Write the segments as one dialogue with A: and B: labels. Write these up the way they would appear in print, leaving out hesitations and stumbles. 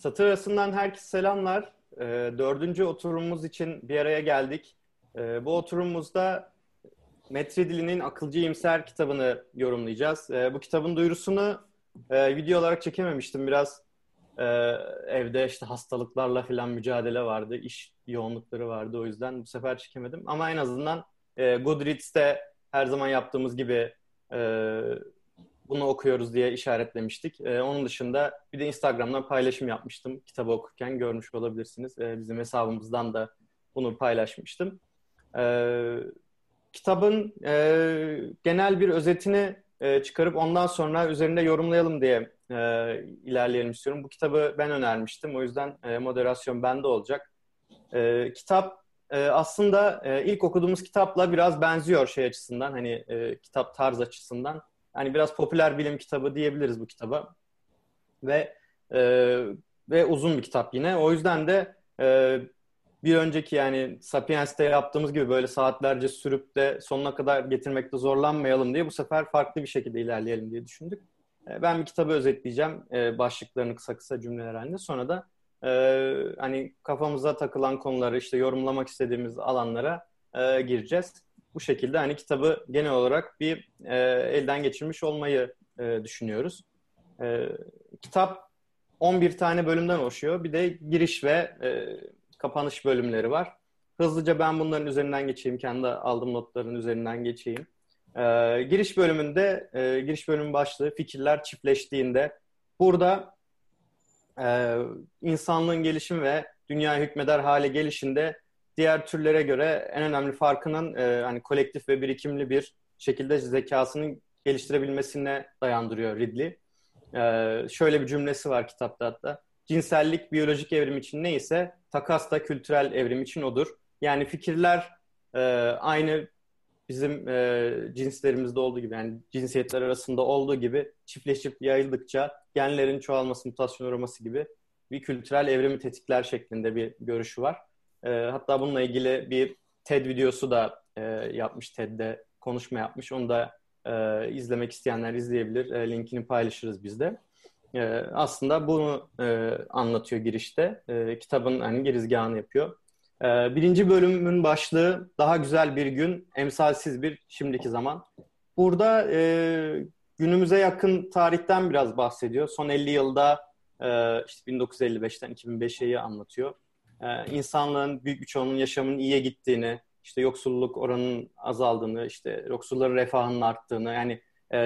A: Satır arasından herkese selamlar. Dördüncü oturumumuz için bir araya geldik. Bu oturumumuzda Metri Dili'nin Akılcı İyimser kitabını yorumlayacağız. Bu kitabın duyurusunu video olarak çekememiştim. Biraz e, evde işte hastalıklarla falan mücadele vardı. İş yoğunlukları vardı. O yüzden bu sefer çekemedim. Ama en azından Goodreads'te her zaman yaptığımız gibi e, bunu okuyoruz diye işaretlemiştik. Onun dışında bir de Instagram'dan paylaşım yapmıştım. Kitabı okurken görmüş olabilirsiniz. Bizim hesabımızdan da bunu paylaşmıştım. Ee, Kitabın genel bir özetini çıkarıp ondan sonra üzerinde yorumlayalım diye ilerleyelim istiyorum. Bu kitabı ben önermiştim. O yüzden moderasyon bende olacak. Kitap aslında ilk okuduğumuz kitapla biraz benziyor şey açısından. Hani kitap tarz açısından. Hani biraz popüler bilim kitabı diyebiliriz bu kitaba. Ve e, ve uzun bir kitap yine. O yüzden de bir önceki yani Sapiens'te yaptığımız gibi böyle saatlerce sürüp de sonuna kadar getirmekte zorlanmayalım diye bu sefer farklı bir şekilde ilerleyelim diye düşündük. Ben bir kitabı özetleyeceğim. Başlıklarını kısa kısa cümleler halinde. Sonra da hani kafamıza takılan konuları işte yorumlamak istediğimiz alanlara gireceğiz. Bu şekilde hani kitabı genel olarak bir elden geçirmiş olmayı düşünüyoruz. E, Kitap 11 tane bölümden oluşuyor. Bir de giriş ve kapanış bölümleri var. Hızlıca ben bunların üzerinden geçeyim. Kendi aldığım notların üzerinden geçeyim. Giriş bölümün başlığı fikirler çiftleştiğinde. Burada insanlığın gelişimi ve dünya hükmeder hale gelişinde diğer türlere göre en önemli farkının hani kolektif ve birikimli bir şekilde zekasının geliştirebilmesine dayandırıyor Ridley. Şöyle bir cümlesi var kitapta hatta. Cinsellik biyolojik evrim için neyse takas da kültürel evrim için odur. Yani fikirler e, aynı bizim cinslerimizde olduğu gibi yani cinsiyetler arasında olduğu gibi çiftleşip yayıldıkça genlerin çoğalması, mutasyon uğraması gibi bir kültürel evrimi tetikler şeklinde bir görüşü var. Hatta bununla ilgili bir TED videosu da yapmış, TED'de konuşma yapmış. Onu da izlemek isteyenler izleyebilir. Linkini paylaşırız biz de. Aslında bunu anlatıyor girişte. Kitabın hani girizgahını yapıyor. Birinci bölümün başlığı daha güzel bir gün, emsalsiz bir şimdiki zaman. Burada günümüze yakın tarihten biraz bahsediyor. Son 50 yılda işte 1955'ten 2005'e anlatıyor. İnsanlığın büyük bir çoğunun yaşamının iyiye gittiğini, işte yoksulluk oranının azaldığını, işte yoksulların refahının arttığını, yani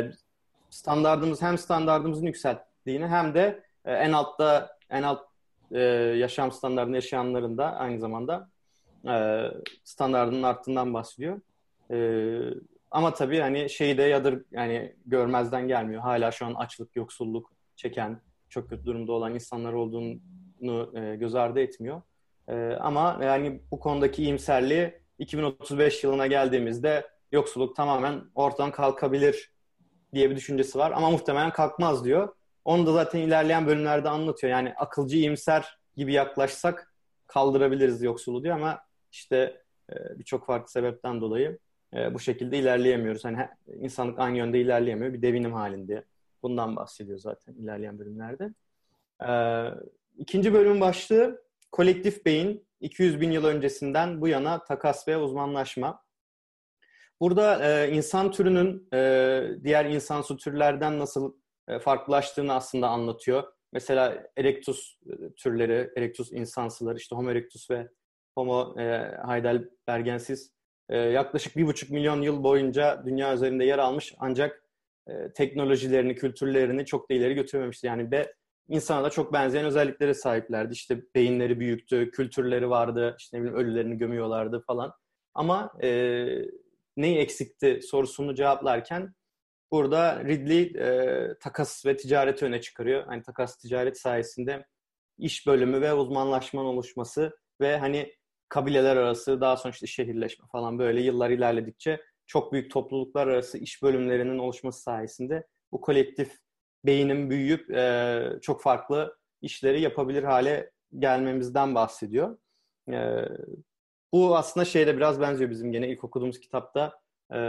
A: standardımızın yükselttiğini hem de en alt yaşam standartını yaşayanların da aynı zamanda standartının arttığından bahsediyor. E, Ama tabii hani şeyi de yani görmezden gelmiyor. Hala şu an açlık, yoksulluk çeken, çok kötü durumda olan insanlar olduğunu göz ardı etmiyor. Ama yani bu konudaki iyimserliği 2035 yılına geldiğimizde yoksulluk tamamen ortadan kalkabilir diye bir düşüncesi var. Ama muhtemelen kalkmaz diyor. Onu da zaten ilerleyen bölümlerde anlatıyor. Yani akılcı iyimser gibi yaklaşsak kaldırabiliriz yoksulluğu diyor ama işte birçok farklı sebepten dolayı bu şekilde ilerleyemiyoruz. Hani insanlık aynı yönde ilerleyemiyor. Bir devinim halinde. Bundan bahsediyor zaten ilerleyen bölümlerde. E, ikinci bölümün başlığı kolektif beyin 200 bin yıl öncesinden bu yana takas ve uzmanlaşma. Burada insan türünün diğer insansı türlerden nasıl farklılaştığını aslında anlatıyor. Mesela Erectus türleri, Erectus insansıları, işte Homo erectus ve Homo heidelbergensis yaklaşık 1,5 milyon yıl boyunca dünya üzerinde yer almış ancak teknolojilerini, kültürlerini çok da ileri götürememişti. Yani insana da çok benzeyen özelliklere sahiplerdi. İşte beyinleri büyüktü, kültürleri vardı, işte ne bileyim ölülerini gömüyorlardı falan. Ama neyi eksikti sorusunu cevaplarken burada Ridley takas ve ticareti öne çıkarıyor. Hani takas ticaret sayesinde iş bölümü ve uzmanlaşmanın oluşması ve hani kabileler arası daha sonra işte şehirleşme falan böyle yıllar ilerledikçe çok büyük topluluklar arası iş bölümlerinin oluşması sayesinde bu kolektif beynin büyüyüp çok farklı işleri yapabilir hale gelmemizden bahsediyor. E, Bu aslında şeyde biraz benziyor bizim gene ilk okuduğumuz kitapta.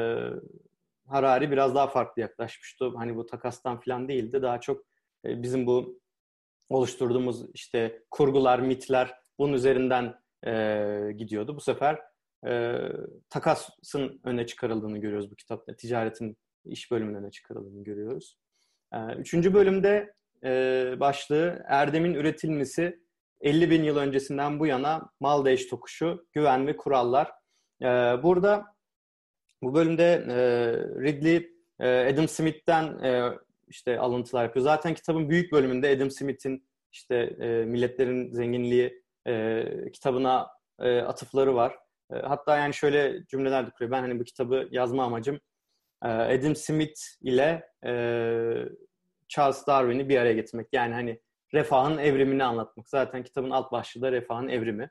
A: Harari biraz daha farklı yaklaşmıştı. Hani bu takastan falan değildi. Daha çok bizim bu oluşturduğumuz işte kurgular, mitler bunun üzerinden gidiyordu. Bu sefer takasın öne çıkarıldığını görüyoruz bu kitapta. Ticaretin iş bölümünün öne çıkarıldığını görüyoruz. Üçüncü bölümde başlığı Erdemin üretilmesi 50 bin yıl öncesinden bu yana mal değiş tokuşu, güven ve kurallar. Burada bu bölümde Ridley Adam Smith'ten işte alıntılar yapıyor. Zaten kitabın büyük bölümünde Adam Smith'in işte Milletlerin Zenginliği kitabına atıfları var. Hatta yani şöyle cümleler de kuruyor. Ben hani bu kitabı yazma amacım Adam Smith ile Charles Darwin'i bir araya getirmek. Yani hani refahın evrimini anlatmak. Zaten kitabın alt başlığı da refahın evrimi.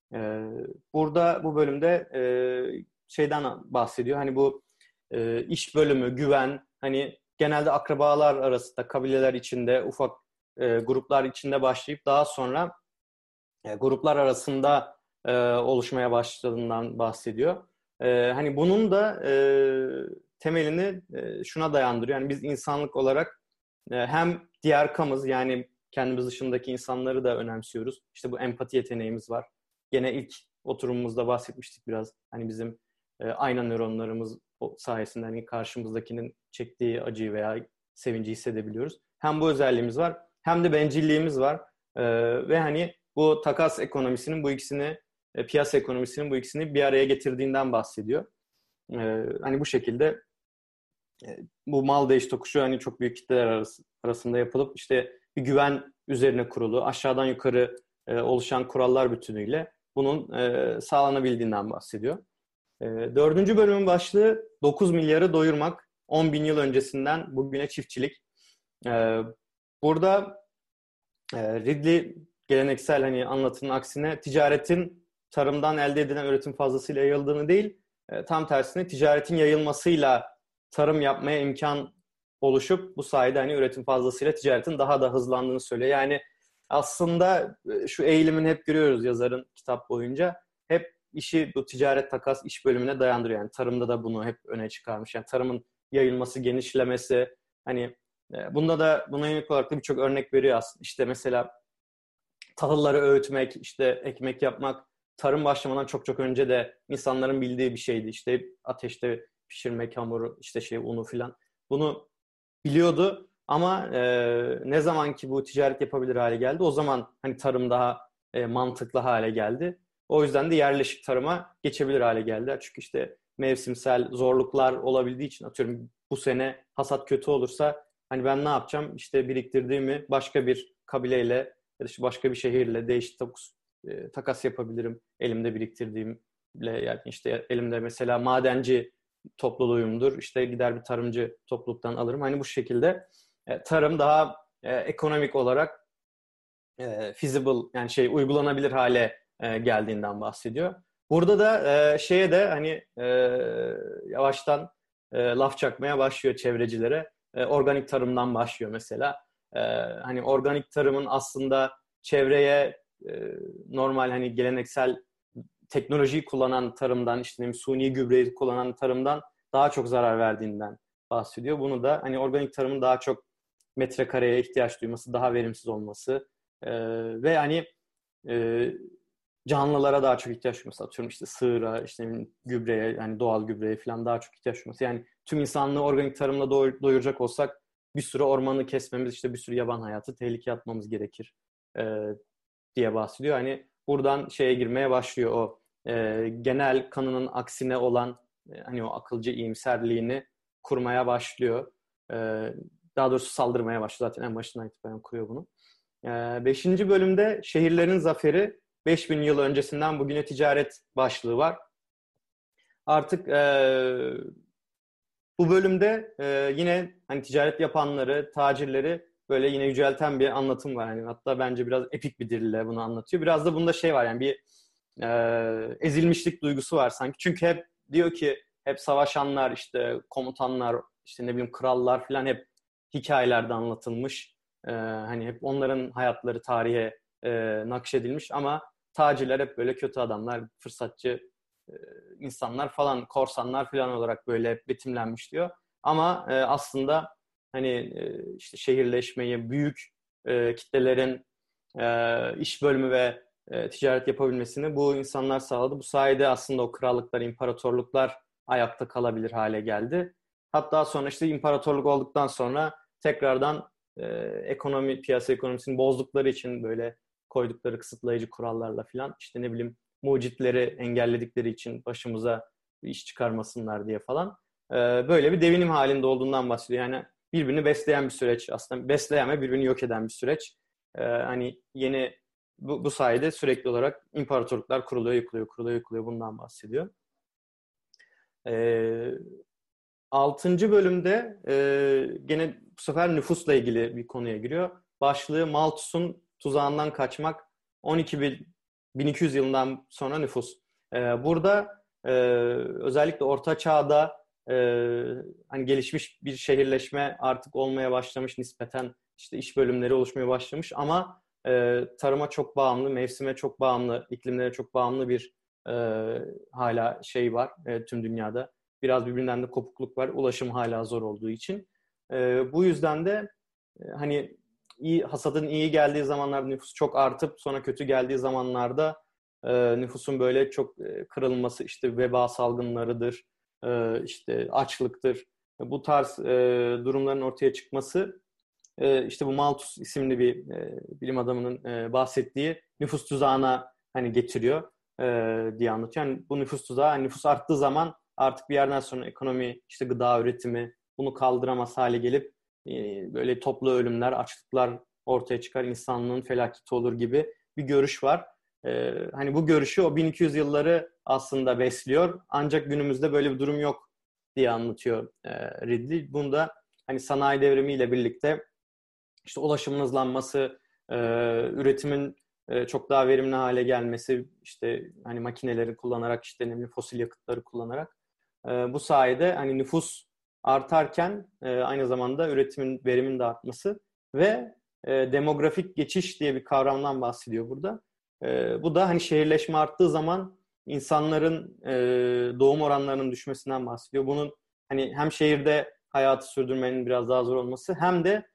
A: Burada bu bölümde şeyden bahsediyor. Hani bu iş bölümü, güven, hani genelde akrabalar arasında, kabileler içinde, ufak gruplar içinde başlayıp daha sonra gruplar arasında oluşmaya başladığından bahsediyor. Hani bunun da temelini şuna dayandırıyor. Yani biz insanlık olarak hem diğer kamız, yani kendimiz dışındaki insanları da önemsiyoruz. İşte bu empati yeteneğimiz var. Gene ilk oturumumuzda bahsetmiştik biraz. Hani bizim ayna nöronlarımız sayesinde hani karşımızdakinin çektiği acıyı veya sevinci hissedebiliyoruz. Hem bu özelliğimiz var, hem de bencilliğimiz var. Ve hani bu takas ekonomisinin bu ikisini, piyasa ekonomisinin bu ikisini bir araya getirdiğinden bahsediyor. Hani bu şekilde bu mal değiş tokuşu hani çok büyük kitleler arasında yapılıp işte bir güven üzerine kurulu, aşağıdan yukarı oluşan kurallar bütünüyle bunun sağlanabildiğinden bahsediyor. Dördüncü bölümün başlığı 9 milyarı doyurmak, 10 bin yıl öncesinden bugüne çiftçilik. Burada Ridley geleneksel hani anlatının aksine ticaretin tarımdan elde edilen üretim fazlasıyla yayıldığını değil, tam tersine ticaretin yayılmasıyla tarım yapmaya imkan oluşup bu sayede hani üretim fazlasıyla ticaretin daha da hızlandığını söylüyor. Yani aslında şu eğilimin hep görüyoruz yazarın kitap boyunca. Hep işi bu ticaret takas iş bölümüne dayandırıyor. Yani tarımda da bunu hep öne çıkarmış. Yani tarımın yayılması, genişlemesi, hani bunda da buna yönelik olarak da birçok örnek veriyor aslında. İşte mesela tahılları öğütmek, işte ekmek yapmak, tarım başlamadan çok çok önce de insanların bildiği bir şeydi. İşte ateşte pişirmek hamuru, işte unu filan. Bunu biliyordu ama ne zaman ki bu ticaret yapabilir hale geldi, o zaman hani tarım daha mantıklı hale geldi. O yüzden de yerleşik tarıma geçebilir hale geldiler. Çünkü işte mevsimsel zorluklar olabildiği için, atıyorum bu sene hasat kötü olursa hani ben ne yapacağım? İşte biriktirdiğimi başka bir kabileyle ya da işte başka bir şehirle değiş takas yapabilirim. Elimde biriktirdiğimle, yani işte elimde mesela madenci topluluğumdur. İşte gider bir tarımcı topluluktan alırım. Hani bu şekilde tarım daha ekonomik olarak feasible, yani uygulanabilir hale geldiğinden bahsediyor. Burada da şeye de hani yavaştan laf çakmaya başlıyor çevrecilere. Organik tarımdan başlıyor mesela. Hani organik tarımın aslında çevreye normal hani geleneksel teknolojiyi kullanan tarımdan, işte suni gübreyi kullanan tarımdan daha çok zarar verdiğinden bahsediyor. Bunu da hani organik tarımın daha çok metrekareye ihtiyaç duyması, daha verimsiz olması ve hani canlılara daha çok ihtiyaç duyması, atıyorum işte sığıra, işte gübreye, yani doğal gübreye falan daha çok ihtiyaç duyması. Yani tüm insanlığı organik tarımla doyuracak olsak bir sürü ormanı kesmemiz, işte bir sürü yaban hayatı tehlikeye atmamız gerekir diye bahsediyor. Hani buradan şeye girmeye başlıyor, o genel kanının aksine olan hani o akılcı iyimserliğini kurmaya başlıyor. Daha doğrusu saldırmaya başlıyor. Zaten en başından itibaren kuruyor bunu. Beşinci bölümde Şehirlerin Zaferi, 5000 yıl öncesinden bugüne ticaret başlığı var. Artık bu bölümde yine hani ticaret yapanları, tacirleri böyle yine yücelten bir anlatım var. Yani hatta bence biraz epik bir dille bunu anlatıyor. Biraz da bunda şey var, yani bir ezilmişlik duygusu var sanki. Çünkü hep diyor ki hep savaşanlar, işte komutanlar, işte ne bileyim krallar falan hep hikayelerde anlatılmış. Hani hep onların hayatları tarihe nakşedilmiş ama tacirler hep böyle kötü adamlar, fırsatçı insanlar falan, korsanlar falan olarak böyle betimlenmiş diyor. Ama aslında hani işte şehirleşmeyi, büyük kitlelerin iş bölümü ve ticaret yapabilmesini bu insanlar sağladı. Bu sayede aslında o krallıklar, imparatorluklar ayakta kalabilir hale geldi. Hatta sonra işte imparatorluk olduktan sonra tekrardan piyasa ekonomisini bozdukları için böyle koydukları kısıtlayıcı kurallarla falan işte ne bileyim mucitleri engelledikleri için başımıza iş çıkarmasınlar diye falan böyle bir devinim halinde olduğundan bahsediyor. Yani birbirini besleyen bir süreç aslında besleyen ve birbirini yok eden bir süreç. Hani yeni bu sayede sürekli olarak imparatorluklar kuruluyor, yıkılıyor, kuruluyor, yıkılıyor bundan bahsediyor. Ee, 6. bölümde gene bu sefer nüfusla ilgili bir konuya giriyor. Başlığı Malthus'un tuzağından kaçmak 1200 yılından sonra nüfus. Burada özellikle Orta Çağ'da hani gelişmiş bir şehirleşme artık olmaya başlamış nispeten işte iş bölümleri oluşmaya başlamış ama tarıma çok bağımlı, mevsime çok bağımlı, iklimlere çok bağımlı bir hala şey var tüm dünyada. Biraz birbirinden de kopukluk var. Ulaşım hala zor olduğu için. Bu yüzden de hani hasadın iyi geldiği zamanlarda nüfus çok artıp sonra kötü geldiği zamanlarda nüfusun böyle çok kırılması işte veba salgınlarıdır, işte açlıktır. Bu tarz durumların ortaya çıkması işte bu Malthus isimli bir bilim adamının bahsettiği nüfus tuzağına hani getiriyor diye anlatıyor. Yani bu nüfus tuzağı hani nüfus arttığı zaman artık bir yerden sonra ekonomi, işte gıda üretimi bunu kaldıramaz hale gelip böyle toplu ölümler, açlıklar ortaya çıkar, insanlığın felaketi olur gibi bir görüş var. Hani bu görüşü o 1200 yılları aslında besliyor. Ancak günümüzde böyle bir durum yok diye anlatıyor Ridley. Bunda hani sanayi devrimiyle birlikte işte ulaşımın hızlanması, üretimin çok daha verimli hale gelmesi, işte hani makineleri kullanarak, işte ne bileyim fosil yakıtları kullanarak bu sayede hani nüfus artarken aynı zamanda üretimin, verimin de artması ve demografik geçiş diye bir kavramdan bahsediyor burada. Bu da hani şehirleşme arttığı zaman insanların doğum oranlarının düşmesinden bahsediyor. Bunun hani hem şehirde hayatı sürdürmenin biraz daha zor olması hem de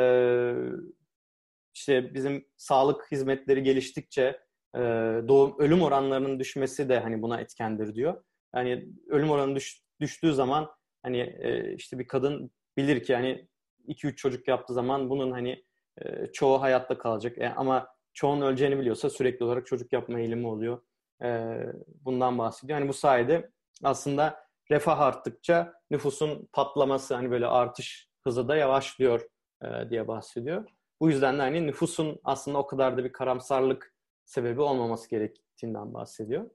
A: işte bizim sağlık hizmetleri geliştikçe ölüm oranlarının düşmesi de hani buna etkendir diyor. Yani ölüm oranı düştüğü zaman hani işte bir kadın bilir ki hani 2-3 çocuk yaptığı zaman bunun hani çoğu hayatta kalacak. Ama çoğunun öleceğini biliyorsa sürekli olarak çocuk yapma eğilimi oluyor. Bundan bahsediyor. Hani bu sayede aslında refah arttıkça nüfusun patlaması hani böyle artış hızı da yavaşlıyor diye bahsediyor. Bu yüzden de hani nüfusun aslında o kadar da bir karamsarlık sebebi olmaması gerektiğinden bahsediyor.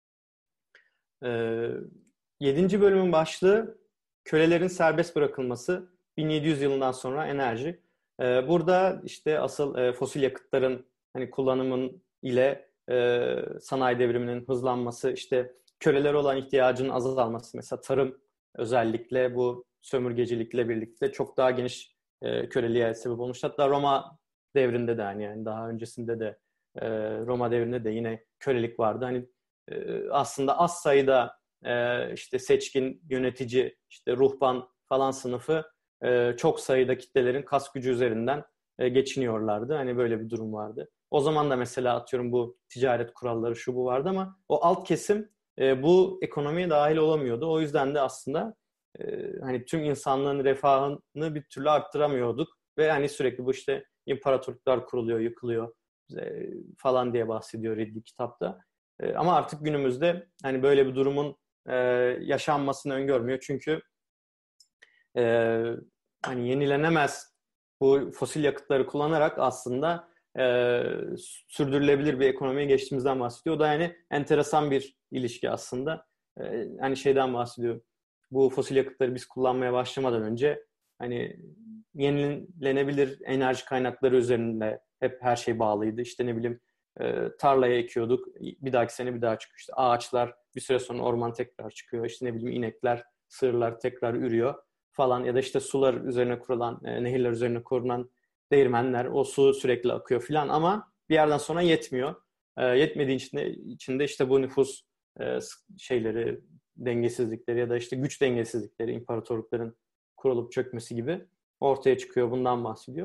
A: 7. bölümün başlığı kölelerin serbest bırakılması 1700 yılından sonra enerji. Burada işte asıl fosil yakıtların hani kullanımın ile sanayi devriminin hızlanması, işte kölelere olan ihtiyacın azalması, mesela tarım özellikle bu sömürgecilikle birlikte çok daha geniş köleliğe sebep olmuş. Hatta Roma devrinde de yani daha öncesinde de Roma devrinde de yine kölelik vardı. Hani aslında az sayıda işte seçkin, yönetici, işte ruhban falan sınıfı çok sayıda kitlelerin kas gücü üzerinden geçiniyorlardı. Hani böyle bir durum vardı. O zaman da mesela atıyorum bu ticaret kuralları şu bu vardı ama o alt kesim bu ekonomiye dahil olamıyordu. O yüzden de aslında hani tüm insanlığın refahını bir türlü arttıramıyorduk ve hani sürekli bu işte imparatorluklar kuruluyor, yıkılıyor falan diye bahsediyor Ridley kitapta. Ama artık günümüzde hani böyle bir durumun yaşanmasını öngörmüyor. Çünkü e, hani yenilenemez bu fosil yakıtları kullanarak aslında sürdürülebilir bir ekonomiye geçtiğimizden bahsediyor. O da yani enteresan bir ilişki aslında. Hani şeyden bahsediyor. Bu fosil yakıtları biz kullanmaya başlamadan önce hani yenilenebilir enerji kaynakları üzerinde hep her şey bağlıydı. İşte ne bileyim tarlaya ekiyorduk. Bir dahaki sene bir daha çıkıyor. İşte ağaçlar bir süre sonra orman tekrar çıkıyor. İşte ne bileyim inekler, sığırlar tekrar ürüyor falan. Ya da işte sular üzerine kurulan, nehirler üzerine kurulan değirmenler. O su sürekli akıyor falan ama bir yerden sonra yetmiyor. Yetmediği içinde işte bu nüfus şeyleri, dengesizlikleri ya da işte güç dengesizlikleri, imparatorlukların kurulup çökmesi gibi ortaya çıkıyor. Bundan bahsediyor.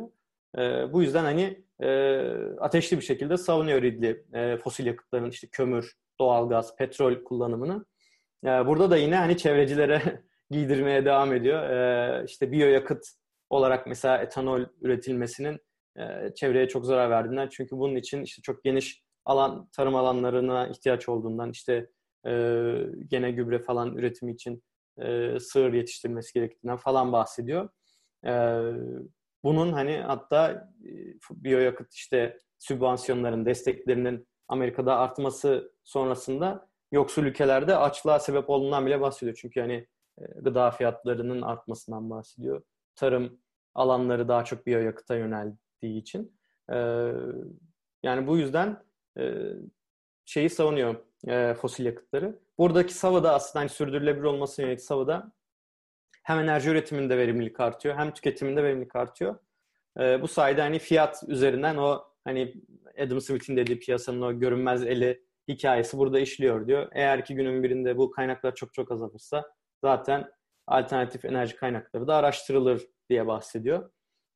A: Bu yüzden hani ateşli bir şekilde savunuyor Ridley fosil yakıtların işte kömür, doğalgaz, petrol kullanımını. Burada da yine hani çevrecilere giydirmeye devam ediyor. İşte biyoyakıt olarak mesela etanol üretilmesinin çevreye çok zarar verdiğinden. Çünkü bunun için işte çok geniş alan, tarım alanlarına ihtiyaç olduğundan, işte gene gübre falan üretimi için sığır yetiştirilmesi gerektiğinden falan bahsediyor. E, Bunun hani hatta biyoyakıt işte sübvansiyonların, desteklerinin Amerika'da artması sonrasında yoksul ülkelerde açlığa sebep olduğundan bile bahsediyor. Çünkü hani gıda fiyatlarının artmasından bahsediyor. Tarım alanları daha çok biyoyakıta yöneldiği için. E, Yani bu yüzden şeyi savunuyor, fosil yakıtları. Buradaki savada aslında hani sürdürülebilir olmasına yönelik savada hem enerji üretiminde verimlilik artıyor hem tüketiminde verimlilik artıyor. Bu sayede hani fiyat üzerinden o hani Adam Smith'in dediği piyasanın o görünmez eli hikayesi burada işliyor diyor. Eğer ki günün birinde bu kaynaklar çok çok azalırsa zaten alternatif enerji kaynakları da araştırılır diye bahsediyor.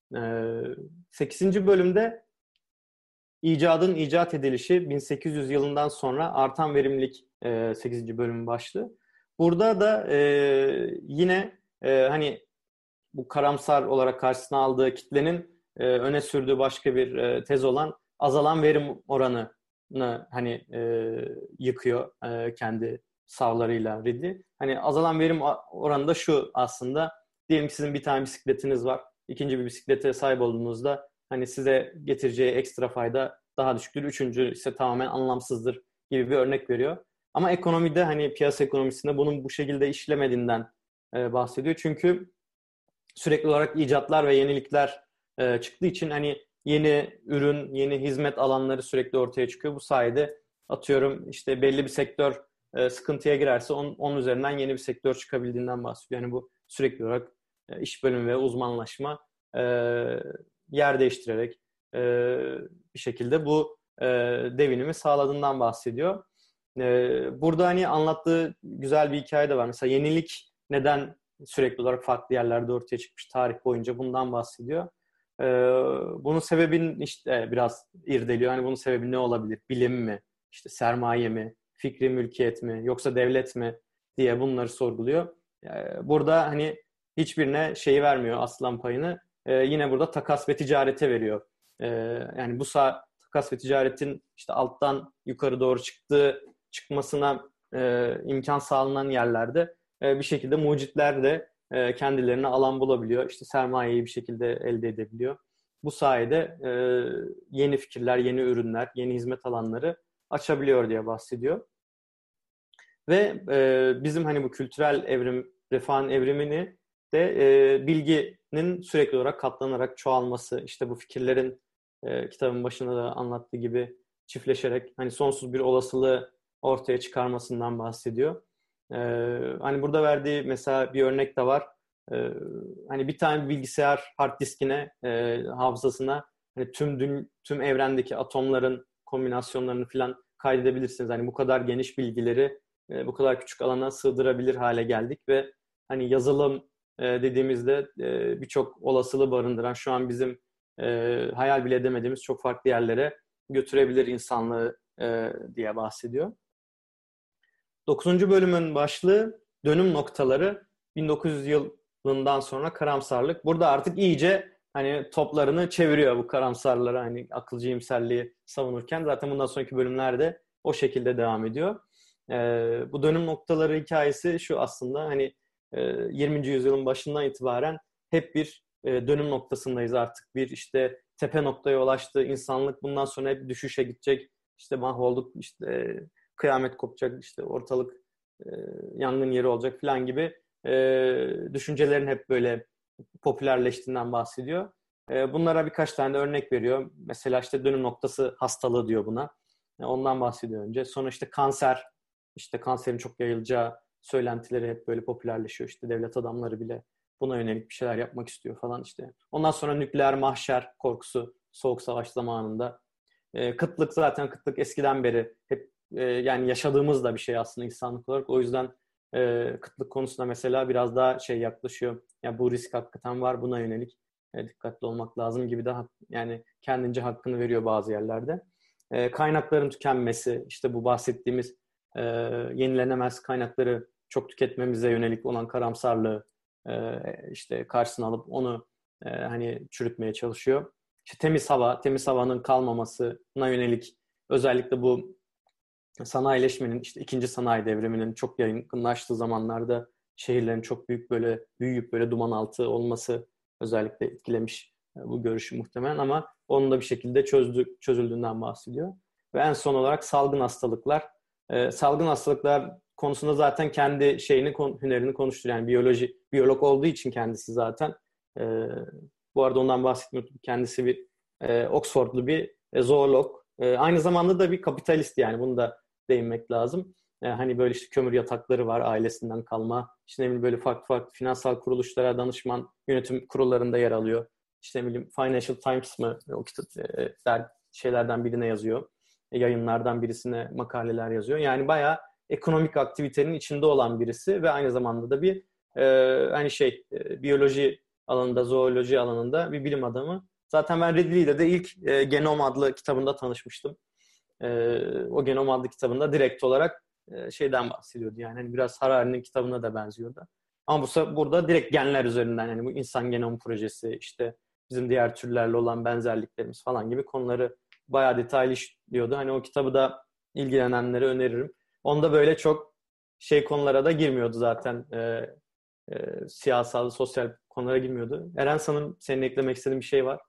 A: 8. bölümde icadın icat edilişi 1800 yılından sonra artan verimlilik 8. bölümün başlığı. Burada da yine hani bu karamsar olarak karşısına aldığı kitlenin öne sürdüğü başka bir tez olan azalan verim oranını hani yıkıyor kendi savlarıyla Ridley. Hani azalan verim oranı da şu aslında. Diyelim ki sizin bir tane bisikletiniz var. İkinci bir bisiklete sahip olduğunuzda hani size getireceği ekstra fayda daha düşüktür. Üçüncü ise tamamen anlamsızdır gibi bir örnek veriyor. Ama ekonomide hani piyasa ekonomisinde bunun bu şekilde işlemediğinden bahsediyor. Çünkü sürekli olarak icatlar ve yenilikler çıktığı için hani yeni ürün, yeni hizmet alanları sürekli ortaya çıkıyor. Bu sayede atıyorum işte belli bir sektör sıkıntıya girerse onun üzerinden yeni bir sektör çıkabildiğinden bahsediyor. Yani bu sürekli olarak iş bölümü ve uzmanlaşma yer değiştirerek e, bir şekilde bu devinimi sağladığından bahsediyor. Burada hani anlattığı güzel bir hikaye de var. Mesela yenilik neden sürekli olarak farklı yerlerde ortaya çıkmış tarih boyunca bundan bahsediyor. Ee, Bunun sebebini işte biraz irdeliyor. Hani bunun sebebi ne olabilir? Bilim mi? İşte sermaye mi? Fikri mülkiyet mi? Yoksa devlet mi? Diye bunları sorguluyor. Burada hani hiçbirine şeyi vermiyor aslan payını. Yine burada takas ve ticarete veriyor. Yani bu takas ve ticaretin işte alttan yukarı doğru çıkmasına imkan sağlanan yerlerde bir şekilde mucitler de kendilerine alan bulabiliyor. İşte sermayeyi bir şekilde elde edebiliyor. Bu sayede yeni fikirler, yeni ürünler, yeni hizmet alanları açabiliyor diye bahsediyor. Ve bizim hani bu kültürel evrim, refahın evrimini de bilginin sürekli olarak katlanarak çoğalması, işte bu fikirlerin kitabın başında da anlattığı gibi çiftleşerek hani sonsuz bir olasılığı ortaya çıkarmasından bahsediyor. Hani burada verdiği mesela bir örnek de var. Hani bir tane bilgisayar hard diskine, hafızasına hani tüm evrendeki atomların kombinasyonlarını falan kaydedebilirsiniz. Hani bu kadar geniş bilgileri bu kadar küçük alana sığdırabilir hale geldik ve hani yazılım dediğimizde birçok olasılığı barındıran şu an bizim hayal bile edemediğimiz çok farklı yerlere götürebilir insanlığı diye bahsediyor. 9. bölümün başlığı dönüm noktaları 1900 yılından sonra karamsarlık. Burada artık iyice hani toplarını çeviriyor bu karamsarları hani akılcı iyimserliği savunurken. Zaten bundan sonraki bölümlerde o şekilde devam ediyor. Bu dönüm noktaları hikayesi şu aslında hani 20. yüzyılın başından itibaren hep bir dönüm noktasındayız artık. Bir işte tepe noktaya ulaştı. İnsanlık bundan sonra hep düşüşe gidecek. İşte mahvolduk, işte kıyamet kopacak, işte ortalık yangın yeri olacak falan gibi düşüncelerin hep böyle popülerleştiğinden bahsediyor. Bunlara birkaç tane de örnek veriyor. Mesela işte dönüm noktası hastalığı diyor buna. Ondan bahsediyor önce. Sonra işte kanser, işte kanserin çok yayılacağı söylentileri hep böyle popülerleşiyor. İşte devlet adamları bile buna yönelik bir şeyler yapmak istiyor falan işte. Ondan sonra nükleer mahşer korkusu Soğuk Savaş zamanında. Kıtlık eskiden beri hep yani yaşadığımız da bir şey aslında insanlık olarak. O yüzden kıtlık konusunda mesela biraz daha şey yaklaşıyor. Yani bu risk hakikaten var buna yönelik dikkatli olmak lazım gibi de yani kendince hakkını veriyor bazı yerlerde. Kaynakların tükenmesi, işte bu bahsettiğimiz yenilenemez kaynakları çok tüketmemize yönelik olan karamsarlığı işte karşısına alıp onu hani çürütmeye çalışıyor. İşte temiz havanın kalmamasına yönelik özellikle bu sanayileşmenin, işte ikinci sanayi devriminin çok yaygınlaştığı zamanlarda şehirlerin çok büyüyüp böyle duman altı olması özellikle etkilemiş bu görüşü muhtemelen, ama onun da bir şekilde çözüldüğünden bahsediyor. Ve en son olarak salgın hastalıklar. Salgın hastalıklar konusunda zaten kendi hünerini konuşturuyor. Yani biyolog olduğu için kendisi zaten. Bu arada ondan bahsetmiyorum. Kendisi bir Oxford'lu bir zoolog. Aynı zamanda da bir kapitalist, yani bunu da değinmek lazım. Hani böyle işte kömür yatakları var ailesinden kalma. İşte ne bileyim böyle farklı finansal kuruluşlara danışman yönetim kurullarında yer alıyor. İşte ne bileyim Financial Times mı o kitap şeylerden birine yazıyor. Yayınlardan birisine makaleler yazıyor. Yani bayağı ekonomik aktivitenin içinde olan birisi ve aynı zamanda da bir hani biyoloji alanında, zooloji alanında bir bilim adamı. Zaten ben Ridley'de de ilk Genom adlı kitabında tanışmıştım. O Genom adlı kitabında direkt olarak şeyden bahsediyordu. Yani hani biraz Harari'nin kitabına da benziyordu. Ama burada direkt genler üzerinden, yani bu insan genom projesi, işte bizim diğer türlerle olan benzerliklerimiz falan gibi konuları bayağı detaylı işliyordu. Hani o kitabı da ilgilenenlere öneririm. Onda böyle çok konulara da girmiyordu zaten. Siyasal, sosyal konulara girmiyordu. Eren, sanırım senin eklemek istediğin bir şey var.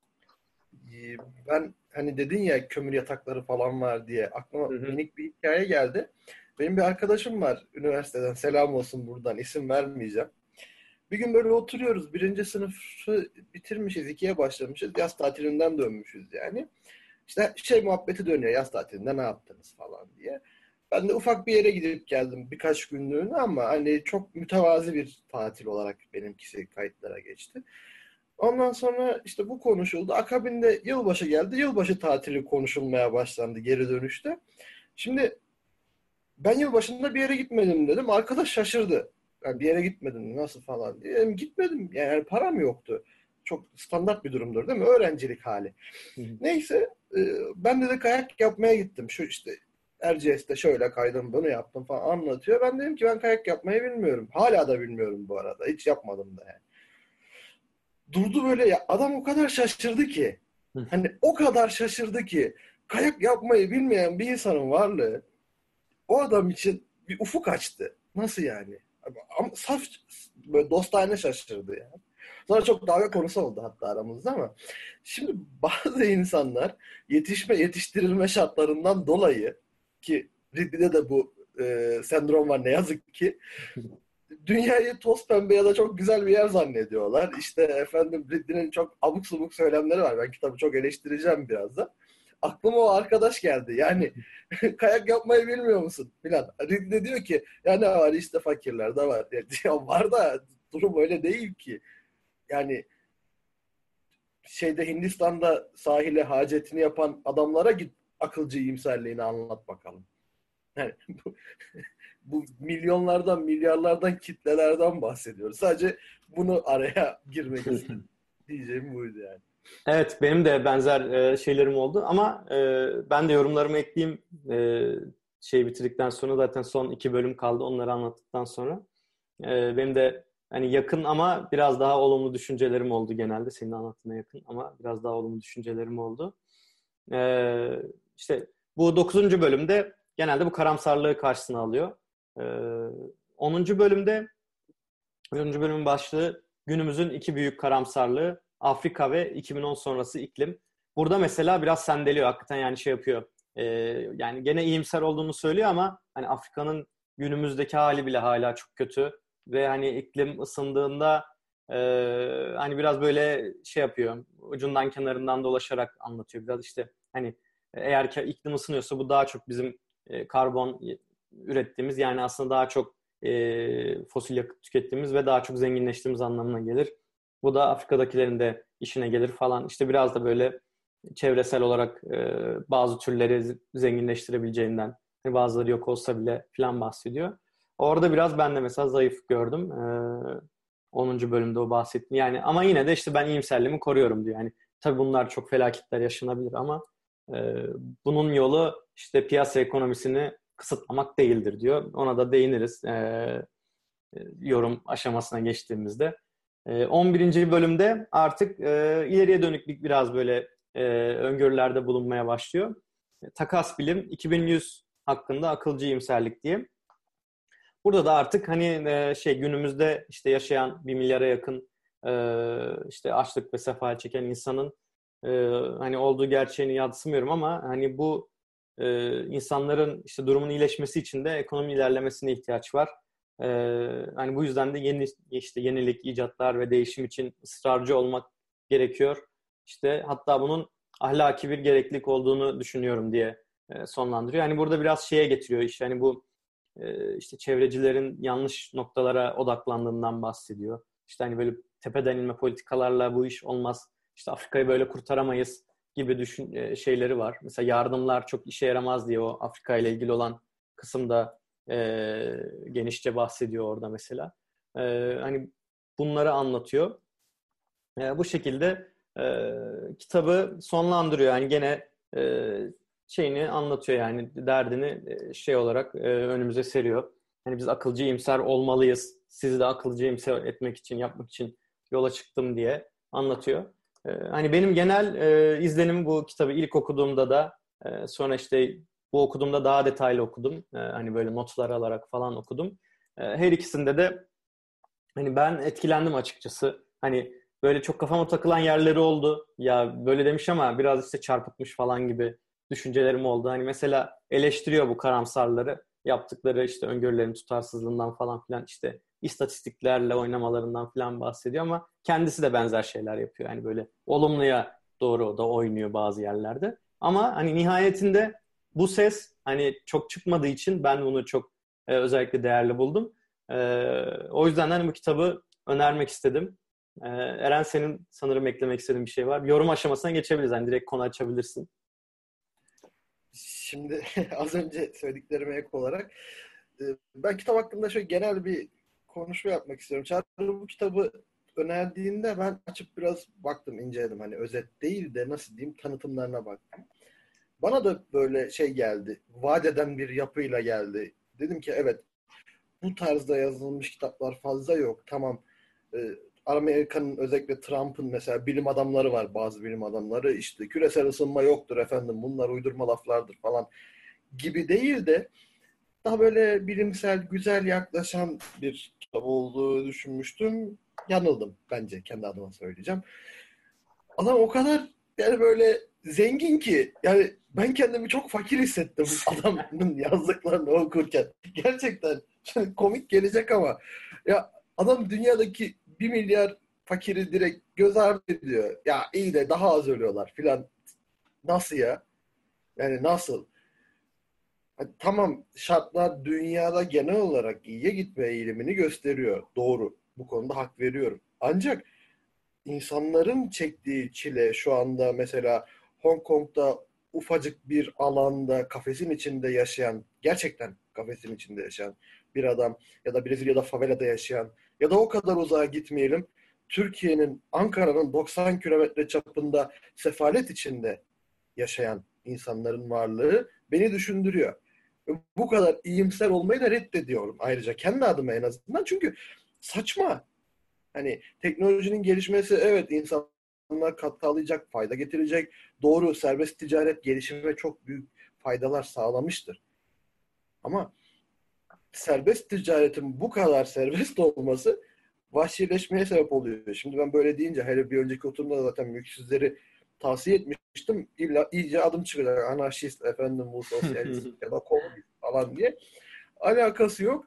B: Ben hani dedin ya kömür yatakları falan var diye aklıma
A: Hı hı.
B: minik bir hikaye geldi. Benim bir arkadaşım var üniversiteden, selam olsun buradan, isim vermeyeceğim. Bir gün böyle oturuyoruz, birinci sınıfı bitirmişiz, ikiye başlamışız, yaz tatilinden dönmüşüz yani. İşte muhabbeti dönüyor, yaz tatilinde ne yaptınız falan diye. Ben de ufak bir yere gidip geldim birkaç günlüğüne, ama hani çok mütevazi bir tatil olarak benimkisi kayıtlara geçti. Ondan sonra işte bu konuşuldu. Akabinde yılbaşı geldi. Yılbaşı tatili konuşulmaya başlandı geri dönüşte. Şimdi ben yılbaşında bir yere gitmedim dedim. Arkadaş şaşırdı. Yani bir yere gitmedim nasıl falan diye. Dedim, gitmedim. Yani param yoktu. Çok standart bir durumdur değil mi? Öğrencilik hali.
A: Hı hı.
B: Neyse ben de kayak yapmaya gittim. Şu işte Erciyes'te şöyle kaydım, bunu yaptım falan anlatıyor. Ben dedim ki ben kayak yapmayı bilmiyorum. Hala da bilmiyorum bu arada. Hiç yapmadım da yani. Durdu böyle ya, adam o kadar şaşırdı ki. Hani o kadar şaşırdı ki kayak yapmayı bilmeyen bir insanın varlığı o adam için bir ufuk açtı. Nasıl yani? Ama saf böyle dostane şaşırdı yani. Sonra çok dalga konusu oldu hatta aramızda, ama şimdi bazı insanlar yetiştirilme şartlarından dolayı, ki Ridley'de de bu sendrom var ne yazık ki, dünyayı toz pembe ya da çok güzel bir yer zannediyorlar. İşte efendim Ridley'nin çok abuk subuk söylemleri var. Ben kitabı çok eleştireceğim birazdan. Aklıma o arkadaş geldi. Yani kayak yapmayı bilmiyor musun filan. Ridley diyor ki ya ne var işte fakirler de var. Ya var da durum öyle değil ki. Yani Hindistan'da sahile hacetini yapan adamlara git akılcı iyimserliğini anlat bakalım. Yani bu milyonlardan, milyarlardan kitlelerden bahsediyoruz. Sadece bunu araya girmek istedim. Diyeceğim buydu yani.
A: Evet, benim de benzer şeylerim oldu, ama ben de yorumlarımı ekleyeyim. Bitirdikten sonra zaten son 2 bölüm kaldı, onları anlattıktan sonra. Benim de hani yakın ama biraz daha olumlu düşüncelerim oldu genelde. Senin anlattığına yakın ama biraz daha olumlu düşüncelerim oldu. İşte bu 9. bölümde genelde bu karamsarlığı karşısına alıyor. E, 10. bölümde 10. bölümün başlığı günümüzün iki büyük karamsarlığı: Afrika ve 2010 sonrası iklim. Burada mesela biraz sendeliyor hakikaten, yani yapıyor. Yani gene iyimser olduğunu söylüyor ama hani Afrika'nın günümüzdeki hali bile hala çok kötü ve hani iklim ısındığında e, hani biraz böyle yapıyor. Ucundan kenarından dolaşarak anlatıyor. Biraz işte hani eğer ki iklim ısınıyorsa bu daha çok bizim karbon ürettiğimiz, yani aslında daha çok fosil yakıt tükettiğimiz ve daha çok zenginleştiğimiz anlamına gelir. Bu da Afrika'dakilerin de işine gelir falan. İşte biraz da böyle çevresel olarak bazı türleri zenginleştirebileceğinden, hani bazıları yok olsa bile falan bahsediyor. Orada biraz ben de mesela zayıf gördüm. 10. bölümde o bahsettiğim. Yani ama yine de işte ben iyimserliğimi koruyorum diyor. Yani tabii bunlar çok felaketler yaşanabilir ama bunun yolu işte piyasa ekonomisini kısıtlamak değildir diyor. Ona da değiniriz yorum aşamasına geçtiğimizde. 11. bölümde artık ileriye dönük biraz böyle öngörülerde bulunmaya başlıyor. Takas bilim 2100 hakkında akılcı iyimserlik diye. Burada da artık hani günümüzde işte yaşayan 1 milyara yakın işte açlık ve sefalet çeken insanın hani olduğu gerçeğini yadsımıyorum ama hani bu insanların işte durumun iyileşmesi için de ekonomi ilerlemesine ihtiyaç var. Hani bu yüzden de yenilik, icatlar ve değişim için ısrarcı olmak gerekiyor. İşte hatta bunun ahlaki bir gereklilik olduğunu düşünüyorum diye sonlandırıyor. Yani burada biraz şeye getiriyor işte hani bu işte çevrecilerin yanlış noktalara odaklandığından bahsediyor. İşte hani böyle tepeden inme politikalarla bu iş olmaz. İşte Afrika'yı böyle kurtaramayız gibi şeyleri var. Mesela yardımlar çok işe yaramaz diye o Afrika ile ilgili olan kısımda genişçe bahsediyor orada mesela. Hani bunları anlatıyor. Bu şekilde kitabı sonlandırıyor. Yani gene şeyini anlatıyor yani derdini şey olarak önümüze seriyor. Hani biz akılcı iyimser olmalıyız. Sizi de akılcı iyimser etmek için, yapmak için yola çıktım diye anlatıyor. Hani benim genel izlenimim bu kitabı ilk okuduğumda da sonra işte bu okuduğumda daha detaylı okudum. Hani böyle notlar alarak falan okudum. Her ikisinde de hani ben etkilendim açıkçası. Hani böyle çok kafama takılan yerleri oldu. Ya böyle demiş ama biraz işte çarpıtmış falan gibi düşüncelerim oldu. Hani mesela eleştiriyor bu karamsarları. Yaptıkları işte öngörülerin tutarsızlığından falan filan işte istatistiklerle oynamalarından falan bahsediyor ama kendisi de benzer şeyler yapıyor. Yani böyle olumluya doğru da oynuyor bazı yerlerde. Ama hani nihayetinde bu ses hani çok çıkmadığı için ben bunu çok özellikle değerli buldum. O yüzden hani bu kitabı önermek istedim. Eren senin sanırım eklemek istediğin bir şey var. Yorum aşamasına geçebiliriz. Yani direkt konu açabilirsin.
B: Şimdi az önce söylediklerime ek olarak ben kitap hakkında şöyle genel bir konuşma yapmak istiyorum. Çağrı bu kitabı önerdiğinde ben açıp biraz baktım, inceledim. Hani özet değil de nasıl diyeyim tanıtımlarına baktım. Bana da böyle şey geldi. Vaat eden bir yapıyla geldi. Dedim ki evet, bu tarzda yazılmış kitaplar fazla yok. Tamam. e, Amerika'nın özellikle Trump'ın mesela bilim adamları var, bazı bilim adamları işte küresel ısınma yoktur efendim, bunlar uydurma laflardır falan gibi değil de daha böyle bilimsel güzel yaklaşan bir kitap olduğu düşünmüştüm. Yanıldım bence, kendi adıma söyleyeceğim. Adam o kadar yani böyle zengin ki yani ben kendimi çok fakir hissettim adamın yazdıklarını okurken. Gerçekten komik gelecek ama ya adam dünyadaki 1 milyar fakiri direkt göz ardı ediyor. Ya iyi de daha az ölüyorlar filan. Nasıl ya? Yani nasıl? Hani tamam, şartlar dünyada genel olarak iyiye gitme eğilimini gösteriyor. Doğru. Bu konuda hak veriyorum. Ancak insanların çektiği çile şu anda mesela Hong Kong'da ufacık bir alanda kafesin içinde yaşayan, gerçekten kafesin içinde yaşayan bir adam ya da Brezilya'da favelada yaşayan ya da o kadar uzağa gitmeyelim, Türkiye'nin, Ankara'nın 90 kilometre çapında sefalet içinde yaşayan insanların varlığı beni düşündürüyor. Bu kadar iyimser olmayı da reddediyorum ayrıca kendi adıma en azından, çünkü saçma. Hani teknolojinin gelişmesi evet insanlar katkı alacak, fayda getirecek. Doğru, serbest ticaret gelişime çok büyük faydalar sağlamıştır. Ama serbest ticaretin bu kadar serbest olması vahşileşmeye sebep oluyor. Şimdi ben böyle deyince, hele bir önceki oturumda da zaten mülksüzleri tavsiye etmiştim. İlla iyice adım çıkacak. Anarşist, efendim bu sosyalist ya da komünist falan diye. Alakası yok.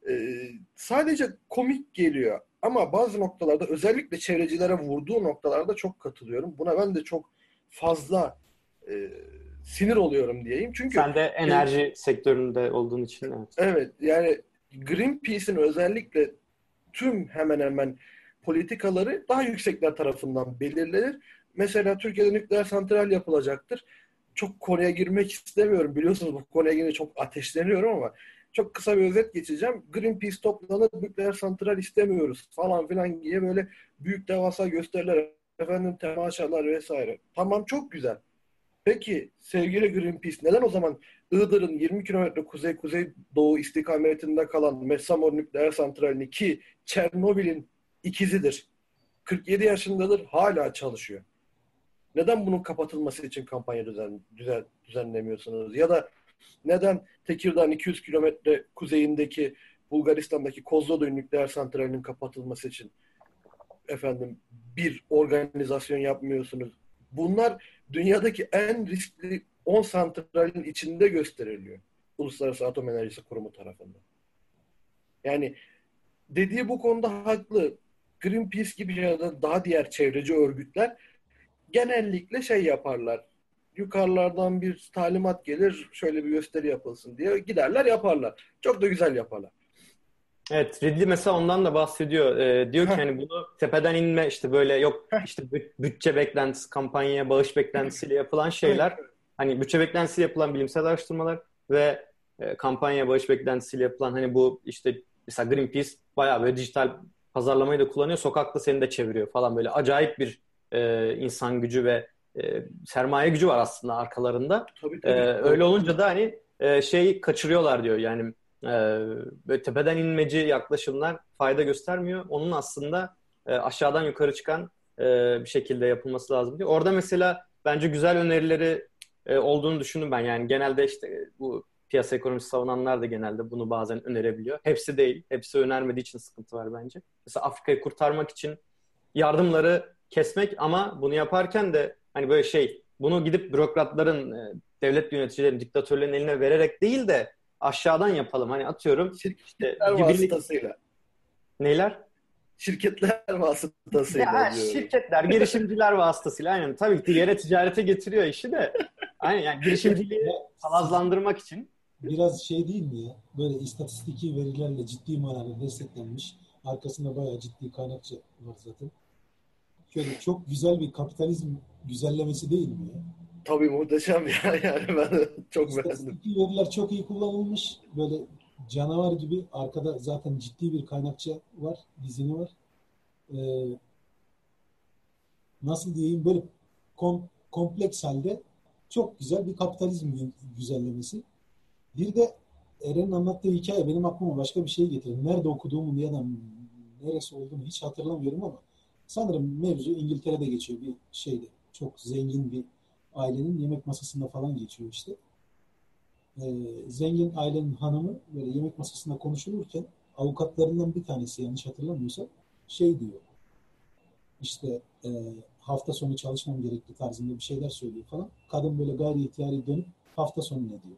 B: Sadece komik geliyor. Ama bazı noktalarda, özellikle çevrecilere vurduğu noktalarda çok katılıyorum. Buna ben de çok fazla e, sinir oluyorum diyeyim. Çünkü
A: Sen de enerji sektöründe olduğun için evet.
B: evet, yani Greenpeace'in özellikle tüm hemen hemen politikaları daha yüksekler tarafından belirlenir. Mesela Türkiye'de nükleer santral yapılacaktır. Çok konuya girmek istemiyorum. Biliyorsunuz bu konuya girince çok ateşleniyorum ama çok kısa bir özet geçeceğim. Greenpeace toplanır, nükleer santral istemiyoruz falan filan diye böyle büyük devasa gösteriler, efendim temaşalar vesaire. Tamam, çok güzel. Peki sevgili Greenpeace, neden o zaman Iğdır'ın 20 kilometre kuzey-doğu istikametinde kalan Messamor nükleer santralini, ki Çernobil'in ikizidir, 47 yaşındadır, hala çalışıyor? Neden bunun kapatılması için kampanya düzenlemiyorsunuz? Ya da neden Tekirdağ'ın 200 kilometre kuzeyindeki Bulgaristan'daki Kozloduy nükleer santralinin kapatılması için efendim bir organizasyon yapmıyorsunuz? Bunlar dünyadaki en riskli 10 santralin içinde gösteriliyor Uluslararası Atom Enerjisi Kurumu tarafından. Yani dediği bu konuda haklı. Greenpeace gibi ya da daha diğer çevreci örgütler genellikle şey yaparlar. Yukarılardan bir talimat gelir, şöyle bir gösteri yapılsın diye giderler yaparlar. Çok da güzel yaparlar.
A: Evet, Ridley mesela ondan da bahsediyor. Diyor ki hani bunu tepeden inme, işte böyle yok işte bütçe beklentisi, kampanyaya bağış beklentisiyle yapılan şeyler, hani bütçe beklentisiyle yapılan bilimsel araştırmalar ve kampanyaya bağış beklentisiyle yapılan, hani bu işte mesela Greenpeace bayağı böyle dijital pazarlamayı da kullanıyor. Sokakta seni de çeviriyor falan, böyle acayip bir insan gücü ve sermaye gücü var aslında arkalarında.
B: Tabii tabii.
A: Öyle olunca da hani şeyi kaçırıyorlar diyor. Yani böyle tepeden inmeci yaklaşımlar fayda göstermiyor. Onun aslında aşağıdan yukarı çıkan bir şekilde yapılması lazım diyor. Orada mesela bence güzel önerileri olduğunu düşündüm ben. Yani genelde işte bu piyasa ekonomisi savunanlar da genelde bunu bazen önerebiliyor. Hepsi değil. Hepsi önermediği için sıkıntı var bence. Mesela Afrika'yı kurtarmak için yardımları kesmek, ama bunu yaparken de hani böyle bunu gidip bürokratların, devlet yöneticilerin, diktatörlerin eline vererek değil de aşağıdan yapalım. Hani atıyorum işte
B: Şirketler vasıtasıyla.
A: Neyler?
B: Şirketler vasıtasıyla
A: Ya
B: diyorum.
A: şirketler, girişimciler vasıtasıyla, aynen. Tabii ki yere ticarete getiriyor işi de. Aynen, yani girişimciliği palazlandırmak için.
C: Biraz şey değil mi ya? Böyle istatistiki verilerle ciddi manada desteklenmiş. Arkasında bayağı ciddi kaynakça var zaten. Şöyle çok güzel bir kapitalizm güzellemesi değil mi ya?
B: Tabii muhteşem ya. Yani ben çok beğendim.
C: İstatistiki veriler çok iyi kullanılmış. Böyle canavar gibi arkada zaten ciddi bir kaynakça var, dizini var. Nasıl diyeyim, böyle kompleks halde çok güzel bir kapitalizm güzellemesi. Bir de Eren'in anlattığı hikaye benim aklıma başka bir şey getirdi. Nerede okuduğumu ya da neresi olduğunu hiç hatırlamıyorum ama sanırım mevzu İngiltere'de geçiyor bir şeyde. Çok zengin bir ailenin yemek masasında falan geçiyor işte. Zengin ailenin hanımı böyle yemek masasında konuşulurken avukatlarından bir tanesi, yanlış hatırlamıyorsam, şey diyor. İşte hafta sonu çalışmam gerekli tarzında bir şeyler söylüyor falan. Kadın böyle gayri ihtiyari dönüp hafta sonu ne diyor?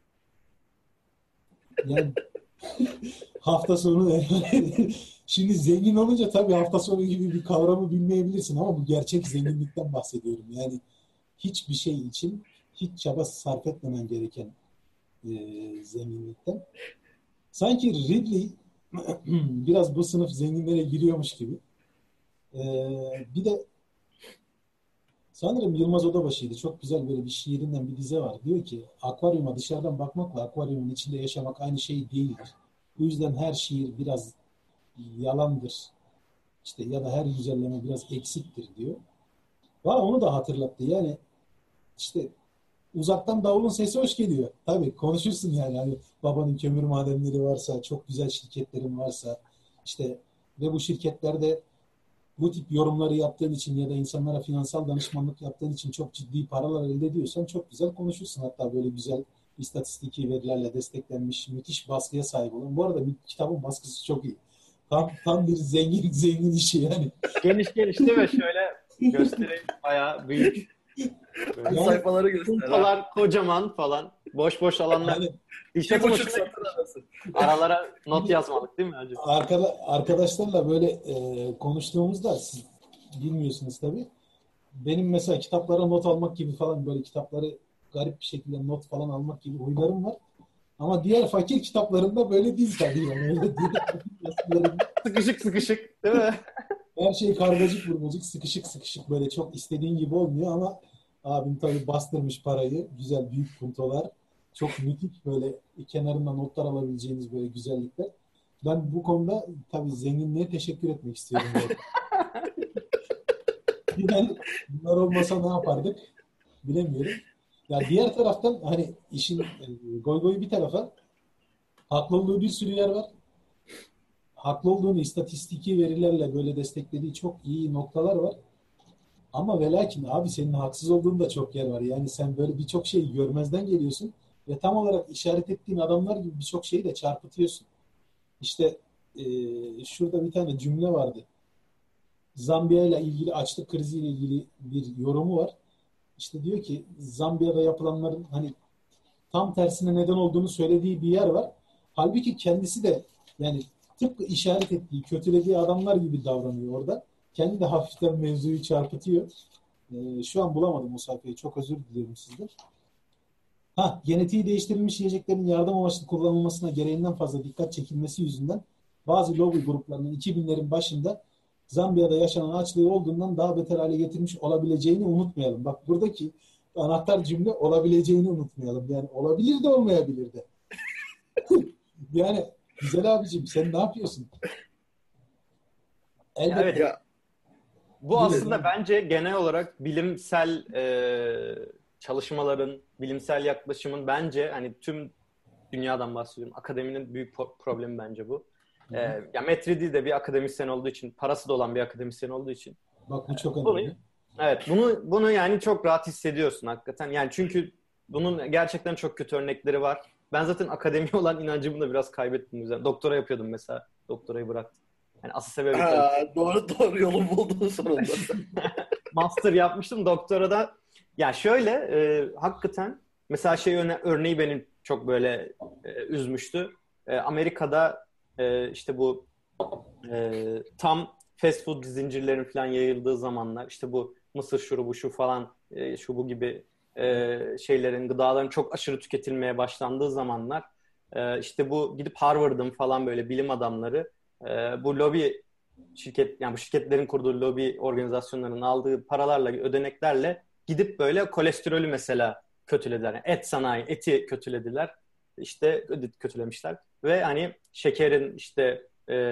C: Yani hafta sonu şimdi zengin olunca tabii hafta sonu gibi bir kavramı bilmeyebilirsin ama bu gerçek zenginlikten bahsediyorum. Yani hiçbir şey için hiç çaba sarf etmemen gereken zenginlikten. Sanki Ridley biraz bu sınıf zenginlere giriyormuş gibi. Bir de sanırım Yılmaz Odabaşı'ydı. Çok güzel böyle bir şiirinden bir dize var. Diyor ki akvaryuma dışarıdan bakmakla akvaryumun içinde yaşamak aynı şey değildir. Bu yüzden her şiir biraz yalandır. İşte ya da her güzelleme biraz eksiktir diyor. Bana onu da hatırlattı. Yani işte uzaktan davulun sesi hoş geliyor. Tabii konuşursun yani. Hani babanın kömür madenleri varsa, çok güzel şirketlerin varsa işte ve bu şirketlerde bu tip yorumları yaptığın için ya da insanlara finansal danışmanlık yaptığın için çok ciddi paralar elde ediyorsan çok güzel konuşursun. Hatta böyle güzel istatistiki verilerle desteklenmiş müthiş baskıya sahip olan. Bu arada kitabın baskısı çok iyi. Tam bir zengin işi yani.
A: Geniş geniş değil mi? Şöyle göstereyim. Bayağı büyük.
B: Yani, sayfaları göster.
A: Puntolar kocaman falan. Boş boş alanlar.
B: Yani,
A: İşte
B: buçuk satır arası.
A: Aralara not yazmalık değil mi hacı?
C: Arkadaşlarla böyle konuştuğumuzda siz bilmiyorsunuz tabii. Benim mesela kitaplara not almak gibi falan, böyle kitapları garip bir şekilde not falan almak gibi huylarım var. Ama diğer fakir kitaplarında böyle değil tabii. Yani öyle değil.
A: Sıkışık sıkışık değil mi?
C: Her şey kargacık vurmacık, sıkışık sıkışık, böyle çok istediğin gibi olmuyor ama abim tabii bastırmış parayı. Güzel büyük puntolar. Çok müthiş böyle kenarından notlar alabileceğiniz böyle güzellikler. Ben bu konuda tabii zenginliğe teşekkür etmek istiyorum. Yani bunlar olmasa ne yapardık bilemiyorum. Ya diğer taraftan hani işin goy goyu bir tarafa, haklı olduğu bir sürü yer var. Haklı olduğunu istatistiki verilerle böyle desteklediği çok iyi noktalar var. Ama ve lakin abi senin haksız olduğun da çok yer var. Yani sen böyle birçok şeyi görmezden geliyorsun ve tam olarak işaret ettiğin adamlar gibi birçok şeyi de çarpıtıyorsun. İşte şurada bir tane cümle vardı. Zambiya ile ilgili açlık kriziyle ilgili bir yorumu var. İşte diyor ki Zambiya'da yapılanların hani tam tersine neden olduğunu söylediği bir yer var. Halbuki kendisi de yani tıpkı işaret ettiği, kötülediği adamlar gibi davranıyor orada. Kendi de hafiften mevzuyu çarpıtıyor. Şu an bulamadım o sayfayı. Çok özür dilerim sizden. Genetiği değiştirilmiş yiyeceklerin yardım amaçlı kullanılmasına gereğinden fazla dikkat çekilmesi yüzünden bazı lobi gruplarının 2000'lerin başında Zambiya'da yaşanan açlığı olduğundan daha beter hale getirmiş olabileceğini unutmayalım. Bak buradaki anahtar cümle olabileceğini unutmayalım. Yani olabilir de olmayabilir de. Yani güzel abicim sen ne yapıyorsun?
A: Elbette. Evet.
B: Ya,
A: bu aslında bence genel olarak bilimsel çalışmaların, bilimsel yaklaşımın bence hani tüm dünyadan bahsediyorum. Akademinin büyük problemi bence bu. Ya Metridi de bir akademisyen olduğu için, parası da olan bir akademisyen olduğu için.
C: Bak bu çok önemli.
A: Evet, bunu yani çok rahat hissediyorsun hakikaten. Yani çünkü bunun gerçekten çok kötü örnekleri var. Ben zaten akademiye olan inancımı da biraz kaybettim yüzden. Doktora yapıyordum mesela. Doktorayı bıraktım. Yani asıl sebebi
B: doğru yolu buldun sonunda.
A: Master yapmıştım, doktora da. Ya şöyle, hakikaten mesela örneği beni çok böyle üzmüştü. Amerika'da işte bu tam fast food zincirlerin falan yayıldığı zamanlar, işte bu mısır şurubu şu falan şu bu gibi şeylerin, gıdaların çok aşırı tüketilmeye başlandığı zamanlar işte bu gidip Harvard'ın falan böyle bilim adamları bu lobi yani bu şirketlerin kurduğu lobi organizasyonlarının aldığı paralarla, ödeneklerle gidip böyle kolesterolü mesela kötülediler. Yani et sanayi, eti kötülediler. İşte kötülemişler. Ve hani şekerin işte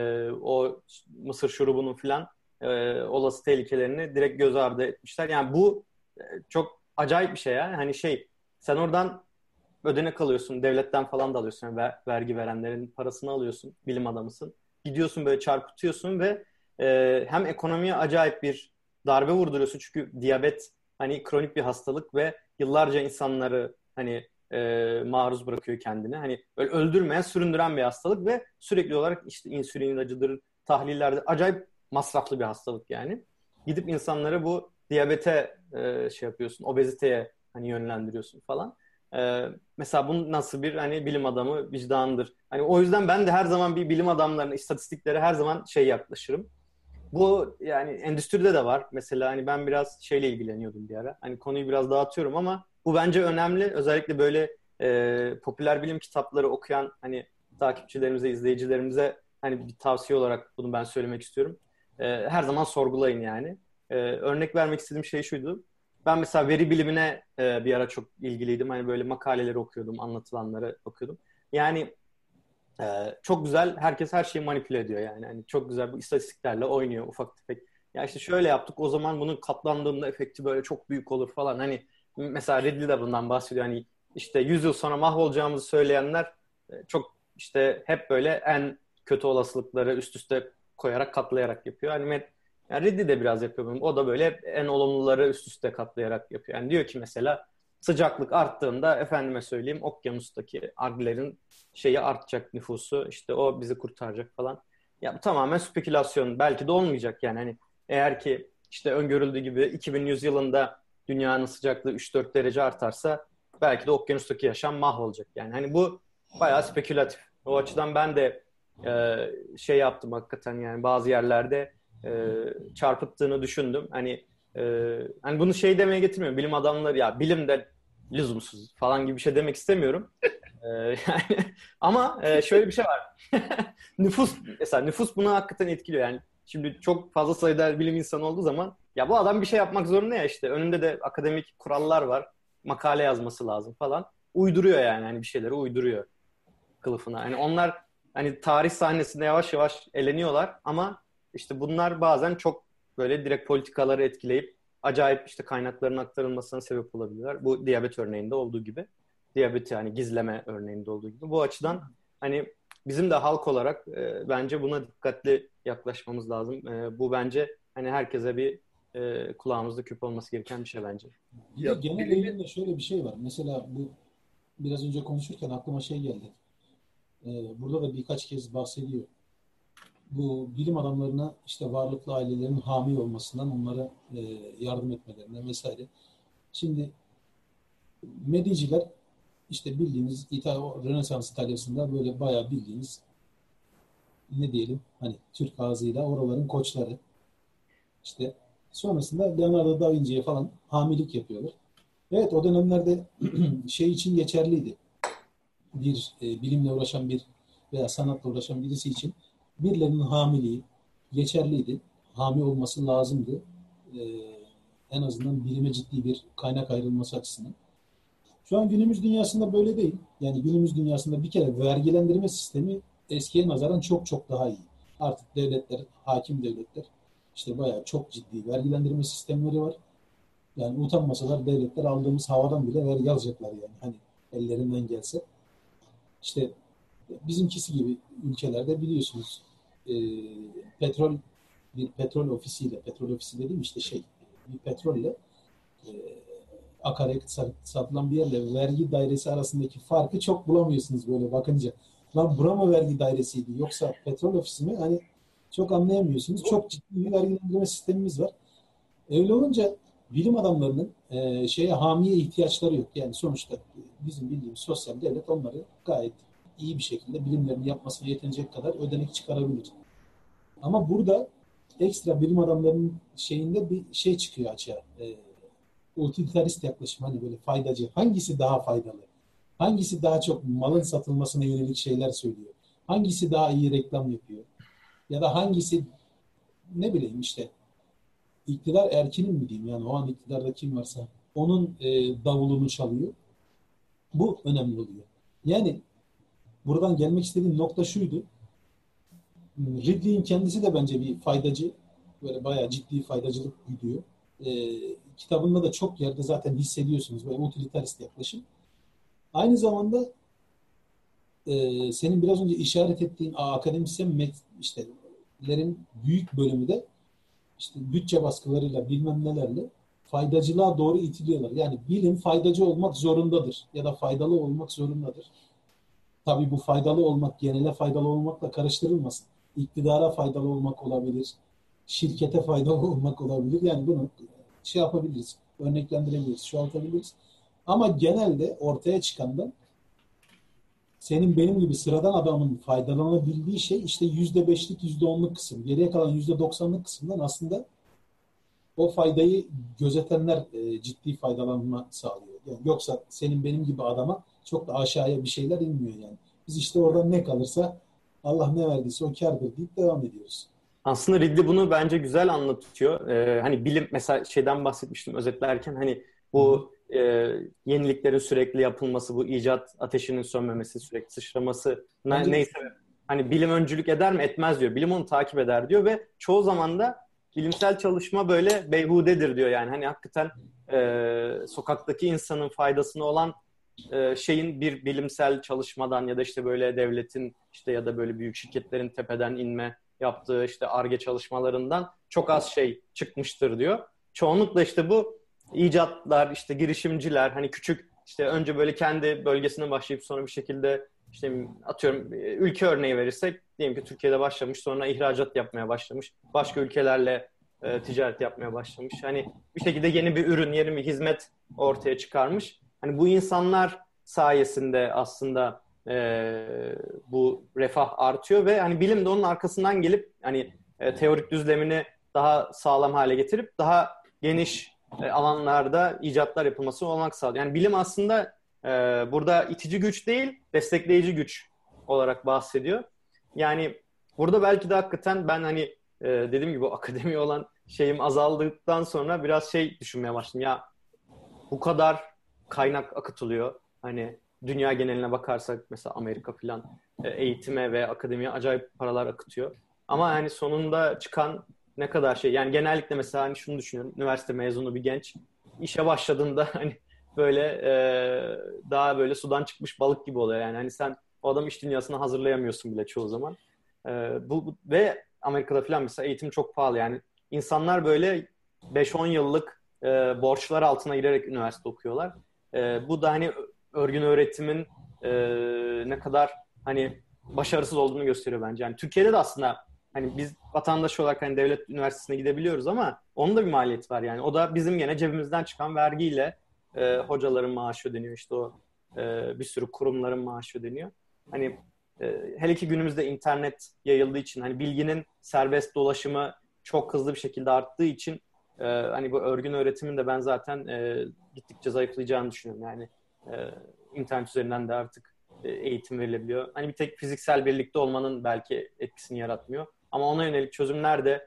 A: o mısır şurubunun filan olası tehlikelerini direkt göz ardı etmişler. Yani bu çok acayip bir şey ya. Hani sen oradan ödenek alıyorsun, devletten falan da alıyorsun. Yani vergi verenlerin parasını alıyorsun, bilim adamısın. Gidiyorsun böyle çarpıtıyorsun ve hem ekonomiye acayip bir darbe vurduruyorsun. Çünkü diyabet hani kronik bir hastalık ve yıllarca insanları hani maruz bırakıyor kendini. Hani böyle öldürmeyen, süründüren bir hastalık ve sürekli olarak işte insülin ilacıdır, tahlillerde acayip masraflı bir hastalık yani. Gidip insanları bu diyabete yapıyorsun, obeziteye hani yönlendiriyorsun falan. Mesela bu nasıl bir hani bilim adamı vicdanıdır. Hani o yüzden ben de her zaman bir bilim adamlarına, istatistiklere her zaman yaklaşırım. Bu yani endüstride de var. Mesela hani ben biraz ilgileniyordum bir ara. Hani konuyu biraz dağıtıyorum ama bu bence önemli. Özellikle böyle popüler bilim kitapları okuyan hani takipçilerimize, izleyicilerimize hani bir tavsiye olarak bunu ben söylemek istiyorum. Her zaman sorgulayın yani. Örnek vermek istediğim şey şuydu. Ben mesela veri bilimine bir ara çok ilgiliydim. Hani böyle makaleleri okuyordum, anlatılanları okuyordum. Yani çok güzel. Herkes her şeyi manipüle ediyor yani. Hani çok güzel bu istatistiklerle oynuyor ufak tefek. Ya işte şöyle yaptık. O zaman bunun katlandığında efekti böyle çok büyük olur falan. Hani mesela Ridley de bundan bahsediyor. Hani işte 100 yıl sonra mahvolacağımızı söyleyenler çok işte hep böyle en kötü olasılıkları üst üste koyarak, katlayarak yapıyor. Yani Ridley de biraz yapıyor bunu. O da böyle hep en olumluları üst üste katlayarak yapıyor. Yani diyor ki mesela sıcaklık arttığında efendime söyleyeyim okyanustaki alglerin artacak nüfusu, işte o bizi kurtaracak falan. Ya bu tamamen spekülasyon. Belki de olmayacak yani. Hani eğer ki işte öngörüldüğü gibi 2100 yılında dünyanın sıcaklığı 3-4 derece artarsa belki de okyanustaki yaşam mahvolacak. Yani hani bu bayağı spekülatif. O açıdan ben de yaptım hakikaten yani bazı yerlerde çarpıttığını düşündüm. Hani bunu demeye getirmiyorum. Bilim adamları ya bilim de lüzumsuz falan gibi bir şey demek istemiyorum. Yani ama şöyle bir şey var. Nüfus buna hakikaten etkiliyor. Yani şimdi çok fazla sayıda bilim insanı olduğu zaman ya bu adam bir şey yapmak zorunda ya işte. Önünde de akademik kurallar var. Makale yazması lazım falan. uyduruyor yani. Hani bir şeyleri uyduruyor kılıfına. Hani onlar hani tarih sahnesinde yavaş yavaş eleniyorlar ama işte bunlar bazen çok böyle direkt politikaları etkileyip acayip işte kaynakların aktarılmasına sebep olabilirler. Bu diyabet örneğinde olduğu gibi. Diyabeti yani gizleme örneğinde olduğu gibi. Bu açıdan hani bizim de halk olarak bence buna dikkatli yaklaşmamız lazım. Bu bence hani herkese bir kulağımızda küp olması gereken bir şey bence.
C: Bir de genel eğilimde şöyle bir şey var. Mesela bu biraz önce konuşurken aklıma şey geldi. Burada da birkaç kez bahsediyor. Bu bilim adamlarına işte varlıklı ailelerin hami olmasından, onlara yardım etmelerinden vesaire. Şimdi Mediciler işte bildiğiniz Rönesans İtalya'sında böyle bayağı bildiğiniz ne diyelim hani Türk ağzıyla oraların koçları. İşte sonrasında Leonardo da Vinci'ye falan hamilik yapıyorlar. Evet, o dönemlerde şey için geçerliydi. Bir bilimle uğraşan bir veya sanatla uğraşan birisi için birilerinin hamiliği geçerliydi. Hami olması lazımdı. E, En azından bilime ciddi bir kaynak ayrılması açısından. Şu an günümüz dünyasında böyle değil. Yani günümüz dünyasında bir kere vergilendirme sistemi eskiye nazaran çok çok daha iyi. Artık devletler, hakim devletler işte bayağı çok ciddi vergilendirme sistemleri var. Yani utanmasalar devletler aldığımız havadan bile vergi alacaklar yani. Hani ellerinden gelse. İşte bizimkisi gibi ülkelerde biliyorsunuz e, petrol bir petrol ofisiyle, petrol ofisi dediğim işte bir petrolle e, akaryakıt satılan bir yerle vergi dairesi arasındaki farkı çok bulamıyorsunuz böyle bakınca. Lan bura mı vergi dairesiydi yoksa petrol ofisi mi? Hani çok anlayamıyorsunuz. Çok ciddi bir vergilendirme sistemimiz var. Öyle olunca bilim adamlarının hamiye ihtiyaçları yok. Yani sonuçta bizim bildiğimiz sosyal devlet onları gayet iyi bir şekilde bilimlerini yapmasına yetenecek kadar ödenek çıkarabilir. Ama burada ekstra bilim adamlarının şeyinde bir şey çıkıyor açığa. Utilitarist yaklaşım, hani böyle faydacı. Hangisi daha faydalı? Hangisi daha çok malın satılmasına yönelik şeyler söylüyor? Hangisi daha iyi reklam yapıyor? Ya da hangisi ne bileyim işte iktidar erkinin mi diyeyim, yani o an iktidarda kim varsa onun davulunu çalıyor. Bu önemli oluyor. Yani buradan gelmek istediğim nokta şuydu. Ridley'in kendisi de bence bir faydacı. Böyle bayağı ciddi faydacılık güdüyor. Kitabında da çok yerde zaten hissediyorsunuz böyle utilitarist yaklaşım. Aynı zamanda senin biraz önce işaret ettiğin akademisyen işlerin büyük bölümü de işte bütçe baskılarıyla bilmem nelerle faydacılığa doğru itiliyorlar. Yani bilim faydacı olmak zorundadır ya da faydalı olmak zorundadır. Tabii bu faydalı olmak genele faydalı olmakla karıştırılmasın. İktidara faydalı olmak olabilir, şirkete faydalı olmak olabilir. Yani bunu şey yapabiliriz, örneklendirebiliriz, çoğaltabiliriz. Ama genelde ortaya çıkandan senin benim gibi sıradan adamın faydalanabildiği şey işte %5'lik, %10'luk kısım. Geriye kalan %90'lık kısımdan aslında o faydayı gözetenler ciddi faydalanma sağlıyor. Yani yoksa senin benim gibi adama çok da aşağıya bir şeyler inmiyor yani. Biz işte oradan ne kalırsa Allah ne verdiyse o kârdır deyip devam ediyoruz.
A: Aslında Ridley bunu bence güzel anlatıyor. Hani bilim mesela şeyden bahsetmiştim özetlerken hani bu yeniliklerin sürekli yapılması, bu icat ateşinin sönmemesi, sürekli sıçraması neyse hani bilim öncülük eder mi etmez diyor. Bilim onu takip eder diyor ve çoğu zaman da bilimsel çalışma böyle beyhudedir diyor. Yani hani hakikaten sokaktaki insanın faydasına olan şeyin bir bilimsel çalışmadan ya da işte böyle devletin işte ya da böyle büyük şirketlerin tepeden inme yaptığı işte Ar-Ge çalışmalarından çok az şey çıkmıştır diyor. Çoğunlukla işte bu icatlar, işte girişimciler hani küçük işte önce böyle kendi bölgesine başlayıp sonra bir şekilde işte atıyorum ülke örneği verirsek diyelim ki Türkiye'de başlamış sonra ihracat yapmaya başlamış. Başka ülkelerle ticaret yapmaya başlamış. Hani bir şekilde yeni bir ürün, yeni bir hizmet ortaya çıkarmış. Hani bu insanlar sayesinde aslında bu refah artıyor ve hani bilim de onun arkasından gelip hani teorik düzlemini daha sağlam hale getirip daha geniş alanlarda icatlar yapılması olanak sağlıyor. Yani bilim aslında burada itici güç değil, destekleyici güç olarak bahsediyor. Yani burada belki de hakikaten ben hani dediğim gibi akademi olan şeyim azaldıktan sonra biraz şey düşünmeye başladım. Ya bu kadar kaynak akıtılıyor. Hani dünya geneline bakarsak mesela Amerika falan eğitime ve akademiye acayip paralar akıtıyor. Ama hani sonunda çıkan ne kadar şey, yani genellikle mesela hani şunu düşünüyorum, üniversite mezunu bir genç işe başladığında hani böyle daha böyle sudan çıkmış balık gibi oluyor yani. Hani sen o adam iş dünyasına hazırlayamıyorsun bile çoğu zaman. Ve Amerika'da falan mesela eğitim çok pahalı yani. İnsanlar böyle 5-10 yıllık borçlar altına girerek üniversite okuyorlar. Bu da hani örgün öğretimin ne kadar hani başarısız olduğunu gösteriyor bence. Yani Türkiye'de de aslında hani biz vatandaş olarak hani devlet üniversitesine gidebiliyoruz ama onun da bir maliyeti var yani. O da bizim gene cebimizden çıkan vergiyle hocaların maaşı ödeniyor, işte o bir sürü kurumların maaşı ödeniyor. Hani hele ki günümüzde internet yayıldığı için hani bilginin serbest dolaşımı çok hızlı bir şekilde arttığı için hani bu örgün öğretimin de ben zaten gittikçe zayıflayacağını düşünüyorum. Yani internet üzerinden de artık eğitim verilebiliyor. Hani bir tek fiziksel birlikte olmanın belki etkisini yaratmıyor. Ama ona yönelik çözümler de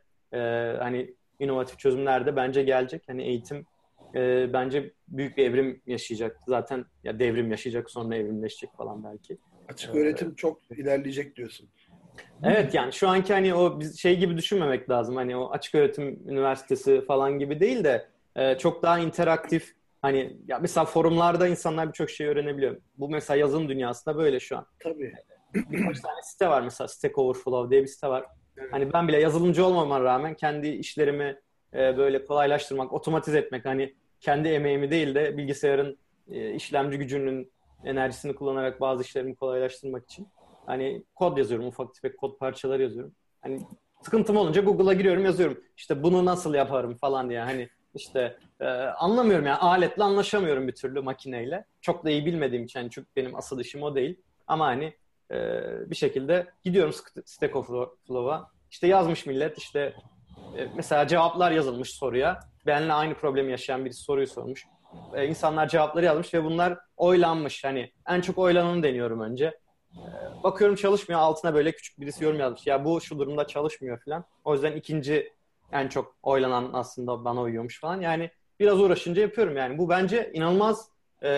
A: hani inovatif çözümler de bence gelecek. Hani eğitim bence büyük bir evrim yaşayacak. Zaten ya devrim yaşayacak, sonra evrimleşecek falan belki.
B: Açık öğretim çok ilerleyecek diyorsun.
A: Evet, yani şu anki hani o biz şey gibi düşünmemek lazım. Hani o açık öğretim üniversitesi falan gibi değil de çok daha interaktif, hani ya mesela forumlarda insanlar birçok şey öğrenebiliyor. Bu mesela yazılım dünyasında böyle şu an.
B: Tabii.
A: Birkaç tane site var, mesela Stack Overflow diye bir site var. Hani ben bile yazılımcı olmama rağmen kendi işlerimi böyle kolaylaştırmak, otomatize etmek, hani kendi emeğimi değil de bilgisayarın işlemci gücünün enerjisini kullanarak bazı işlerimi kolaylaştırmak için hani kod yazıyorum, ufak tefek kod parçaları yazıyorum. Hani sıkıntım olunca Google'a giriyorum, yazıyorum. İşte bunu nasıl yaparım falan diye, hani işte anlamıyorum yani, aletle anlaşamıyorum bir türlü, makineyle. Çok da iyi bilmediğim için, çünkü benim asıl işim o değil. Ama hani bir şekilde gidiyorum Stack Overflow'a. İşte yazmış millet, işte mesela cevaplar yazılmış soruya. Benimle aynı problemi yaşayan birisi soruyu sormuş. İnsanlar cevapları yazmış ve bunlar oylanmış. Hani en çok oylananı deniyorum önce. Bakıyorum çalışmıyor, altına böyle küçük birisi yorum yazmış. Ya bu şu durumda çalışmıyor falan. O yüzden ikinci en çok oylanan aslında bana uyuyormuş falan. Yani biraz uğraşınca yapıyorum yani. Bu bence inanılmaz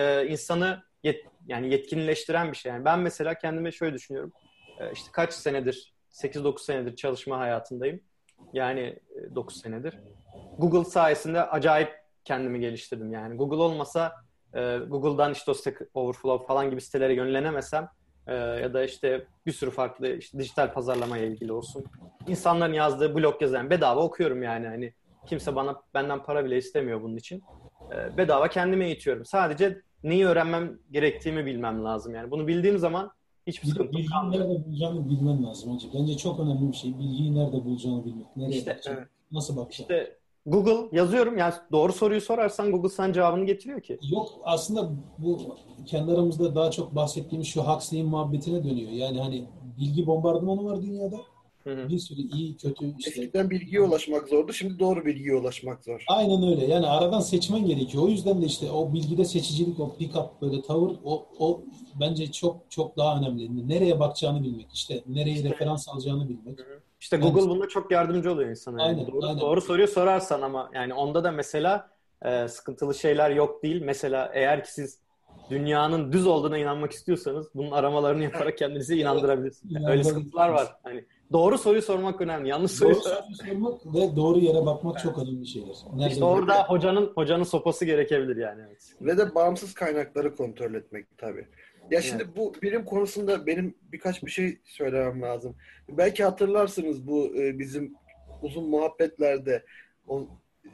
A: insanı yani yetkinleştiren bir şey. Yani ben mesela kendime şöyle düşünüyorum. İşte kaç senedir, 8-9 senedir çalışma hayatındayım. Yani 9 senedir. Google sayesinde acayip kendimi geliştirdim yani. Google olmasa Google'dan işte o Stack Overflow falan gibi sitelere yönlenemesem ya da işte bir sürü farklı işte dijital pazarlamaya ilgili olsun. İnsanların yazdığı blog yazan bedava okuyorum yani, hani kimse benden para bile istemiyor bunun için. Bedava kendime eğitiyorum. Sadece neyi öğrenmem gerektiğimi bilmem lazım yani. Bunu bildiğim zaman hiçbir
C: Bir de
A: sıkıntım
C: bilgiyi
A: kalmıyor.
C: nerede bulacağını bilmen lazım hocam. Bence çok önemli bir şey. Bilgiyi nerede bulacağını bilmek. Nereye
A: İşte
C: bakacağını, nasıl bakacağını.
A: işte Google yazıyorum yani, doğru soruyu sorarsan Google sana cevabını getiriyor ki.
C: Yok, aslında bu kendi aramızda daha çok bahsettiğimiz şu Huxley'in muhabbetine dönüyor. Yani hani bilgi bombardımanı var dünyada.
A: Hı hı.
C: Bir sürü iyi, kötü işte.
B: Eskiden bilgiye ulaşmak zordu. Şimdi doğru bilgiye ulaşmak zor.
C: Aynen öyle. Yani aradan seçmen gerekiyor. O yüzden de işte o bilgide seçicilik, o pick-up böyle tavır, o bence çok çok daha önemli. Nereye bakacağını bilmek, işte nereye
A: İşte
C: referans alacağını bilmek.
A: İşte
C: Yani
A: Google bunda çok yardımcı oluyor insana yani.
C: aynen,
A: Doğru,
C: aynen.
A: doğru soruyu sorarsan, ama yani onda da mesela sıkıntılı şeyler yok değil. Mesela eğer ki siz dünyanın düz olduğuna inanmak istiyorsanız bunun aramalarını yaparak kendinizi
C: Evet,
A: inandırabilirsiniz. Yani öyle sıkıntılar
C: inandırabilirsiniz.
A: var. Hani doğru soruyu sormak önemli. Yanlış soruyu
C: Doğru
A: sorar.
C: soruyu sormak ve doğru yere bakmak çok önemli şeyler. Nerede
A: İşte orada
B: Ve
A: hocanın sopası gerekebilir yani, evet.
B: de bağımsız kaynakları kontrol etmek tabii. Ya
A: Evet.
B: şimdi bu bilim konusunda benim birkaç bir şey söylemem lazım. Belki hatırlarsınız bu bizim uzun muhabbetlerde o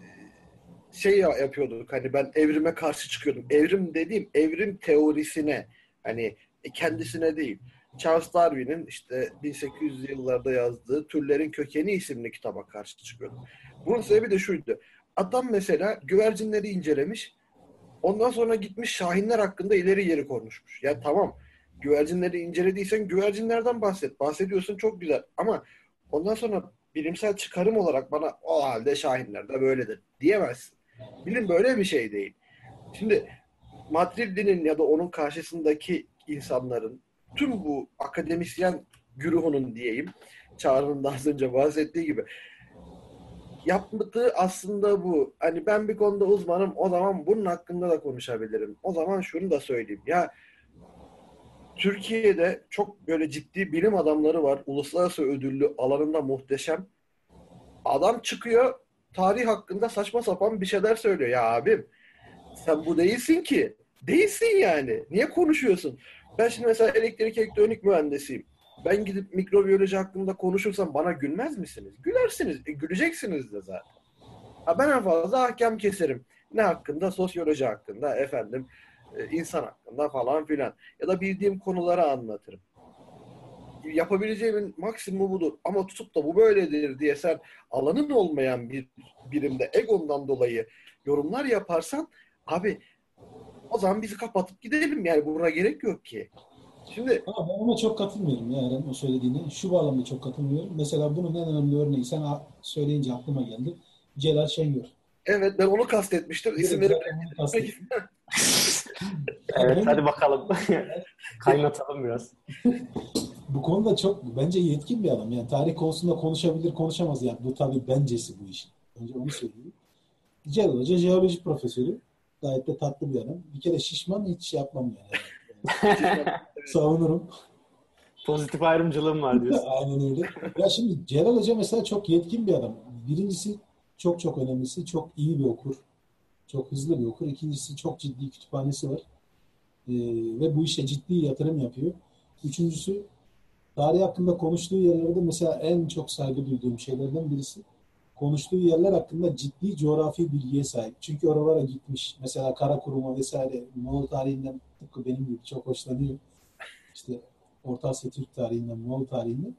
B: şey yapıyorduk. Hani ben evrime karşı çıkıyordum. Evrim dediğim evrim teorisine, hani kendisine değil. Charles Darwin'in işte 1800'lü yıllarda yazdığı Türlerin Kökeni isimli kitaba karşı çıkıyordum. Bunun sebebi de şuydu. Adam mesela güvercinleri incelemiş. Ondan sonra gitmiş şahinler hakkında ileri geri konuşmuş. Ya tamam, güvercinleri incelediysen güvercinlerden bahset. Bahsediyorsun, çok güzel. Ama ondan sonra bilimsel çıkarım olarak bana o halde şahinler de böyledir diyemezsin. Bilim böyle bir şey değil. Şimdi Matrili'nin ya da onun karşısındaki insanların, tüm bu akademisyen güruhunun diyeyim, Çağrı'nın da az önce bahsettiği gibi yaptığı aslında bu. Hani ben bir konuda uzmanım, o zaman bunun hakkında da konuşabilirim. O zaman şunu da söyleyeyim. Ya Türkiye'de çok böyle ciddi bilim adamları var. Uluslararası ödüllü alanında muhteşem. Adam çıkıyor tarih hakkında saçma sapan bir şeyler söylüyor. Ya abim sen bu değilsin ki. Değilsin yani. Niye konuşuyorsun? Ben şimdi mesela elektrik elektronik mühendisiyim. Ben gidip mikrobiyoloji hakkında konuşursam bana gülmez misiniz? Gülersiniz. Güleceksiniz de zaten. Ha, ben en fazla ahkam keserim. Ne hakkında? Sosyoloji hakkında, efendim, insan hakkında falan filan. Ya da bildiğim konuları anlatırım. Yapabileceğimin maksimumu budur. Ama tutup da bu böyledir diye sen alanın olmayan bir birimde egondan dolayı yorumlar yaparsan abi o zaman bizi kapatıp gidelim. Yani buna gerek yok ki. Şimdi
C: Ama ben ona çok katılmıyorum ya Eren, o söylediğine. Şu bağlamda çok katılmıyorum. Mesela bunun en önemli örneği sen söyleyince aklıma geldi. Celal Şengör.
B: evet, ben onu kastetmiştim.
C: Direkt
B: İsimleri
C: zaten onu kastettim.
A: Evet,
C: Ben-
A: hadi bakalım. Kaynatalım biraz.
C: Bu konuda çok bence yetkin bir adam. Yani tarih konusunda konuşabilir, konuşamaz. Yani bu tabii bencesi bu işin. Önce onu söyleyeyim. Celal Hoca jeoloji profesörü. Gayet de tatlı bir adam. Bir kere şişman, hiç şey yapmam yani. Savunurum.
A: Pozitif ayrımcılığım var diyorsun.
C: Aynen öyle. Ya şimdi Celal Hoca mesela çok yetkin bir adam. Birincisi çok çok önemlisi çok iyi bir okur. Çok hızlı bir okur. İkincisi çok ciddi kütüphanesi var. Ve bu işe ciddi yatırım yapıyor. Üçüncüsü tarih hakkında konuştuğu yerlerde mesela en çok saygı duyduğum şeylerden birisi konuştuğu yerler hakkında ciddi coğrafi bilgiye sahip. Çünkü oralara gitmiş. Mesela Karakurum'a vesaire Moğol tarihinden tıpkı benim gibi çok hoşlanıyor. İşte Orta Asya Türk tarihinden, Moğol tarihinden.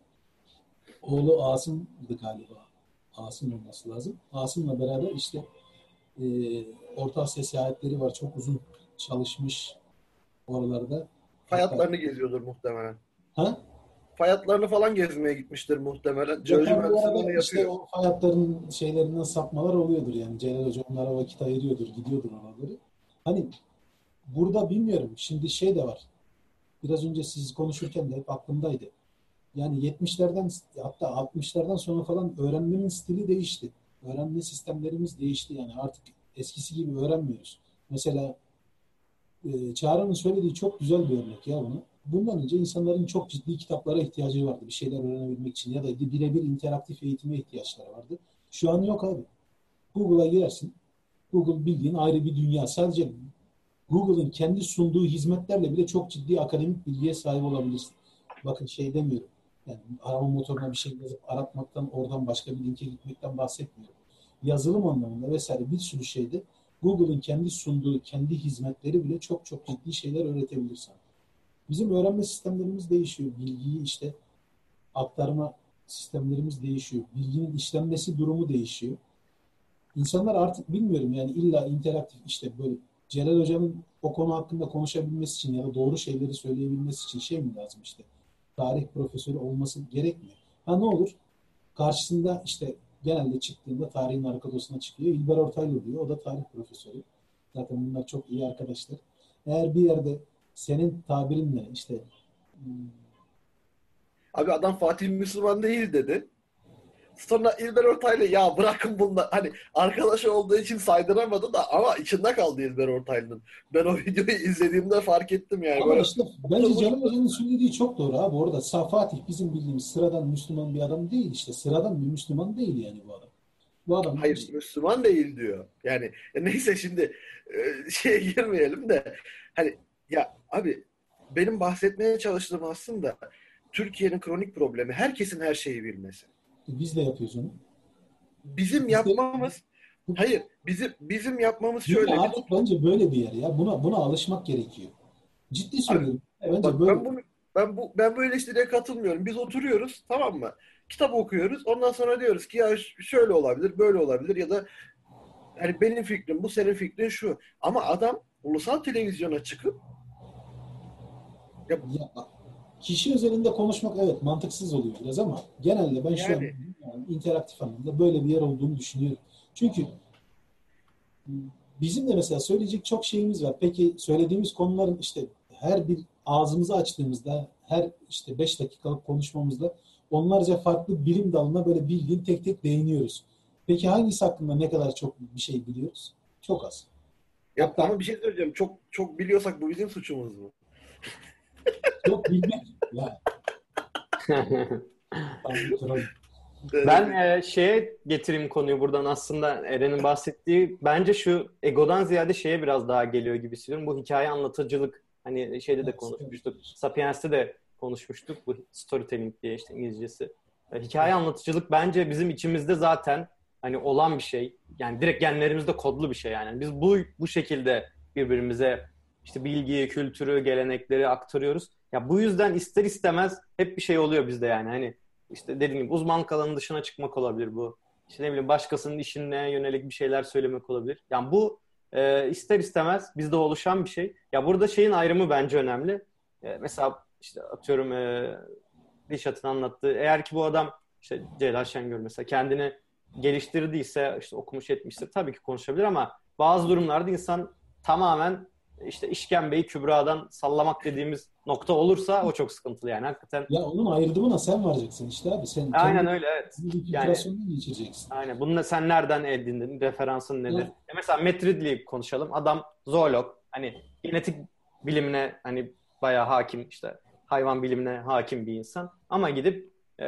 C: Oğlu Asım'dı galiba. Asım olması lazım. Asım'la beraber işte e, Orta Asya seyahatleri var. Çok uzun çalışmış oralarda.
B: fay
C: Hatta
B: hatlarını geziyordur muhtemelen.
C: ha?
B: Fay hatlarını falan gezmeye gitmiştir muhtemelen.
C: Yok,
B: Jeoloji
C: bu
B: mühendisliği
C: arada
B: onu
C: işte
B: yapıyor.
C: o hayatların şeylerinden sapmalar oluyordur yani. Celal Hoca onlara vakit ayırıyordur, gidiyordur oraları. Hani burada bilmiyorum. Şimdi şey de var. Biraz önce siz konuşurken de hep aklımdaydı. Yani 70'lerden hatta 60'lardan sonra falan öğrenmenin stili değişti. Öğrenme sistemlerimiz değişti yani artık eskisi gibi öğrenmiyoruz. Mesela Çağrı'nın söylediği çok güzel bir örnek ya bunu. Bundan önce insanların çok ciddi kitaplara ihtiyacı vardı bir şeyler öğrenebilmek için ya da birebir interaktif eğitime ihtiyaçları vardı. Şu an yok abi. Google'a girersin. Google bildiğin ayrı bir dünya. Sadece Google'ın kendi sunduğu hizmetlerle bile çok ciddi akademik bilgiye sahip olabilirsin. Bakın şey demiyorum. Yani arama motoruna bir şey yazıp aratmaktan, oradan başka bir linke gitmekten bahsetmiyorum. Yazılım anlamında vesaire bir sürü şeyde Google'ın kendi sunduğu, kendi hizmetleri bile çok çok ciddi şeyler öğretebilir sana. Bizim öğrenme sistemlerimiz değişiyor. Bilgiyi işte aktarma sistemlerimiz değişiyor. Bilginin işlenmesi durumu değişiyor. İnsanlar artık bilmiyorum yani illa interaktif işte böyle Celal Hoca'nın o konu hakkında konuşabilmesi için ya da doğru şeyleri söyleyebilmesi için şey mi lazım işte tarih profesörü olması gerekmiyor. Ha ne olur? Karşısında işte genelde çıktığında tarihin arka odasına çıkıyor. İlber Ortaylı diyor. O da tarih profesörü. Zaten bunlar çok iyi arkadaşlar. Eğer bir yerde senin tabirinle işte
B: Abi adam Fatih Müslüman değil dedi. Sonra İlber Ortaylı ya bırakın bunlar. Hani arkadaşı olduğu için saydıramadı da ama içinde kaldı İlber Ortaylı'nın. Ben o videoyu izlediğimde fark ettim yani.
C: ama
B: Böyle
C: işte bence Celal Hoca'nın söylediği çok doğru abi. Orada Fatih bizim bildiğimiz sıradan Müslüman bir adam değil işte. Sıradan bir Müslüman değil yani bu adam. Bu adam
B: hayır
C: işte,
B: Müslüman değil diyor. Yani neyse şimdi şeye girmeyelim de hani ya abi benim bahsetmeye çalıştığım aslında Türkiye'nin kronik problemi herkesin her şeyi bilmesi.
C: biz de yapıyoruz onu.
B: Bizim
C: Biz de,
B: yapmamız hayır bizim yapmamız
C: dünya
B: şöyle. Biz
C: artık bence böyle bir yer ya. Buna alışmak gerekiyor. Ciddi
B: abi
C: söylüyorum. Bence
B: bak
C: böyle.
B: ben bu eleştiriye katılmıyorum. Biz oturuyoruz tamam mı? Kitap okuyoruz. Ondan sonra diyoruz ki ya şöyle olabilir, böyle olabilir ya da hani benim fikrim bu, senin fikrin şu. Ama adam ulusal televizyona çıkıp ya
C: Ya, kişi özelinde konuşmak evet mantıksız oluyor biraz ama genelde ben şu an
B: yani
C: yani interaktif anlamda böyle bir yer olduğunu düşünüyorum. Çünkü bizim de mesela söyleyecek çok şeyimiz var. Peki söylediğimiz konuların işte her bir ağzımızı açtığımızda her işte 5 dakikalık konuşmamızda onlarca farklı bilim dalına böyle bildiğin tek tek değiniyoruz. Peki hangisi hakkında ne kadar çok bir şey biliyoruz? Çok az.
B: ya
C: Hatta
B: ama bir şey söyleyeceğim. Çok çok biliyorsak bu bizim suçumuz mu?
C: Yok bilmek. Ya. Tamam, troll.
A: Ben şeye getireyim konuyu buradan, aslında Eren'in bahsettiği bence şu egodan ziyade şeye biraz daha geliyor gibi hissediyorum. Bu hikaye anlatıcılık, hani şeyde de
C: Evet,
A: konuşmuştuk. Sapiens'te de konuşmuştuk, bu storytelling diye işte İngilizcesi. Hikaye anlatıcılık bence bizim içimizde zaten hani olan bir şey. Yani direkt genlerimizde kodlu bir şey yani. Biz bu şekilde birbirimize işte bilgiyi, kültürü, gelenekleri aktarıyoruz. Ya bu yüzden ister istemez hep bir şey oluyor bizde yani. Hani işte dediğim gibi uzmanlık alanının dışına çıkmak olabilir bu. İşte ne bileyim başkasının işine yönelik bir şeyler söylemek olabilir. Yani bu ister istemez bizde oluşan bir şey. Ya burada şeyin ayrımı bence önemli. Mesela işte atıyorum Dişat'ın anlattığı, eğer ki bu adam işte Celal Şengör mesela kendini geliştirdiyse, işte okumuş etmişse tabii ki konuşabilir, ama bazı durumlarda insan tamamen işte işkembeyi kübradan sallamak dediğimiz nokta olursa o çok sıkıntılı yani hakikaten.
C: Ya onun ayrımına sen varacaksın işte abi. Sen
A: Aynen
C: kendi
A: öyle, evet. Yani
C: filtrasyonunu geçireceksin.
A: aynen. Bunu da sen nereden edindin? Referansın nedir?
C: Ya,
A: Mesela Matt Ridley'i konuşalım. Adam zoolog. Hani genetik bilimine hani bayağı hakim, işte hayvan bilimine hakim bir insan. Ama gidip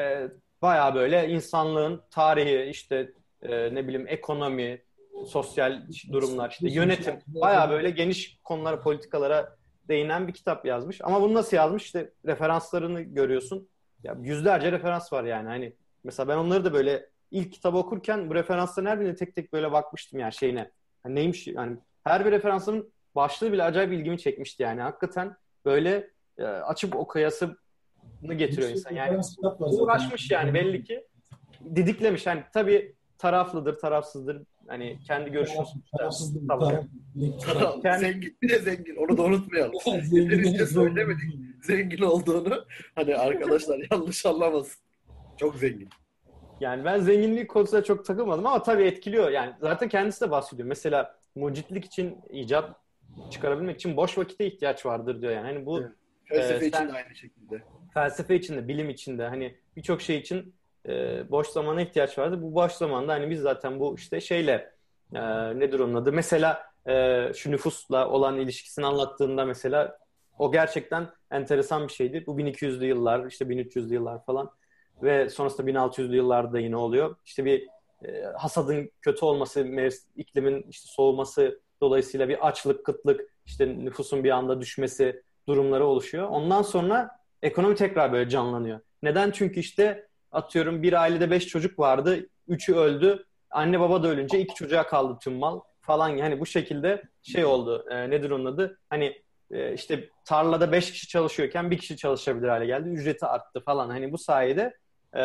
A: bayağı böyle insanlığın tarihi, işte ne bileyim ekonomi, sosyal durumlar, işte yönetim, bayağı böyle geniş konulara, politikalara değinen bir kitap yazmış. Ama bunu nasıl yazmış? İşte referanslarını görüyorsun. Ya yüzlerce referans var yani. Hani mesela ben onları da böyle ilk kitabı okurken bu referansların her birine tek tek böyle bakmıştım yani şeyine. Hani neymiş yani, her bir referansın başlığı bile acayip ilgimi çekmişti yani. Hakikaten böyle açıp okuyasını
C: bir
A: getiriyor
C: sürü
A: insan. Yani
C: referans kitap var zaten.
A: uğraşmış yani, belli ki didiklemiş. Yani tabii taraflıdır, tarafsızdır. Hani kendi görüşünü sonuçta
C: Tarafsız değil.
A: savunuyor.
C: Direkt taraf.
A: Kendi,
B: Zengin, bir de zengin. Onu da unutmayalım.
C: Zengin
B: Yeterince
C: zor.
B: söylemedik zengin olduğunu. Hani arkadaşlar yanlış anlamasın. Çok zengin.
A: yani ben zenginlik konusunda çok takılmadım ama tabii etkiliyor. Yani zaten kendisi de bahsediyor. Mesela mucitlik için, icat çıkarabilmek için boş vakite ihtiyaç vardır diyor yani. Hani bu
B: Evet. Felsefe için
A: sen
B: de aynı şekilde.
A: felsefe için de, bilim için de, hani birçok şey için boş zamana ihtiyaç vardır. Bu boş zamanda hani biz zaten bu işte şeyle nedir onun adı? Mesela şu nüfusla olan ilişkisini anlattığında mesela o gerçekten enteresan bir şeydi. Bu 1200'lü yıllar, işte 1300'lü yıllar falan ve sonrasında 1600'lü yıllarda yine oluyor. İşte bir hasadın kötü olması, iklimin işte soğuması dolayısıyla bir açlık, kıtlık, işte nüfusun bir anda düşmesi durumları oluşuyor. Ondan sonra ekonomi tekrar böyle canlanıyor. Neden? Çünkü işte atıyorum bir ailede 5 çocuk vardı. 3'ü öldü. Anne baba da ölünce 2 çocuğa kaldı tüm mal falan. Yani bu şekilde şey oldu. Nedir onun adı? Hani işte tarlada 5 kişi çalışıyorken bir kişi çalışabilir hale geldi. Ücreti arttı falan. Hani bu sayede e,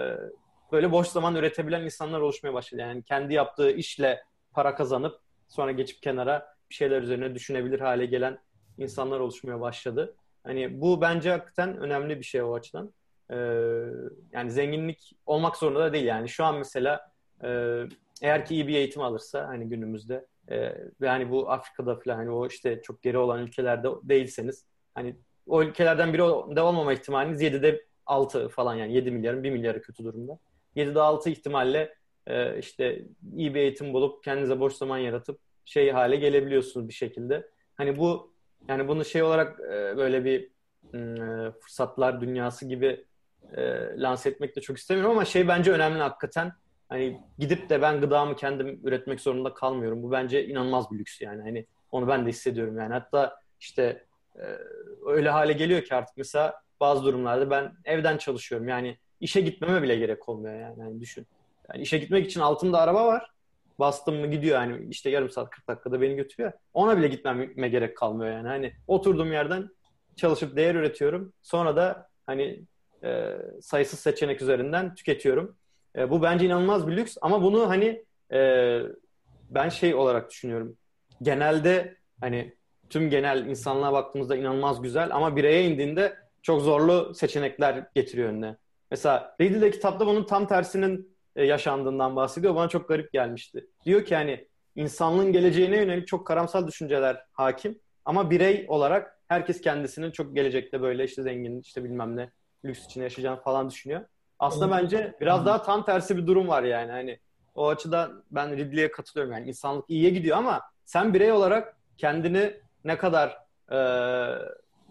A: böyle boş zaman üretebilen insanlar oluşmaya başladı. Yani kendi yaptığı işle para kazanıp sonra geçip kenara bir şeyler üzerine düşünebilir hale gelen insanlar oluşmaya başladı. Hani bu bence hakikaten önemli bir şey o açıdan. Ee, Yani zenginlik olmak zorunda da değil yani. Şu an mesela eğer ki iyi bir eğitim alırsa hani günümüzde ve hani bu Afrika'da falan hani o işte çok geri olan ülkelerde değilseniz, hani o ülkelerden biri de olmama ihtimaliniz 7'de 6 falan, yani 7 milyarın 1 milyarı kötü durumda. 7'de 6 ihtimalle işte iyi bir eğitim bulup kendinize boş zaman yaratıp şey hale gelebiliyorsunuz bir şekilde. Hani bu, yani bunu şey olarak böyle bir fırsatlar dünyası gibi lanse etmek de çok istemiyorum ama şey bence önemli hakikaten. Hani gidip de ben gıdamı kendim üretmek zorunda kalmıyorum. Bu bence inanılmaz bir lüks yani. Hani onu ben de hissediyorum yani. Hatta işte e, öyle hale geliyor ki artık mesela bazı durumlarda ben evden çalışıyorum. Yani işe gitmeme bile gerek olmuyor yani. Hani düşün. Yani işe gitmek için altımda araba var. Bastım mı gidiyor yani, işte yarım saat 40 dakikada beni götürüyor. Ona bile gitmeme gerek kalmıyor yani. Hani oturduğum yerden çalışıp değer üretiyorum. Sonra da hani sayısız seçenek üzerinden tüketiyorum. Bu bence inanılmaz bir lüks ama bunu hani e, ben şey olarak düşünüyorum. Genelde hani tüm genel insanlığa baktığımızda inanılmaz güzel ama bireye indiğinde çok zorlu seçenekler getiriyor önüne. Mesela Ridley kitapta bunun tam tersinin yaşandığından bahsediyor. Bana çok garip gelmişti. Diyor ki hani insanlığın geleceğine yönelik çok karamsal düşünceler hakim ama birey olarak herkes kendisinin çok gelecekte böyle işte zengin, işte bilmem ne lüks içinde yaşayacağını falan düşünüyor. Aslında bence biraz daha tam tersi bir durum var yani. Hani o açıdan ben Ridley'e katılıyorum. Yani insanlık iyiye gidiyor ama sen birey olarak kendini ne kadar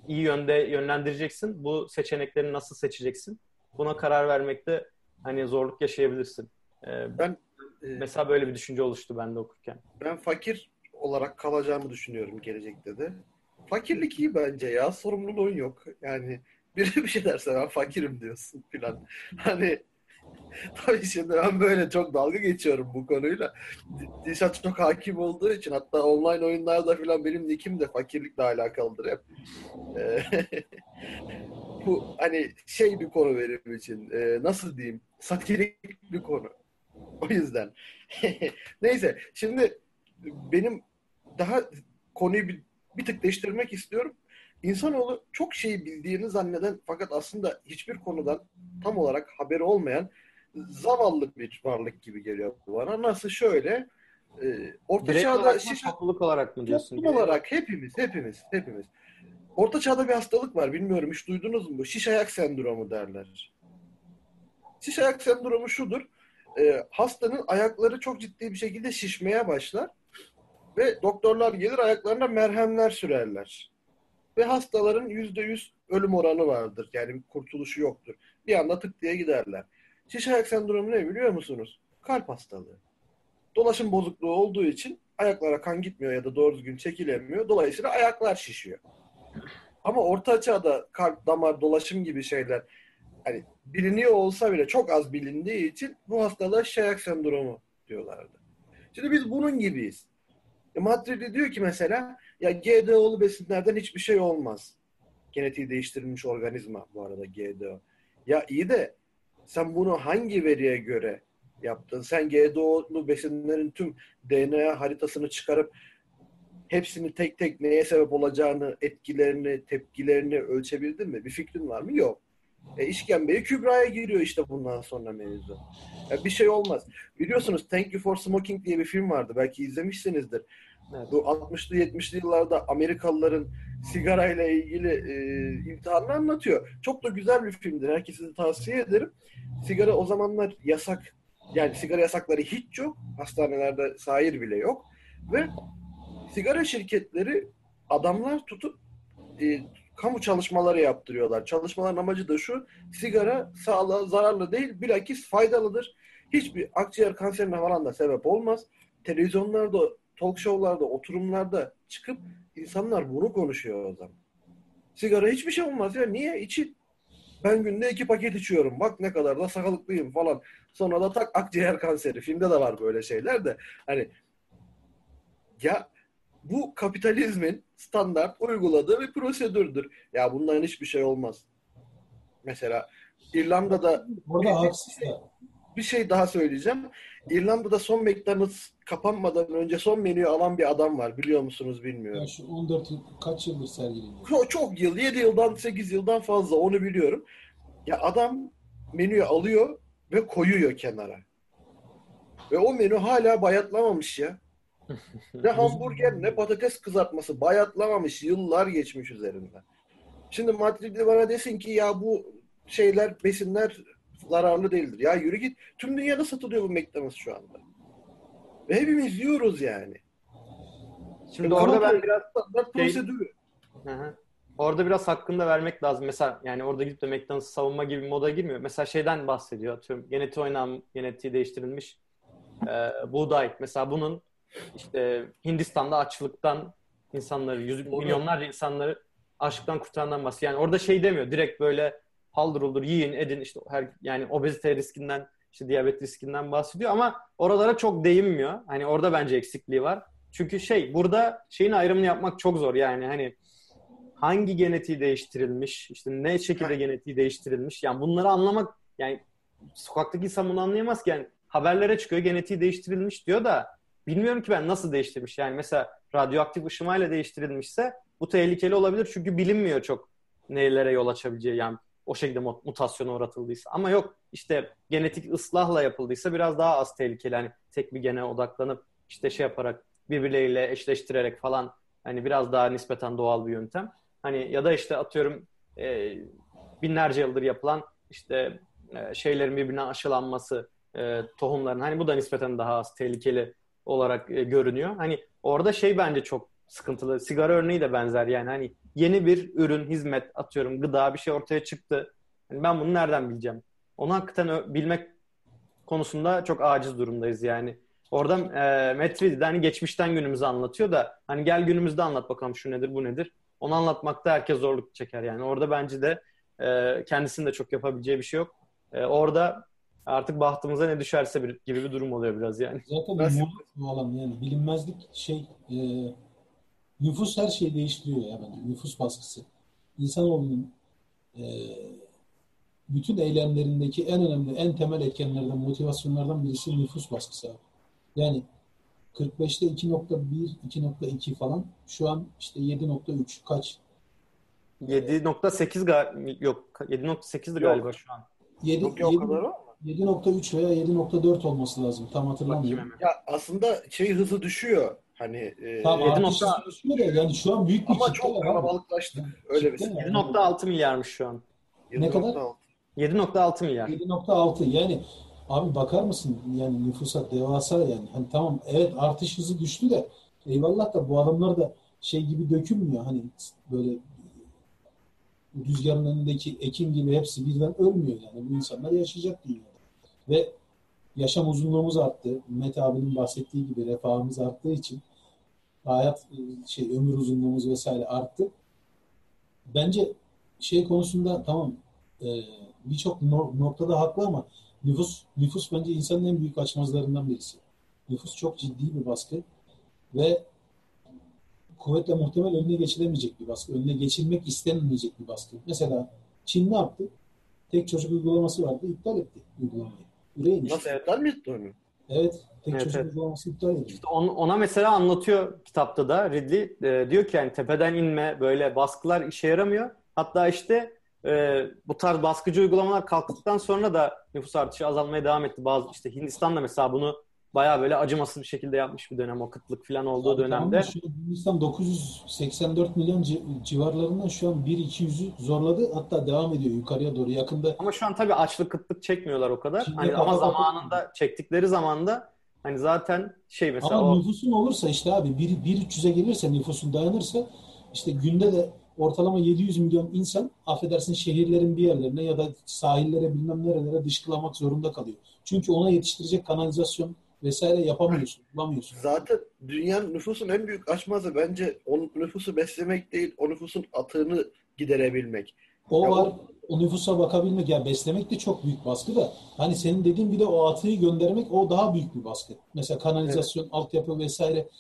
A: iyi yönde yönlendireceksin. Bu seçenekleri nasıl seçeceksin? Buna karar vermekte hani zorluk yaşayabilirsin.
B: Ben
A: Mesela böyle bir düşünce oluştu bende okurken.
B: ben fakir olarak kalacağımı düşünüyorum gelecekte de. Fakirlik iyi bence ya. Sorumluluğun yok. Yani biri bir şey derse ben fakirim diyorsun filan. Hani tabii şimdi ben böyle çok dalga geçiyorum bu konuyla. Dilşat çok hakim olduğu için, hatta online oyunlarda falan benim nickim de fakirlikle alakalıdır hep. Ee, Bu hani şey bir konu benim için. Nasıl diyeyim? Satirik bir konu. O yüzden. Neyse, şimdi benim daha konuyu bir tık değiştirmek istiyorum. İnsanoğlu çok şeyi bildiğini zanneden fakat aslında hiçbir konudan tam olarak haberi olmayan zavallı bir varlık gibi geliyor bana. Nasıl şöyle? Orta
A: Birey
B: çağda
A: olarak mı, topluluk olarak mı diyorsun?
B: toplum olarak hepimiz. Orta çağda bir hastalık var. Bilmiyorum, hiç duydunuz mu? Şiş ayak sendromu derler. Şiş ayak sendromu şudur. Hastanın ayakları çok ciddi bir şekilde şişmeye başlar ve doktorlar gelir ayaklarına merhemler sürerler. Ve hastaların %100 ölüm oranı vardır. Yani bir kurtuluşu yoktur. Bir anda tık diye giderler. Şiş ayak sendromu ne biliyor musunuz? Kalp hastalığı. Dolaşım bozukluğu olduğu için ayaklara kan gitmiyor ya da doğru düzgün çekilemiyor. Dolayısıyla ayaklar şişiyor. Ama orta çağda kalp, damar, dolaşım gibi şeyler hani biliniyor olsa bile çok az bilindiği için bu hastalığa şiş ayak sendromu diyorlardı. Şimdi biz bunun gibiyiz. Madrid'de diyor ki mesela, ya GDO'lu besinlerden hiçbir şey olmaz. Genetiği değiştirilmiş organizma bu arada GDO. Ya iyi de sen bunu hangi veriye göre yaptın? Sen GDO'lu besinlerin tüm DNA haritasını çıkarıp hepsini tek tek neye sebep olacağını, etkilerini, tepkilerini ölçebildin mi? Bir fikrin var mı? Yok. İşkembeye Kübra'ya giriyor işte bundan sonra mevzu. Bir şey olmaz. Biliyorsunuz Thank You for Smoking diye bir film vardı. Belki izlemişsinizdir.
A: Evet.
B: Bu 60'lı 70'li yıllarda Amerikalıların sigarayla ilgili imtihanını anlatıyor. Çok da güzel bir filmdir. Herkese de tavsiye ederim. Sigara o zamanlar yasak. Yani sigara yasakları hiç yok. Hastanelerde sahir bile yok. Ve sigara şirketleri adamlar tutup kamu çalışmaları yaptırıyorlar. Çalışmaların amacı da şu: sigara sağlığa zararlı değil, bilakis faydalıdır. Hiçbir akciğer kanserine falan da sebep olmaz. Televizyonlarda, talk show'larda, oturumlarda çıkıp insanlar bunu konuşuyor o zaman. Sigara hiçbir şey olmaz ya. Niye? İçin. Ben günde 2 paket içiyorum. Bak ne kadar da sağlıklıyım falan. Sonra da tak akciğer kanseri. Filmde de var böyle şeyler de. Hani ya bu kapitalizmin standart uyguladığı bir prosedürdür. Ya bundan hiçbir şey olmaz. Mesela İrlanda'da
C: Orada haksız da.
B: bir şey daha söyleyeceğim. İrlanda'da son McDonald's kapanmadan önce son menüyü alan bir adam var. Biliyor musunuz bilmiyorum.
C: Ya şu 14 yıl, kaç yıldır sergileniyor?
B: Çok yıl, 7 yıldan 8 yıldan fazla, onu biliyorum. Ya adam menüyü alıyor ve koyuyor kenara. Ve o menü hala bayatlamamış ya. Ne hamburger ne patates kızartması bayatlamamış. Yıllar geçmiş üzerinden. Şimdi Madrid'de bana desin ki ya bu şeyler, besinler zararlı değildir. Ya yürü git. Tüm dünyada satılıyor bu McDonald's şu anda. Ve hepimiz yiyoruz yani.
A: Şimdi orada ben biraz
B: prosedürü.
A: Orada biraz hakkını da vermek lazım. Mesela yani orada gidip de McDonald's savunma gibi bir moda girmiyor. Mesela şeyden bahsediyor. Atıyorum genetiği değiştirilmiş buğday. Mesela bunun işte Hindistan'da açlıktan insanları, milyonlarca insanları açlıktan kurtarandan bahsediyor. Yani orada şey demiyor. Direkt böyle haldır uldur yiyin edin işte yani obezite riskinden, işte diyabet riskinden bahsediyor ama oralara çok değinmiyor. Hani orada bence eksikliği var. Çünkü burada şeyin ayrımını yapmak çok zor. Yani hani hangi genetiği değiştirilmiş, işte ne şekilde genetiği değiştirilmiş. Yani bunları anlamak, yani sokaktaki insan bunu anlayamaz ki. Yani haberlere çıkıyor genetiği değiştirilmiş diyor da bilmiyorum ki ben nasıl değiştirmiş. Yani mesela radyoaktif ışımayla değiştirilmişse bu tehlikeli olabilir çünkü bilinmiyor çok nelere yol açabileceği, yani o şekilde mutasyona uğratıldıysa. Ama yok işte genetik ıslahla yapıldıysa biraz daha az tehlikeli. Hani tek bir gene odaklanıp işte şey yaparak birbirleriyle eşleştirerek falan, hani biraz daha nispeten doğal bir yöntem. Hani ya da işte atıyorum binlerce yıldır yapılan işte şeylerin birbirine aşılanması, tohumların, hani bu da nispeten daha az tehlikeli olarak görünüyor. Hani orada şey bence çok sıkıntılı. Sigara örneği de benzer, yani hani yeni bir ürün, hizmet, atıyorum gıda bir şey ortaya çıktı. Yani ben bunu nereden bileceğim? Onu hakikaten bilmek konusunda çok aciz durumdayız yani. Orada Matt hani geçmişten günümüzü anlatıyor da hani gel günümüzde anlat bakalım şu nedir bu nedir. Onu anlatmakta herkes zorluk çeker yani. Orada bence de kendisinin de çok yapabileceği bir şey yok. Orada artık bahtımıza ne düşerse gibi bir durum oluyor biraz yani.
C: Zaten
B: Ben,
C: bu alan yani bilinmezlik nüfus her şeyi değiştiriyor ya bence. Nüfus baskısı. İnsanoğlunun e, bütün eylemlerindeki en önemli, en temel etkenlerden, motivasyonlardan birisi nüfus baskısı abi. Yani 45'te 2.1, 2.2 falan. Şu an işte 7.3 kaç?
A: 7.8 yok 7.8'di
B: yok.
A: galiba şu an.
C: 7,
B: Yok ya, o kadar var mı?
C: 7.3 veya 7.4 olması lazım. Tam
A: Bakayım
C: hatırlamıyorum.
A: hemen.
B: Ya aslında hızı düşüyor. Hani
C: Tam
A: 7
C: artış
A: nokta-
C: hızı düşüyor da yani şu an büyük bir
B: ama
C: kitle
B: çok
C: var abi.
B: kalabalıklaştık.
C: Yani
B: Öyle bir
C: kitle var.
B: sıkıntı.
A: 7.6 milyarmış şu an.
C: Ne kadar?
B: 7.6.
A: 7.6 milyar.
C: 7.6 yani abi bakar mısın yani nüfusa devasa yani. Hani tamam evet artış hızı düştü de eyvallah da bu adamlar da şey gibi dökülmüyor. Hani böyle rüzgarın önündeki ekin gibi hepsi birden ölmüyor yani. Bu insanlar yaşayacak dünyada. Ve yaşam uzunluğumuz arttı. Mete abinin bahsettiği gibi refahımız arttığı için hayat ömür uzunluğumuz vesaire arttı. Bence şey konusunda tamam e, birçok noktada haklı ama nüfus bence insanın en büyük açmazlarından birisi. Nüfus çok ciddi bir baskı ve kuvvetle muhtemel önüne geçilemeyecek bir baskı. Önüne geçilmek istenmeyecek bir baskı. Mesela Çin ne yaptı? Tek çocuk uygulaması vardı. İptal etti uygulamayı. Buraya inmiş.
B: Nasıl iptal mi etti onu?
C: Evet. Tek
A: Evet,
C: çocuk
A: evet.
C: uygulaması iptal edildi.
A: İşte ona mesela anlatıyor kitapta da Ridley. Diyor ki yani tepeden inme böyle baskılar işe yaramıyor. Hatta işte bu tarz baskıcı uygulamalar kalktıktan sonra da nüfus artışı azalmaya devam etti. Bazı işte Hindistan'da mesela bunu bayağı böyle acımasız bir şekilde yapmış bir dönem. O kıtlık falan olduğu
C: Abi tamam da
A: dönemde.
C: şu Hindistan 984 milyon civarlarından şu an 1-200'ü zorladı. Hatta devam ediyor yukarıya doğru. Yakında
A: Ama şu an tabii açlık kıtlık çekmiyorlar o kadar.
C: Çin'de
A: Hani ama
C: kafa kafaya
A: zamanında çektikleri zamanda hani zaten şey mesela
C: ama
A: o
C: nüfusun olursa işte abi 1-300'e gelirse nüfusun dayanırsa işte günde de ortalama 700 milyon insan affedersin şehirlerin bir yerlerine ya da sahillere bilmem nerelere dışkılamak zorunda kalıyor. Çünkü ona yetiştirecek kanalizasyon vesaire yapamıyorsun, bulamıyorsun.
B: Zaten dünyanın nüfusun en büyük açmazı bence o nüfusu beslemek değil, o nüfusun atığını giderebilmek.
C: O
B: Ya
C: var, o nüfusa bakabilmek ya beslemek de çok büyük baskı da hani senin dediğin bir de o atığı göndermek o daha büyük bir baskı. Mesela
B: evet.
C: kanalizasyon, altyapı vesaire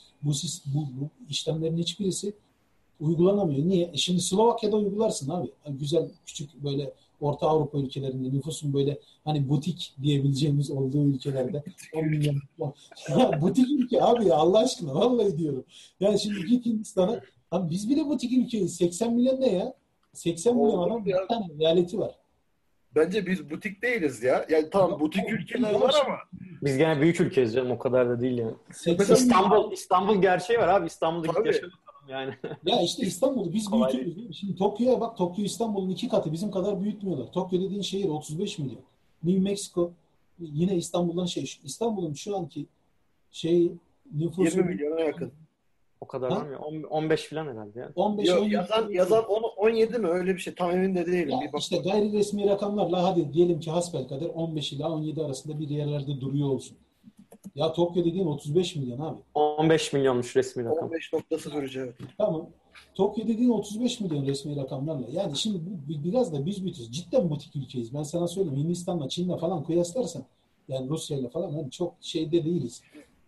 C: bu işlemlerin hiçbirisi uygulanamıyor. Niye? Şimdi Slovakya'da uygularsın abi. Güzel küçük böyle Orta Avrupa ülkelerinde nüfusun böyle hani butik diyebileceğimiz olduğu ülkelerde 10 milyon. Ya butik ülke abi ya Allah aşkına vallahi diyorum. Yani şimdi git Hindistan'a abi biz bile butik ülkeyiz. 80 milyon ne ya? 80 milyon
B: Olur
C: adam bir
B: ya.
C: tane eyaleti var.
B: Bence biz butik değiliz ya. Yani tamam
C: Yok,
B: butik
C: abi, butik
B: ülkeler
C: ama
B: var
C: şimdi
B: ama
A: biz gene büyük ülkeyiz canım o kadar da değil yani.
C: 80 milyon.
A: İstanbul gerçeği var abi. İstanbul'da git yaşa
B: tabii
A: bakalım yani.
C: Ya işte İstanbul'u biz
A: Kolay değil.
C: büyütürüz değil mi? Şimdi Tokyo'ya bak. Tokyo İstanbul'un 2 katı. Bizim kadar büyütmüyorlar. Tokyo dediğin şehir 35 milyon. New Mexico yine İstanbul'dan İstanbul'un şu anki şey
B: 20
C: nüfusu
B: milyona yakın.
A: O kadar var
C: ha?
A: mı ya? 15 falan herhalde yani.
C: 15-17
B: Yazan 17 mi öyle bir şey, tam emin de değilim.
C: ya
B: Bir bak.
C: işte gayri resmi rakamlarla hadi diyelim ki hasbelkader 15 ila 17 arasında bir yerlerde duruyor olsun. Ya Tokyo dediğin 35 milyon abi.
A: 15 milyonmuş resmi rakam.
B: 15.03 evet.
C: Tamam. Tokyo dediğin 35 milyon resmi rakamlarla. Yani şimdi biraz da biz bütüz. Cidden butik ülkeyiz. Ben sana söyleyeyim. Hindistan'la, Çin'le falan kıyaslarsan yani Rusya'yla falan hani çok şeyde değiliz.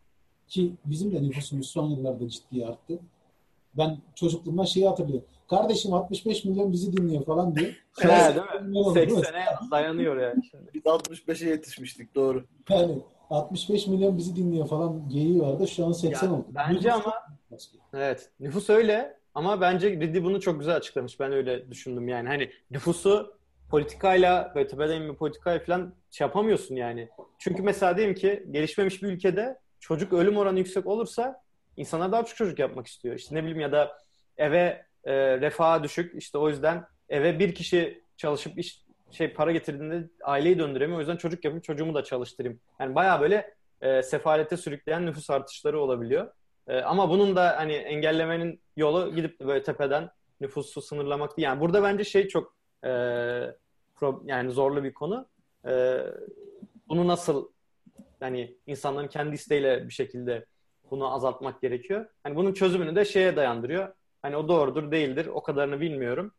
C: Ki bizim de nüfusumuz son yıllarda ciddi arttı. Ben çocukluğumdan şeyi hatırlıyorum. Kardeşim 65 milyon bizi dinliyor falan diyor.
A: He,
C: Şu an
A: değil
C: 80
A: mi?
C: milyon oldu.
A: 80'e dayanıyor yani şimdi.
B: Biz 65'e yetişmiştik, doğru.
C: Yani 65 milyon bizi dinliyor falan geyiği vardı. Şu an 80
A: Ya
C: oldu.
A: bence
C: Nüfus çok
A: ama
C: baskı.
A: evet nüfus öyle ama bence Ridley bunu çok güzel açıklamış. Ben öyle düşündüm yani. Hani nüfusu politikayla böyle tepeden bir politikayla falan şey yapamıyorsun yani. Çünkü mesela diyelim ki gelişmemiş bir ülkede çocuk ölüm oranı yüksek olursa insanlar daha çok çocuk yapmak istiyor. İşte ne bileyim ya da eve refahı düşük. İşte o yüzden eve bir kişi çalışıp para getirdiğinde aileyi döndüremiyor. O yüzden çocuk yapayım çocuğumu da çalıştırayım. Yani bayağı böyle sefalete sürükleyen nüfus artışları olabiliyor. Ama bunun da hani engellemenin yolu gidip böyle tepeden nüfusu sınırlamak değil. Yani burada bence şey çok yani zorlu bir konu. Bunu nasıl yani insanların kendi isteğiyle bir şekilde bunu azaltmak gerekiyor. Hani bunun çözümünü de şeye dayandırıyor. Hani o doğrudur değildir o kadarını bilmiyorum.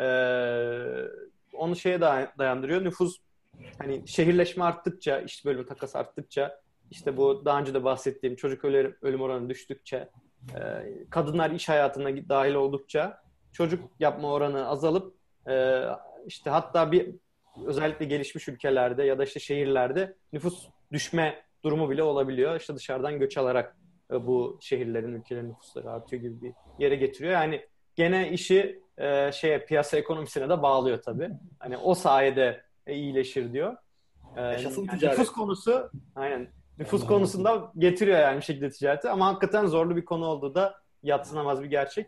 A: Onu şeye dayandırıyor. Nüfus hani şehirleşme arttıkça, iş bölümü takası arttıkça, işte bu daha önce de bahsettiğim çocuk ölüm oranı düştükçe, kadınlar iş hayatına dahil oldukça çocuk yapma oranı azalıp işte hatta özellikle gelişmiş ülkelerde ya da işte şehirlerde nüfus düşme durumu bile olabiliyor. İşte dışarıdan göç alarak bu ülkelerin nüfusları artıyor gibi bir yere getiriyor. Yani gene işi piyasa ekonomisine de bağlıyor tabii. Hani o sayede iyileşir diyor.
B: Yaşasın
A: Yani
B: ticaret.
A: nüfus konusunda getiriyor yani bir şekilde ticareti ama hakikaten zorlu bir konu olduğu da yadsınamaz bir gerçek.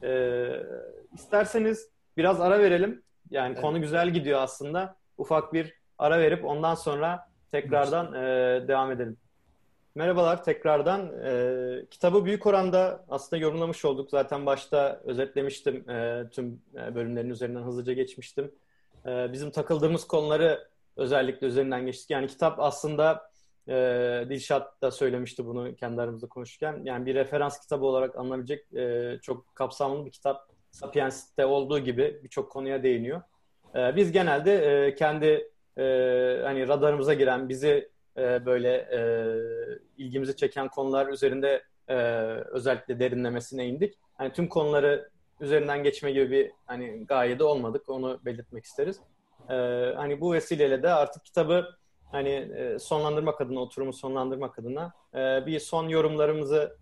A: İsterseniz biraz ara verelim. Yani konu güzel gidiyor aslında. Ufak bir ara verip ondan sonra tekrardan devam edelim. Merhabalar tekrardan. Kitabı büyük oranda aslında yorumlamış olduk. Zaten başta özetlemiştim. Tüm bölümlerin üzerinden hızlıca geçmiştim. Bizim takıldığımız konuları özellikle üzerinden geçtik. Yani kitap aslında Dilşat da söylemişti bunu kendi aramızda konuşurken. Yani bir referans kitabı olarak alınabilecek çok kapsamlı bir kitap. Sapiens'te olduğu gibi birçok konuya değiniyor. Biz genelde kendi hani radarımıza giren, bizi böyle ilgimizi çeken konular üzerinde özellikle derinlemesine indik. Hani tüm konuları üzerinden geçme gibi bir hani gayede olmadık. Onu belirtmek isteriz. Hani bu vesileyle de artık kitabı hani sonlandırmak adına, oturumu sonlandırmak adına bir son yorumlarımızı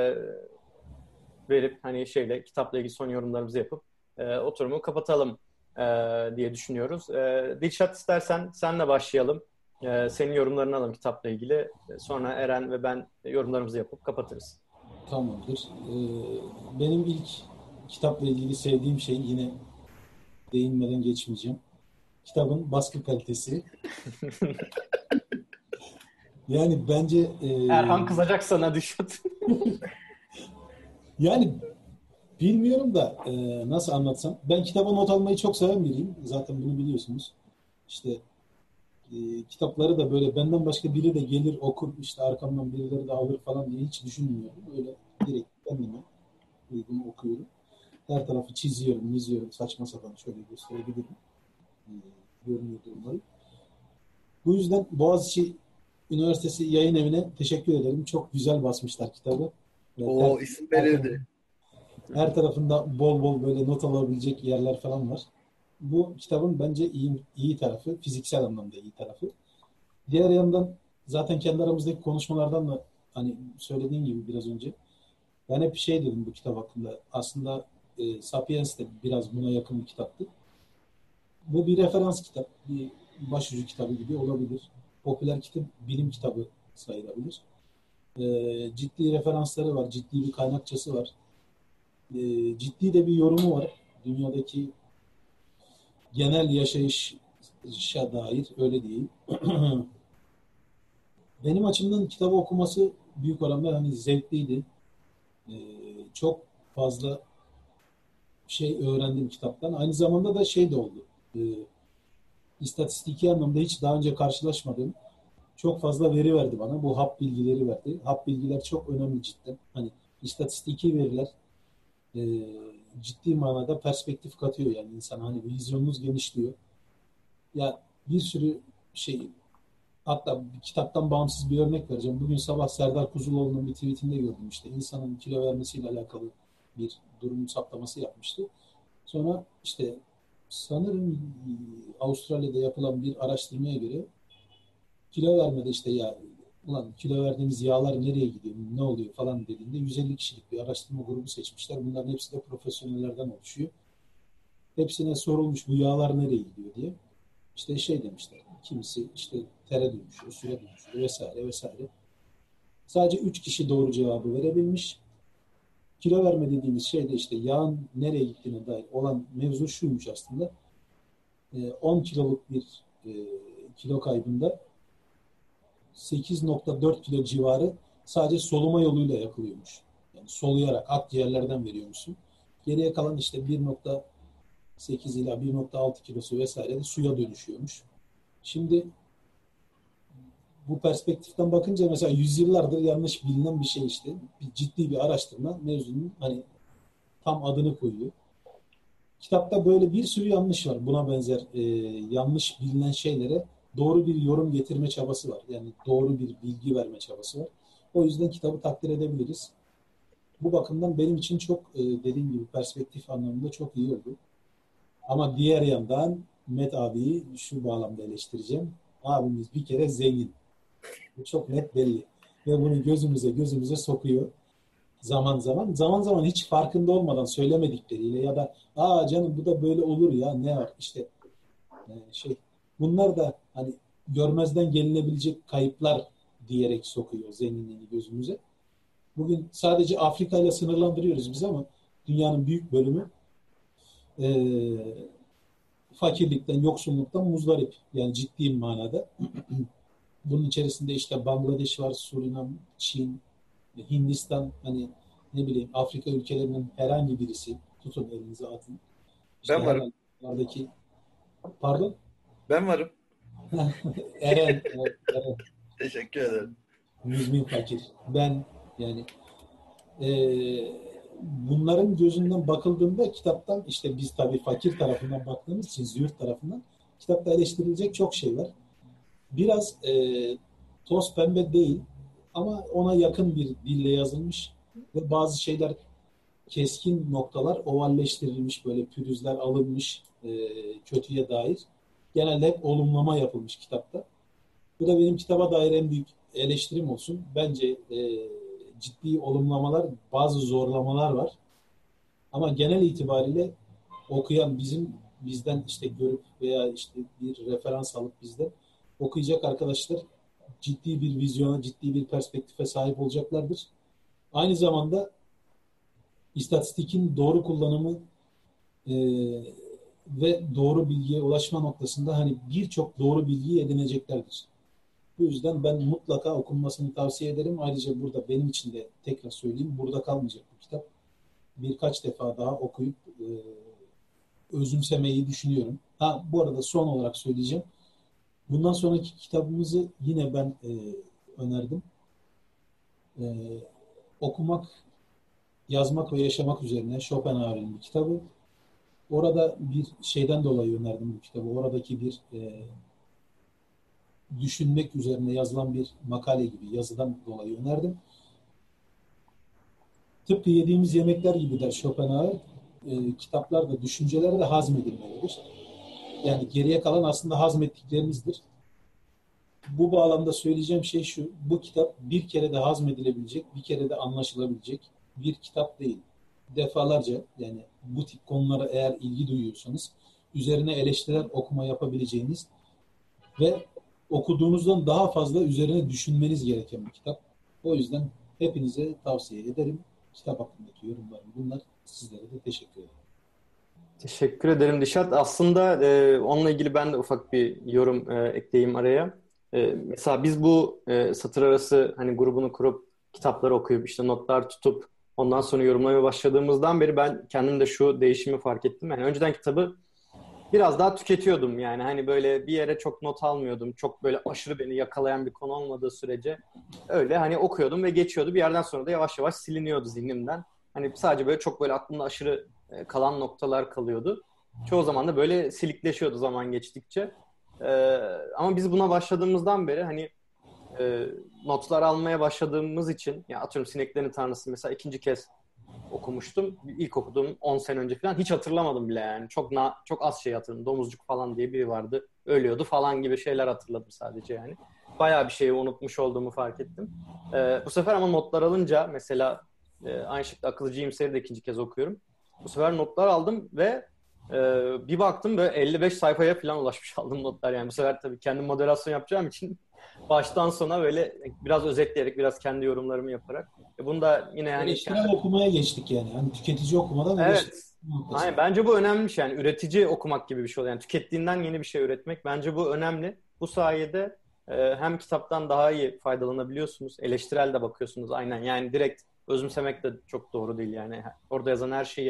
A: verip hani kitapla ilgili son yorumlarımızı yapıp oturumu kapatalım diye düşünüyoruz. Dilşat istersen senle başlayalım. Senin yorumlarını alalım kitapla ilgili. Sonra Eren ve ben yorumlarımızı yapıp kapatırız.
C: Tamamdır. Benim ilk kitapla ilgili sevdiğim şey yine değinmeden geçmeyeceğim. Kitabın baskı kalitesi. Yani bence
A: Erhan kızacak sana Dilşat.
C: yani bilmiyorum da nasıl anlatsam. Ben kitaba not almayı çok seven biriyim. Zaten bunu biliyorsunuz. İşte kitapları da böyle benden başka biri de gelir okur, işte arkamdan birileri de alır falan diye hiç düşünmüyorum. Öyle direkt kendime uygun okuyorum. Her tarafı çiziyorum, saçma sapan şöyle gösterebilirim. Görünüyor durumları. Bu yüzden Boğaziçi Üniversitesi Yayın Evi'ne teşekkür ederim. Çok güzel basmışlar kitabı.
B: İsim verildi.
C: Her tarafında bol bol böyle not alabilecek yerler falan var. Bu kitabın bence iyi tarafı, fiziksel anlamda iyi tarafı. Diğer yandan zaten kendi aramızdaki konuşmalardan da hani söylediğim gibi biraz önce ben hep dedim bu kitap hakkında. Aslında Sapiens de biraz buna yakın bir kitaptı. Bu bir referans kitap, bir başucu kitabı gibi olabilir. Popüler kitap, bilim kitabı sayılabilir. Ciddi referansları var, ciddi bir kaynakçası var. Ciddi de bir yorumu var. Dünyadaki genel yaşayışa dair öyle diyeyim. Benim açımdan kitabı okuması büyük oranda hani zevkliydi. Çok fazla şey öğrendim kitaptan. Aynı zamanda da de oldu. İstatistiki anlamda hiç daha önce karşılaşmadığım çok fazla veri verdi bana. Bu hap bilgileri verdi. Hap bilgiler çok önemli cidden. Hani istatistiki veriler ciddi manada perspektif katıyor yani insan hani vizyonunuz genişliyor. Ya bir sürü şey hatta bir kitaptan bağımsız bir örnek vereceğim. Bugün sabah Serdar Kuzuloğlu'nun bir tweetinde gördüm işte insanın kilo vermesiyle alakalı bir durum saptaması yapmıştı. Sonra işte sanırım Avustralya'da yapılan bir araştırmaya göre kilo vermede işte ya ulan kilo verdiğimiz yağlar nereye gidiyor, ne oluyor falan dediğinde 150 kişilik bir araştırma grubu seçmişler. Bunların hepsi de profesyonellerden oluşuyor. Hepsine sorulmuş bu yağlar nereye gidiyor diye. İşte demişler. Kimisi işte tere dönüşüyor, suya dönüşüyor vesaire vesaire. Sadece 3 kişi doğru cevabı verebilmiş. Kilo verme dediğimiz de işte yağın nereye gittiğine dair olan mevzu şuymuş aslında. 10 kiloluk bir kilo kaybında 8,4 kilo civarı sadece soluma yoluyla yakılıyormuş. Yani soluyarak akciğerlerden veriyormuşsun. Geriye kalan işte 1,8 ila 1,6 kilosu vesaire de suya dönüşüyormuş. Şimdi bu perspektiften bakınca mesela yüzyıllardır yanlış bilinen bir şey işte. Ciddi bir araştırma mevzunun hani tam adını koyuyor. Kitapta böyle bir sürü yanlış var. Buna benzer yanlış bilinen şeylere doğru bir yorum getirme çabası var. Yani doğru bir bilgi verme çabası var. O yüzden kitabı takdir edebiliriz. Bu bakımdan benim için çok dediğim gibi perspektif anlamında çok iyi oldu. Ama diğer yandan Met abiyi şu bağlamda eleştireceğim. Abimiz bir kere zengin. Bu çok net belli. Ve bunu gözümüze sokuyor. Zaman zaman hiç farkında olmadan söylemedikleriyle ya da canım bu da böyle olur ya ne var işte bunlar da hani görmezden gelinebilecek kayıplar diyerek sokuyor zenginliğini gözümüze. Bugün sadece Afrika ile sınırlandırıyoruz biz ama dünyanın büyük bölümü fakirlikten, yoksulluktan muzdarip. Yani ciddi manada. Bunun içerisinde işte Bangladeş var, Surinam, Çin, Hindistan, hani ne bileyim Afrika ülkelerinin herhangi birisi tutun elinize atın. İşte
B: Ben varım.
C: herhalde pardon?
B: Ben varım.
C: Eren.
B: Teşekkür ederim.
C: Müzmin fakir. Ben yani bunların gözünden bakıldığında kitaptan işte biz tabii fakir tarafından baktığımız için züğürt tarafından kitapta eleştirilecek çok şey var. Biraz toz pembe değil ama ona yakın bir dille yazılmış ve bazı şeyler keskin noktalar ovalleştirilmiş, böyle pürüzler alınmış kötüye dair. Genelde hep olumlama yapılmış kitapta. Bu da benim kitaba dair en büyük eleştirim olsun. Bence ciddi olumlamalar, bazı zorlamalar var. Ama genel itibariyle okuyan bizden işte görüp veya işte bir referans alıp bizden okuyacak arkadaşlar ciddi bir vizyona, ciddi bir perspektife sahip olacaklardır. Aynı zamanda istatistikin doğru kullanımı ve doğru bilgiye ulaşma noktasında hani birçok doğru bilgiyi edineceklerdir. Bu yüzden ben mutlaka okunmasını tavsiye ederim. Ayrıca burada benim için de tekrar söyleyeyim, burada kalmayacak bu kitap. Birkaç defa daha okuyup özümsemeyi düşünüyorum. Bu arada son olarak söyleyeceğim. Bundan sonraki kitabımızı yine ben önerdim. Okumak, yazmak ve yaşamak üzerine Schopenhauer'in bir kitabı. Orada bir şeyden dolayı önerdim bu kitabı. Oradaki bir düşünmek üzerine yazılan bir makale gibi yazıdan dolayı önerdim. Tıpkı yediğimiz yemekler gibi der Schopenhauer, kitaplar da düşünceler de hazmedilmelidir. Yani geriye kalan aslında hazmettiklerimizdir. Bu bağlamda söyleyeceğim şey şu, bu kitap bir kere de hazmedilebilecek, bir kere de anlaşılabilecek bir kitap değil. Defalarca yani bu tip konulara eğer ilgi duyuyorsanız üzerine eleştirel okuma yapabileceğiniz ve okuduğunuzdan daha fazla üzerine düşünmeniz gereken bir kitap. O yüzden hepinize tavsiye ederim. Kitap hakkındaki yorumlarım bunlar. Sizlere de teşekkür ederim.
A: Teşekkür ederim Dişat. Aslında onunla ilgili ben de ufak bir yorum ekleyeyim araya. Mesela biz bu satır arası hani grubunu kurup kitapları okuyup işte notlar tutup ondan sonra yorumlamaya başladığımızdan beri ben kendim de şu değişimi fark ettim. Yani önceden kitabı biraz daha tüketiyordum yani hani böyle bir yere çok not almıyordum. Çok böyle aşırı beni yakalayan bir konu olmadığı sürece öyle hani okuyordum ve geçiyordu. Bir yerden sonra da yavaş yavaş siliniyordu zihnimden. Hani sadece böyle çok böyle aklımda aşırı kalan noktalar kalıyordu. Çoğu zaman da böyle silikleşiyordu zaman geçtikçe. Ama biz buna başladığımızdan beri hani notlar almaya başladığımız için ya atıyorum Sineklerin Tanrısı mesela ikinci kez okumuştum. İlk okuduğum 10 sene önce falan hiç hatırlamadım bile yani. Çok az şey hatırladım. Domuzcuk falan diye biri vardı. Ölüyordu falan gibi şeyler hatırladım sadece yani. Bayağı bir şeyi unutmuş olduğumu fark ettim. Bu sefer ama notlar alınca mesela aynı şekilde Akılcı İyimser'i de ikinci kez okuyorum. Bu sefer notlar aldım ve bir baktım böyle 55 sayfaya falan ulaşmış aldım notlar yani. Bu sefer tabii kendim moderasyon yapacağım için baştan sona böyle biraz özetleyerek biraz kendi yorumlarımı yaparak. Bunu da yine yani
C: Eleştirel okumaya geçtik yani. Hani tüketici okumadan
A: evet. Aynen, bence bu önemli yani üretici okumak gibi bir şey oluyor. Yani tükettiğinden yeni bir şey üretmek bence bu önemli. Bu sayede hem kitaptan daha iyi faydalanabiliyorsunuz. Eleştirel de bakıyorsunuz aynen. Yani direkt özümsemek de çok doğru değil yani. Orada yazan her şeyi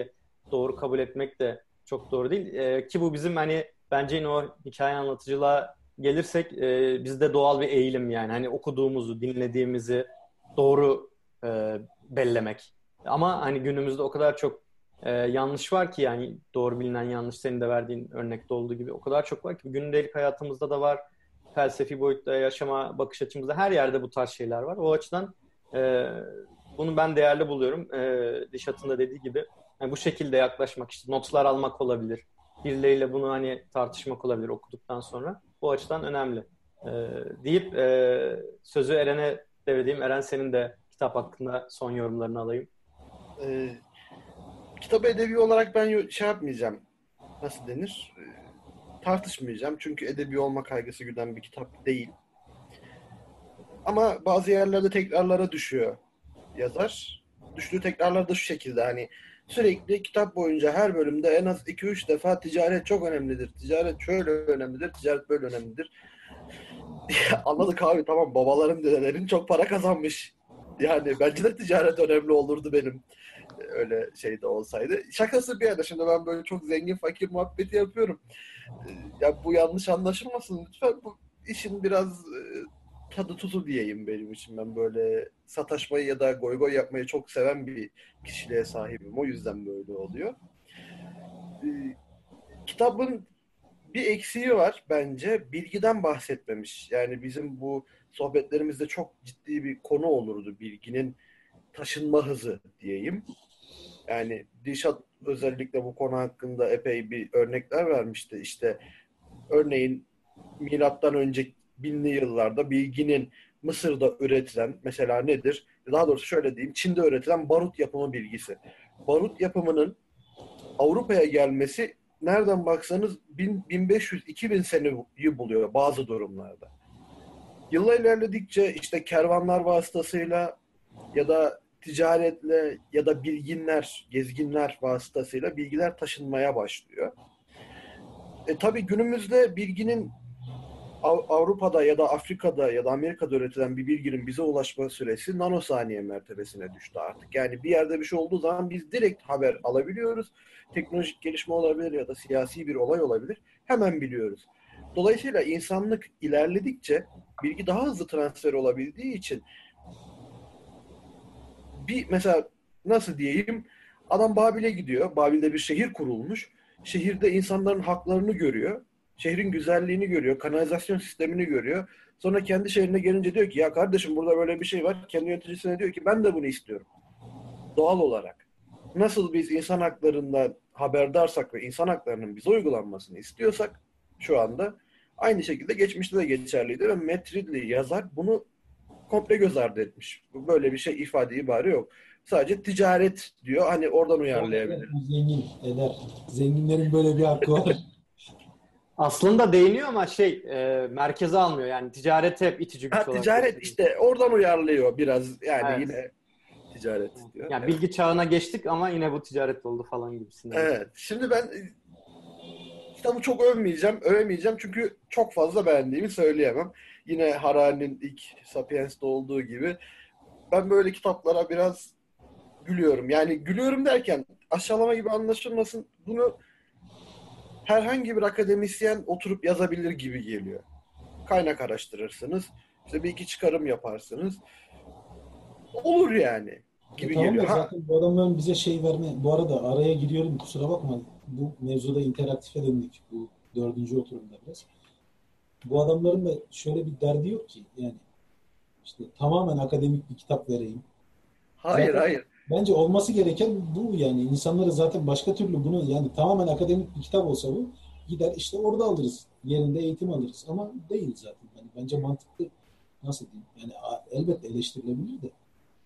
A: doğru kabul etmek de çok doğru değil. Ki bu bizim hani bence yine o hikaye anlatıcılığa gelirsek bizde doğal bir eğilim yani. Hani okuduğumuzu, dinlediğimizi doğru bellemek. Ama hani günümüzde o kadar çok yanlış var ki yani doğru bilinen yanlış senin de verdiğin örnekte olduğu gibi o kadar çok var ki gündelik hayatımızda da var. Felsefi boyutta, yaşama bakış açımızda her yerde bu tarz şeyler var. O açıdan bunu ben değerli buluyorum. Dişat'ın da dediği gibi yani bu şekilde yaklaşmak işte notlar almak olabilir. Birileriyle bunu hani tartışmak olabilir okuduktan sonra. Bu açıdan önemli. Deyip sözü Eren'e devredeyim. Eren senin de kitap hakkında son yorumlarını alayım.
B: Kitabı edebi olarak ben şey yapmayacağım. Nasıl denir? Tartışmayacağım. Çünkü edebi olma kaygısı güden bir kitap değil. Ama bazı yerlerde tekrarlara düşüyor yazar. Düştüğü tekrarlar da şu şekilde hani sürekli kitap boyunca her bölümde en az 2-3 defa ticaret çok önemlidir. Ticaret şöyle önemlidir. Ticaret böyle önemlidir. Anladık abi, tamam, babaların dedelerin çok para kazanmış. Yani bence de ticaret önemli olurdu benim. Öyle şey de olsaydı. Şakası bir yana şimdi ben böyle çok zengin fakir muhabbeti yapıyorum. Ya bu yanlış anlaşılmasın lütfen. Bu işin biraz tadı tuzu diyeyim benim için. Ben böyle sataşmayı ya da goy goy yapmayı çok seven bir kişiliğe sahibim. O yüzden böyle oluyor. Kitabın bir eksiği var bence. Bilgiden bahsetmemiş. Yani bizim bu sohbetlerimizde çok ciddi bir konu olurdu. Bilginin taşınma hızı diyeyim. Yani Dilşat özellikle bu konu hakkında epey bir örnekler vermişti. İşte örneğin milattan önce binli yıllarda bilginin Mısır'da üretilen mesela nedir? Daha doğrusu şöyle diyeyim. Çin'de üretilen barut yapımı bilgisi. Barut yapımının Avrupa'ya gelmesi nereden baksanız 1500-2000 seneyi buluyor bazı durumlarda. Yıllar ilerledikçe işte kervanlar vasıtasıyla ya da ticaretle ya da bilginler, gezginler vasıtasıyla bilgiler taşınmaya başlıyor. Tabii günümüzde bilginin Avrupa'da ya da Afrika'da ya da Amerika'da üretilen bir bilginin bize ulaşma süresi nanosaniye mertebesine düştü artık. Yani bir yerde bir şey olduğu zaman biz direkt haber alabiliyoruz. Teknolojik gelişme olabilir ya da siyasi bir olay olabilir. Hemen biliyoruz. Dolayısıyla insanlık ilerledikçe bilgi daha hızlı transfer olabildiği için bir mesela nasıl diyeyim, adam Babil'e gidiyor. Babil'de bir şehir kurulmuş. Şehirde insanların haklarını görüyor. Şehrin güzelliğini görüyor. Kanalizasyon sistemini görüyor. Sonra kendi şehrine gelince diyor ki ya kardeşim burada böyle bir şey var. Kendi yöneticisine diyor ki ben de bunu istiyorum. Doğal olarak. Nasıl biz insan haklarından haberdarsak ve insan haklarının bize uygulanmasını istiyorsak şu anda aynı şekilde geçmişte de geçerliydi ve Matt Ridley yazar bunu komple göz ardı etmiş. Böyle bir şey ifade ibare yok. Sadece ticaret diyor. Hani oradan uyarlayabilir.
C: Zengin eder. Zenginlerin böyle bir hakkı var.
A: Aslında değiniyor ama merkeze almıyor. Yani ticaret hep itici güç olarak.
B: Ticaret işte oradan uyarlıyor biraz. Yani
A: evet.
B: Yine ticaret diyor.
A: Yani bilgi çağına geçtik ama yine bu ticaret oldu falan gibisinden.
B: Evet. Şimdi ben kitabı çok övmeyeceğim çünkü çok fazla beğendiğimi söyleyemem. Yine Harari'nin ilk Sapiens'te olduğu gibi ben böyle kitaplara biraz gülüyorum. Yani gülüyorum derken aşağılama gibi anlaşılmasın. Bunu herhangi bir akademisyen oturup yazabilir gibi geliyor. Kaynak araştırırsınız. İşte bir iki çıkarım yaparsınız. Olur yani gibi
C: Tamam
B: geliyor.
C: da zaten bu adamların bize şey verme... Bu arada araya giriyorum, kusura bakma. Bu mevzuda interaktife döndük bu 4. oturumda biraz. Bu adamların da şöyle bir derdi yok ki. Yani işte tamamen akademik bir kitap vereyim.
B: Hayır.
C: Bence olması gereken bu yani. İnsanları zaten başka türlü bunu yani tamamen akademik bir kitap olsa bu gider işte orada alırız. Yerinde eğitim alırız. Ama değil zaten. Yani bence mantıklı, nasıl diyeyim? Yani elbette eleştirilebilir de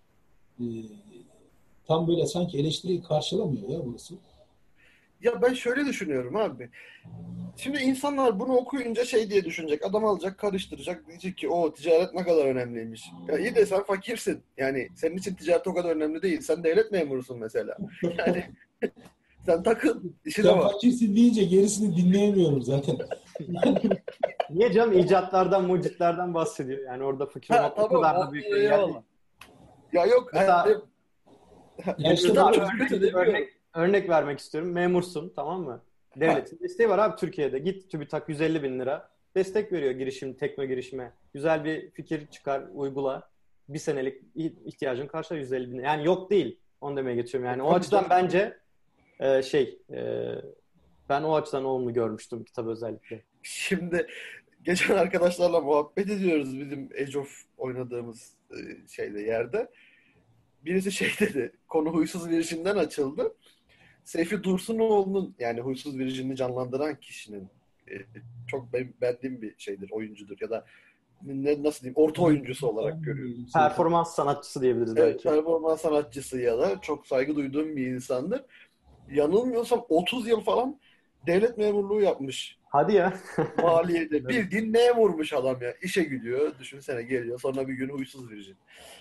C: tam böyle sanki eleştiriyi karşılamıyor ya burası.
B: Ya ben şöyle düşünüyorum abi. Şimdi insanlar bunu okuyunca şey diye düşünecek. Adam alacak, karıştıracak. Diyecek ki o ticaret ne kadar önemliymiş. Ya iyi de sen fakirsin. Yani senin için ticaret o kadar önemli değil. Sen devlet memurusun mesela. Yani sen takıl. İşine
C: Sen
B: bak.
C: fakirsin deyince gerisini dinleyemiyorum zaten.
A: Niye canım? İcatlardan, mucitlerden bahsediyor. Yani orada fakir olmak o
B: Tamam.
A: kadar da büyük bir engel değil.
B: Ya yok.
A: Mesela
B: Yani
C: Ya işte
B: kitap
C: böyle
B: çok kötü
A: örnek,
B: demiyorum.
A: örnek vermek istiyorum. Memursun, tamam mı? Devletin desteği var abi Türkiye'de. Git TÜBİTAK 150 bin lira destek veriyor tekno girişime. Güzel bir fikir çıkar, uygula. Bir senelik ihtiyacın karşılar 150 bin. Yani yok değil. Onu demeye geçiyorum. Yani o
B: Tabii
A: açıdan
B: canım.
A: bence ben o açıdan olumlu görmüştüm kitabı özellikle.
B: Şimdi geçen arkadaşlarla muhabbet ediyoruz bizim Age of oynadığımız yerde. Birisi dedi, konu Huysuz Virjin'den açıldı. Seyfi Dursunoğlu'nun yani Huysuz Virjin'i canlandıran kişinin çok beğendiğim bir oyuncudur ya da nasıl diyeyim orta oyuncusu olarak görüyorum.
A: Performans sanatçısı diyebiliriz
B: Evet,
A: belki.
B: performans sanatçısı ya da çok saygı duyduğum bir insandır. Yanılmıyorsam 30 yıl falan devlet memurluğu yapmış.
A: Hadi ya.
B: Maliyede. Bildiğin memurmuş adam ya. İşe gidiyor. Düşünsene geliyor. Sonra bir gün Huysuz Virjin.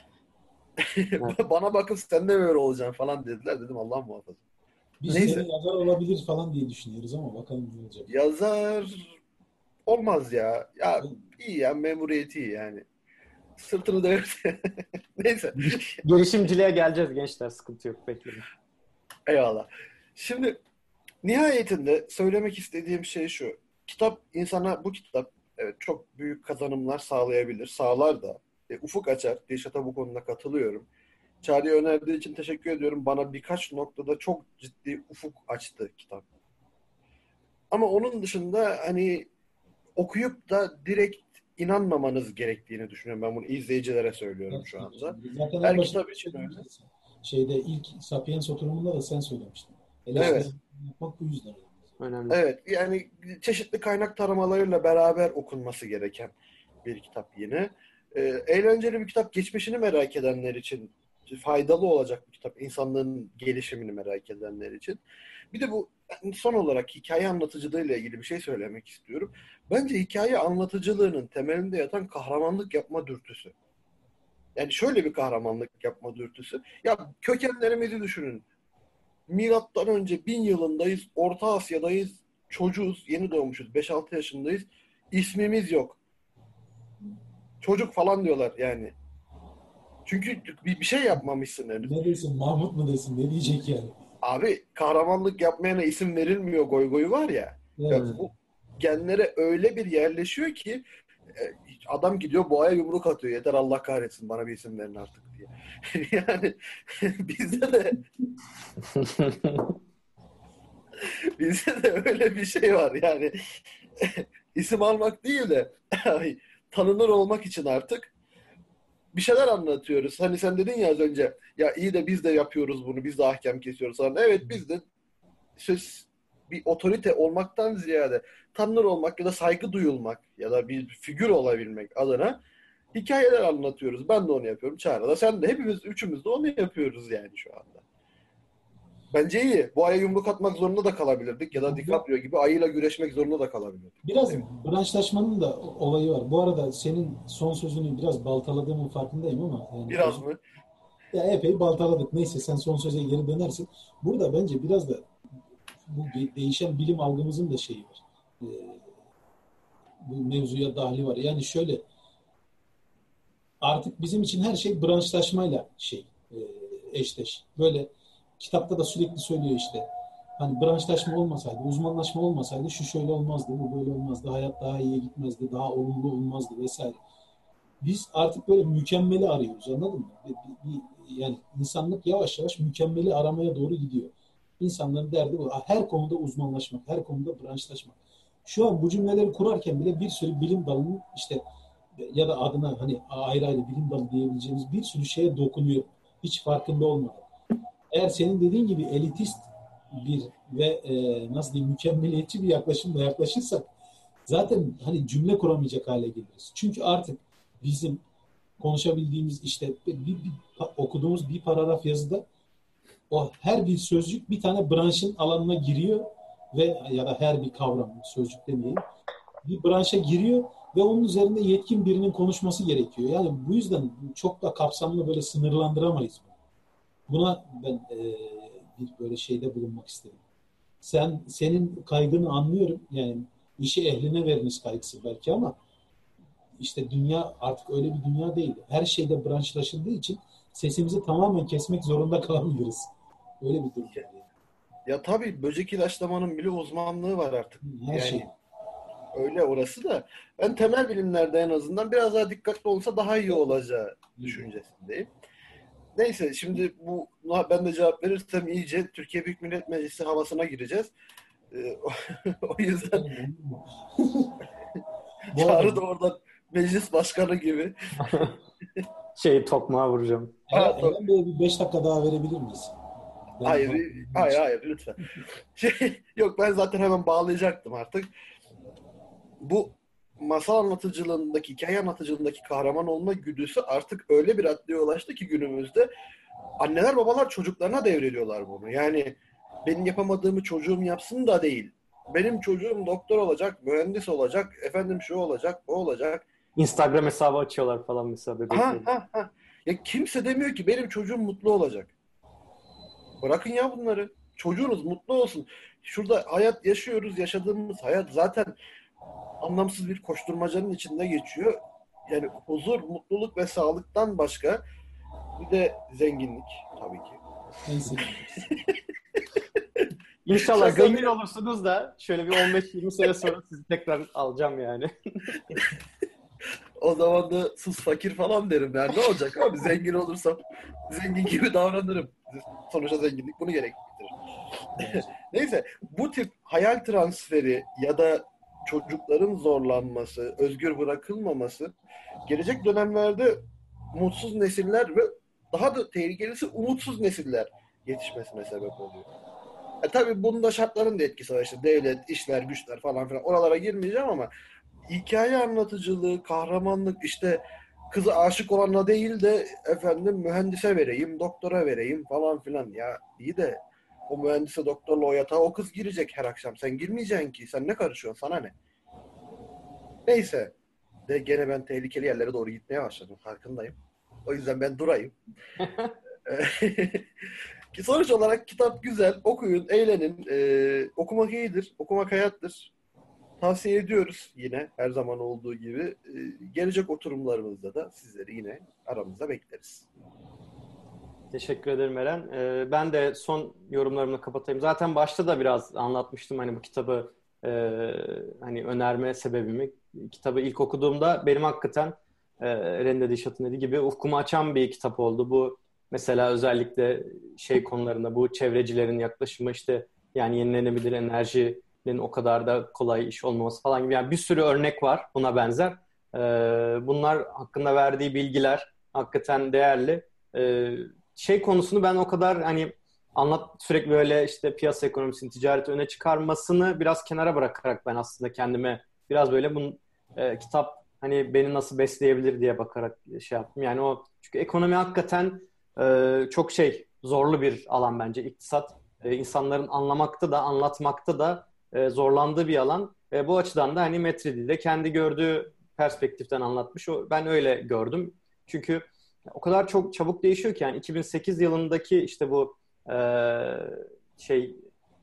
B: Bana bakın sen de böyle olacaksın falan dediler. Dedim Allah muhafaza.
C: Biz
B: Neyse.
C: seni yazar olabilir falan diye düşünüyoruz ama bakalım ne olacak.
B: Yazar olmaz ya. Ya iyi ya memuriyeti iyi yani. Sırtını döverse. Neyse.
A: Girişimciliğe geleceğiz gençler. Sıkıntı yok. Bekleyin.
B: Eyvallah. Şimdi nihayetinde söylemek istediğim şey şu. Bu kitap evet, çok büyük kazanımlar sağlayabilir. Sağlar da. Ufuk açar. Dilşat'a bu konuda katılıyorum. Çağrı'ya önerdiği için teşekkür ediyorum. Bana birkaç noktada çok ciddi ufuk açtı kitap. Ama onun dışında hani okuyup da direkt inanmamanız gerektiğini düşünüyorum. Ben bunu izleyicilere söylüyorum şu anda.
C: Zaten
B: Her
C: en başta
B: kitap için öyle.
C: ilk Sapiens oturumunda da sen söylemiştin.
B: Evet.
C: Yapmak bu yüzden.
A: Önemli.
B: Evet. Yani çeşitli kaynak taramalarıyla beraber okunması gereken bir kitap yine. Eğlenceli bir kitap. Geçmişini merak edenler için faydalı olacak bir kitap. İnsanlığın gelişimini merak edenler için. Bir de bu son olarak hikaye anlatıcılığıyla ilgili bir şey söylemek istiyorum. Bence hikaye anlatıcılığının temelinde yatan kahramanlık yapma dürtüsü. Yani şöyle bir kahramanlık yapma dürtüsü. Ya kökenlerimizi düşünün. Milattan önce 1000 yılındayız. Orta Asya'dayız. Çocuğuz. Yeni doğmuşuz. 5-6 yaşındayız. İsmimiz yok. Çocuk falan diyorlar yani. Çünkü bir şey yapmamışsın henüz.
C: Ne desin? Mahmut mu desin? Ne diyecek yani?
B: Abi kahramanlık yapmayana isim verilmiyor goygoyu var ya.
C: Evet.
B: Bu genlere öyle bir yerleşiyor ki adam gidiyor boğaya yumruk atıyor. Yeter Allah kahretsin bana bir isim verin artık diye. Yani bizde de öyle bir şey var yani. İsim almak değil de tanınır olmak için artık bir şeyler anlatıyoruz. Hani sen dedin ya az önce ya iyi de biz de yapıyoruz bunu. Biz de ahkam kesiyoruz falan. Evet biz de bir otorite olmaktan ziyade tanınır olmak ya da saygı duyulmak ya da bir figür olabilmek adına hikayeler anlatıyoruz. Ben de onu yapıyorum. Çağrı da sen de hepimiz üçümüz de onu yapıyoruz yani şu anda. Bence iyi. Bu aya yumruk atmak zorunda da kalabilirdik ya da DiCaprio gibi ayıyla güreşmek zorunda da kalabilirdik.
C: Biraz branşlaşmanın da olayı var. Bu arada senin son sözünü biraz baltaladığımın farkındayım ama yani
B: biraz mı?
C: Ya epey baltaladık. Neyse sen son söze geri dönersin. Burada bence biraz da bu değişen bilim algımızın da şeyi var. Bu mevzuya dahli var. Yani şöyle artık bizim için her şey branşlaşmayla eşdeş. Böyle kitapta da sürekli söylüyor işte. Hani branşlaşma olmasaydı, uzmanlaşma olmasaydı şu şöyle olmazdı, bu böyle olmazdı, hayat daha iyiye gitmezdi, daha olumlu olmazdı vesaire. Biz artık böyle mükemmeli arıyoruz, anladın mı? Yani insanlık yavaş yavaş mükemmeli aramaya doğru gidiyor. İnsanların derdi bu. Her konuda uzmanlaşmak, her konuda branşlaşmak. Şu an bu cümleleri kurarken bile bir sürü bilim dalının işte ya da adına hani ayrı ayrı bilim dalı diyebileceğimiz bir sürü şeye dokunuyor. Hiç farkında olmadan. Eğer senin dediğin gibi elitist bir ve nasıl diyeyim mükemmeliyetçi bir yaklaşımla yaklaşırsak zaten hani cümle kuramayacak hale geliriz. Çünkü artık bizim konuşabildiğimiz işte okuduğumuz bir paragraf yazıda o her bir sözcük bir tane branşın alanına giriyor ve ya da her bir kavram sözcük demeyelim bir branşa giriyor ve onun üzerinde yetkin birinin konuşması gerekiyor. Yani bu yüzden çok da kapsamlı böyle sınırlandıramayız. Buna ben bir böyle şeyde bulunmak istedim. Senin kaygını anlıyorum. Yani işi ehline veriniz kaygısı belki ama işte dünya artık öyle bir dünya değil. Her şeyde branşlaşıldığı için sesimizi tamamen kesmek zorunda kalabiliriz. Öyle bir durum.
B: Ya tabii böcek ilaçlamanın bile uzmanlığı var artık.
C: Her şey.
B: Yani öyle orası da. Ben temel bilimlerde en azından biraz daha dikkatli olsa daha iyi olacağı düşüncesindeyim. Neyse şimdi ben de cevap verirsem iyice Türkiye Büyük Millet Meclisi havasına gireceğiz. O yüzden
C: Bu
B: Çağrı
C: arada
B: da oradan meclis başkanı gibi.
A: Tokmağa vuracağım.
C: Eren Bey'e bir 5 dakika daha verebilir miyiz?
B: Hayır lütfen. Yok ben zaten hemen bağlayacaktım artık. Bu masal anlatıcılığındaki, hikaye anlatıcılığındaki kahraman olma güdüsü artık öyle bir raddeye ulaştı ki günümüzde anneler babalar çocuklarına devrediyorlar bunu. Yani benim yapamadığımı çocuğum yapsın da değil. Benim çocuğum doktor olacak, mühendis olacak, efendim şu olacak, bu olacak.
A: Instagram hesabı açıyorlar falan mesela bebekleri.
B: Ya kimse demiyor ki benim çocuğum mutlu olacak. Bırakın ya bunları. Çocuğunuz mutlu olsun. Şurada hayat yaşıyoruz. Yaşadığımız hayat zaten anlamsız bir koşturmacanın içinde geçiyor. Yani huzur, mutluluk ve sağlıktan başka bir de zenginlik tabii ki.
C: Neyse.
A: İnşallah
B: Şaka
A: zengin
B: bir-
A: olursunuz da şöyle bir 15-20 sene sonra sizi tekrar alacağım yani.
B: O zaman da sus fakir falan derim. Yani ne olacak abi zengin olursam zengin gibi davranırım. Sonuçta zenginlik bunu gerektirir. Neyse bu tip hayal transferi ya da çocukların zorlanması, özgür bırakılmaması gelecek dönemlerde mutsuz nesiller ve daha da tehlikelisi umutsuz nesiller yetişmesine sebep oluyor. Tabii bunda şartların da etkisi var. İşte devlet, işler, güçler falan filan. Oralara girmeyeceğim ama hikaye anlatıcılığı, kahramanlık işte kızı aşık olanla değil de efendim mühendise vereyim, doktora vereyim falan filan. Ya iyi de o mühendise doktorla o yatağa o kız girecek her akşam. Sen girmeyeceksin ki. Sen ne karışıyorsun? Sana ne? Neyse. De gene ben tehlikeli yerlere doğru gitmeye başladım. Farkındayım. O yüzden ben durayım. Ki sonuç olarak kitap güzel. Okuyun, eğlenin. Okumak iyidir. Okumak hayattır. Tavsiye ediyoruz yine her zaman olduğu gibi. Gelecek oturumlarımızda da sizleri yine aramızda bekleriz.
A: Teşekkür ederim Eren. Ben de son yorumlarımla kapatayım. Zaten başta da biraz anlatmıştım hani bu kitabı hani önerme sebebimi. Kitabı ilk okuduğumda benim hakikaten Eren'in de Dişat'ın dediği gibi ufkumu açan bir kitap oldu. Bu mesela özellikle konularında bu çevrecilerin yaklaşımı işte yani yenilenebilir enerjinin o kadar da kolay iş olmaması falan gibi. Yani bir sürü örnek var buna benzer. Bunlar hakkında verdiği bilgiler hakikaten değerli. Konusunu ben o kadar hani sürekli böyle işte piyasa ekonomisini, ticareti öne çıkarmasını biraz kenara bırakarak ben aslında kendime biraz böyle kitap hani beni nasıl besleyebilir diye bakarak yaptım. Yani çünkü ekonomi hakikaten çok zorlu bir alan bence iktisat. İnsanların anlamakta da anlatmakta da zorlandığı bir alan. Bu açıdan da hani Metridi de kendi gördüğü perspektiften anlatmış. Ben öyle gördüm. Çünkü o kadar çok çabuk değişiyor ki yani 2008 yılındaki işte bu e, şey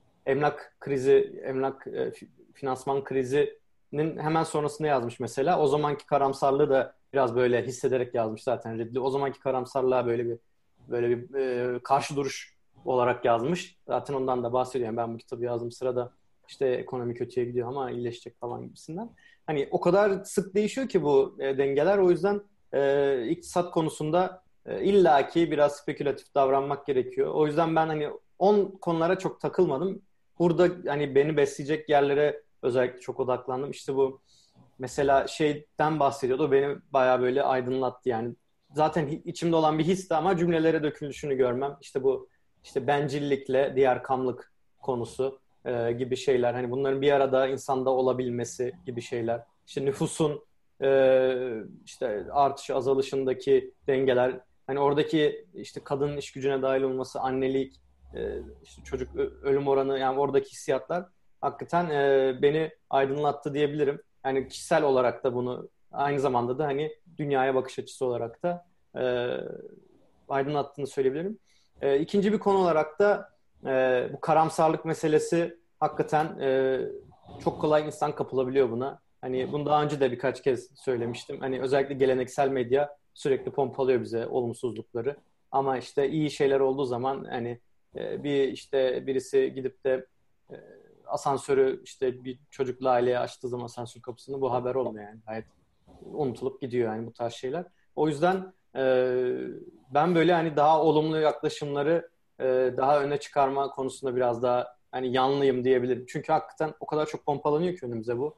A: emlak finansman krizinin hemen sonrasında yazmış mesela. O zamanki karamsarlığı da biraz böyle hissederek yazmış zaten Ridley. O zamanki karamsarlığa böyle bir karşı duruş olarak yazmış. Zaten ondan da bahsediyor. Yani ben bu kitabı yazdığım sırada işte ekonomi kötüye gidiyor ama iyileşecek falan gibisinden. Hani o kadar sık değişiyor ki bu dengeler. O yüzden iktisat konusunda illaki biraz spekülatif davranmak gerekiyor. O yüzden ben hani 10 konulara çok takılmadım. Burada hani beni besleyecek yerlere özellikle çok odaklandım. İşte bu mesela bahsediyordu. O beni bayağı böyle aydınlattı yani. Zaten içimde olan bir histi ama cümlelere dökülüşünü görmem. İşte bu işte bencillikle diğer kamlık konusu gibi şeyler. Hani bunların bir arada insanda olabilmesi gibi şeyler. İşte nüfusun işte artış azalışındaki dengeler. Hani oradaki işte kadının iş gücüne dahil olması, annelik, işte çocuk ölüm oranı yani oradaki hissiyatlar hakikaten beni aydınlattı diyebilirim. Yani kişisel olarak da bunu aynı zamanda da hani dünyaya bakış açısı olarak da aydınlattığını söyleyebilirim. İkinci bir konu olarak da bu karamsarlık meselesi hakikaten çok kolay insan kapılabiliyor buna. Hani bunu daha önce de birkaç kez söylemiştim. Hani özellikle geleneksel medya sürekli pompalıyor bize olumsuzlukları. Ama işte iyi şeyler olduğu zaman hani bir işte birisi gidip de asansörü işte bir çocuklu aileye açtığı zaman asansör kapısını bu haber olmuyor yani. Gayet unutulup gidiyor yani bu tarz şeyler. O yüzden ben böyle hani daha olumlu yaklaşımları daha öne çıkarma konusunda biraz daha hani yanlıyım diyebilirim. Çünkü hakikaten o kadar çok pompalanıyor ki önümüze bu.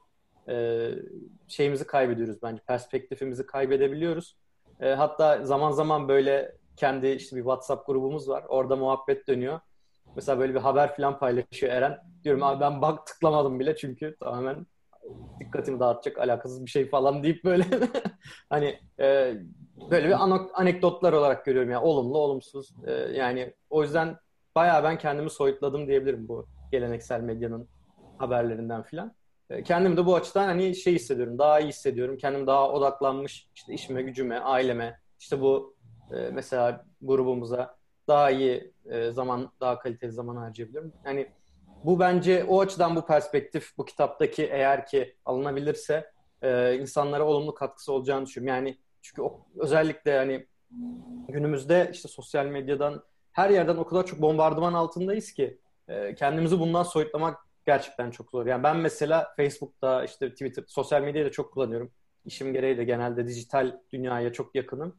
A: Şeyimizi kaybediyoruz bence. Perspektifimizi kaybedebiliyoruz. Hatta zaman zaman böyle kendi işte bir WhatsApp grubumuz var. Orada muhabbet dönüyor. Mesela böyle bir haber falan paylaşıyor Eren. Diyorum abi ben bak tıklamadım bile çünkü tamamen dikkatimi dağıtacak alakasız bir şey falan deyip böyle hani böyle bir anekdotlar olarak görüyorum yani olumlu olumsuz. Yani o yüzden bayağı ben kendimi soyutladım diyebilirim bu geleneksel medyanın haberlerinden filan. Kendimi de bu açıdan hani şey hissediyorum, daha iyi hissediyorum. Kendim daha odaklanmış işte işime, gücüme, aileme, işte bu mesela grubumuza daha iyi zaman, daha kaliteli zaman harcayabiliyorum. Yani bu bence o açıdan bu perspektif bu kitaptaki eğer ki alınabilirse insanlara olumlu katkısı olacağını düşünüyorum. Yani çünkü özellikle hani günümüzde işte sosyal medyadan her yerden o kadar çok bombardıman altındayız ki kendimizi bundan soyutlamak gerçekten çok zor. Yani ben mesela Facebook'ta işte Twitter, sosyal medyayı da çok kullanıyorum. İşim gereği de genelde dijital dünyaya çok yakınım.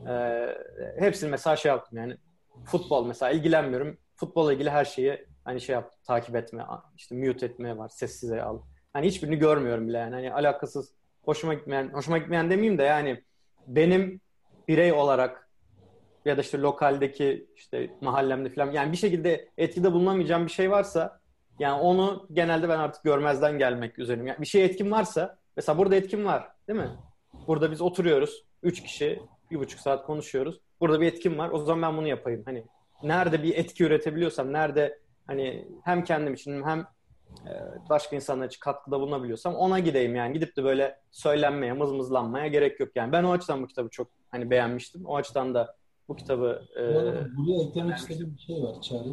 A: Hepsini mesela şey yaptım yani futbol mesela ilgilenmiyorum. Futbolla ilgili her şeyi hani şey yaptım, takip etme, işte mute etmeye var, sessize al. Hani hiçbirini görmüyorum bile yani. Hani alakasız, hoşuma gitmeyen demeyeyim de yani benim birey olarak ya da işte lokaldeki işte mahallemde falan yani bir şekilde etkide bulunamayacağım bir şey varsa yani onu genelde ben artık görmezden gelmek üzereyim. Yani bir şeye etkim varsa mesela burada etkim var değil mi? Burada biz oturuyoruz. 3 kişi 1,5 saat konuşuyoruz. Burada bir etkim var. O zaman ben bunu yapayım. Hani nerede bir etki üretebiliyorsam, nerede hani hem kendim için hem başka insanlar için katkıda bulunabiliyorsam ona gideyim yani. Gidip de böyle söylenmeye, mızmızlanmaya gerek yok yani. Ben o açıdan bu kitabı çok hani beğenmiştim. O açıdan da bu kitabı
C: Bu arada buraya eklemek
A: beğenmiştim.
C: istediğim bir şey var Çağrı.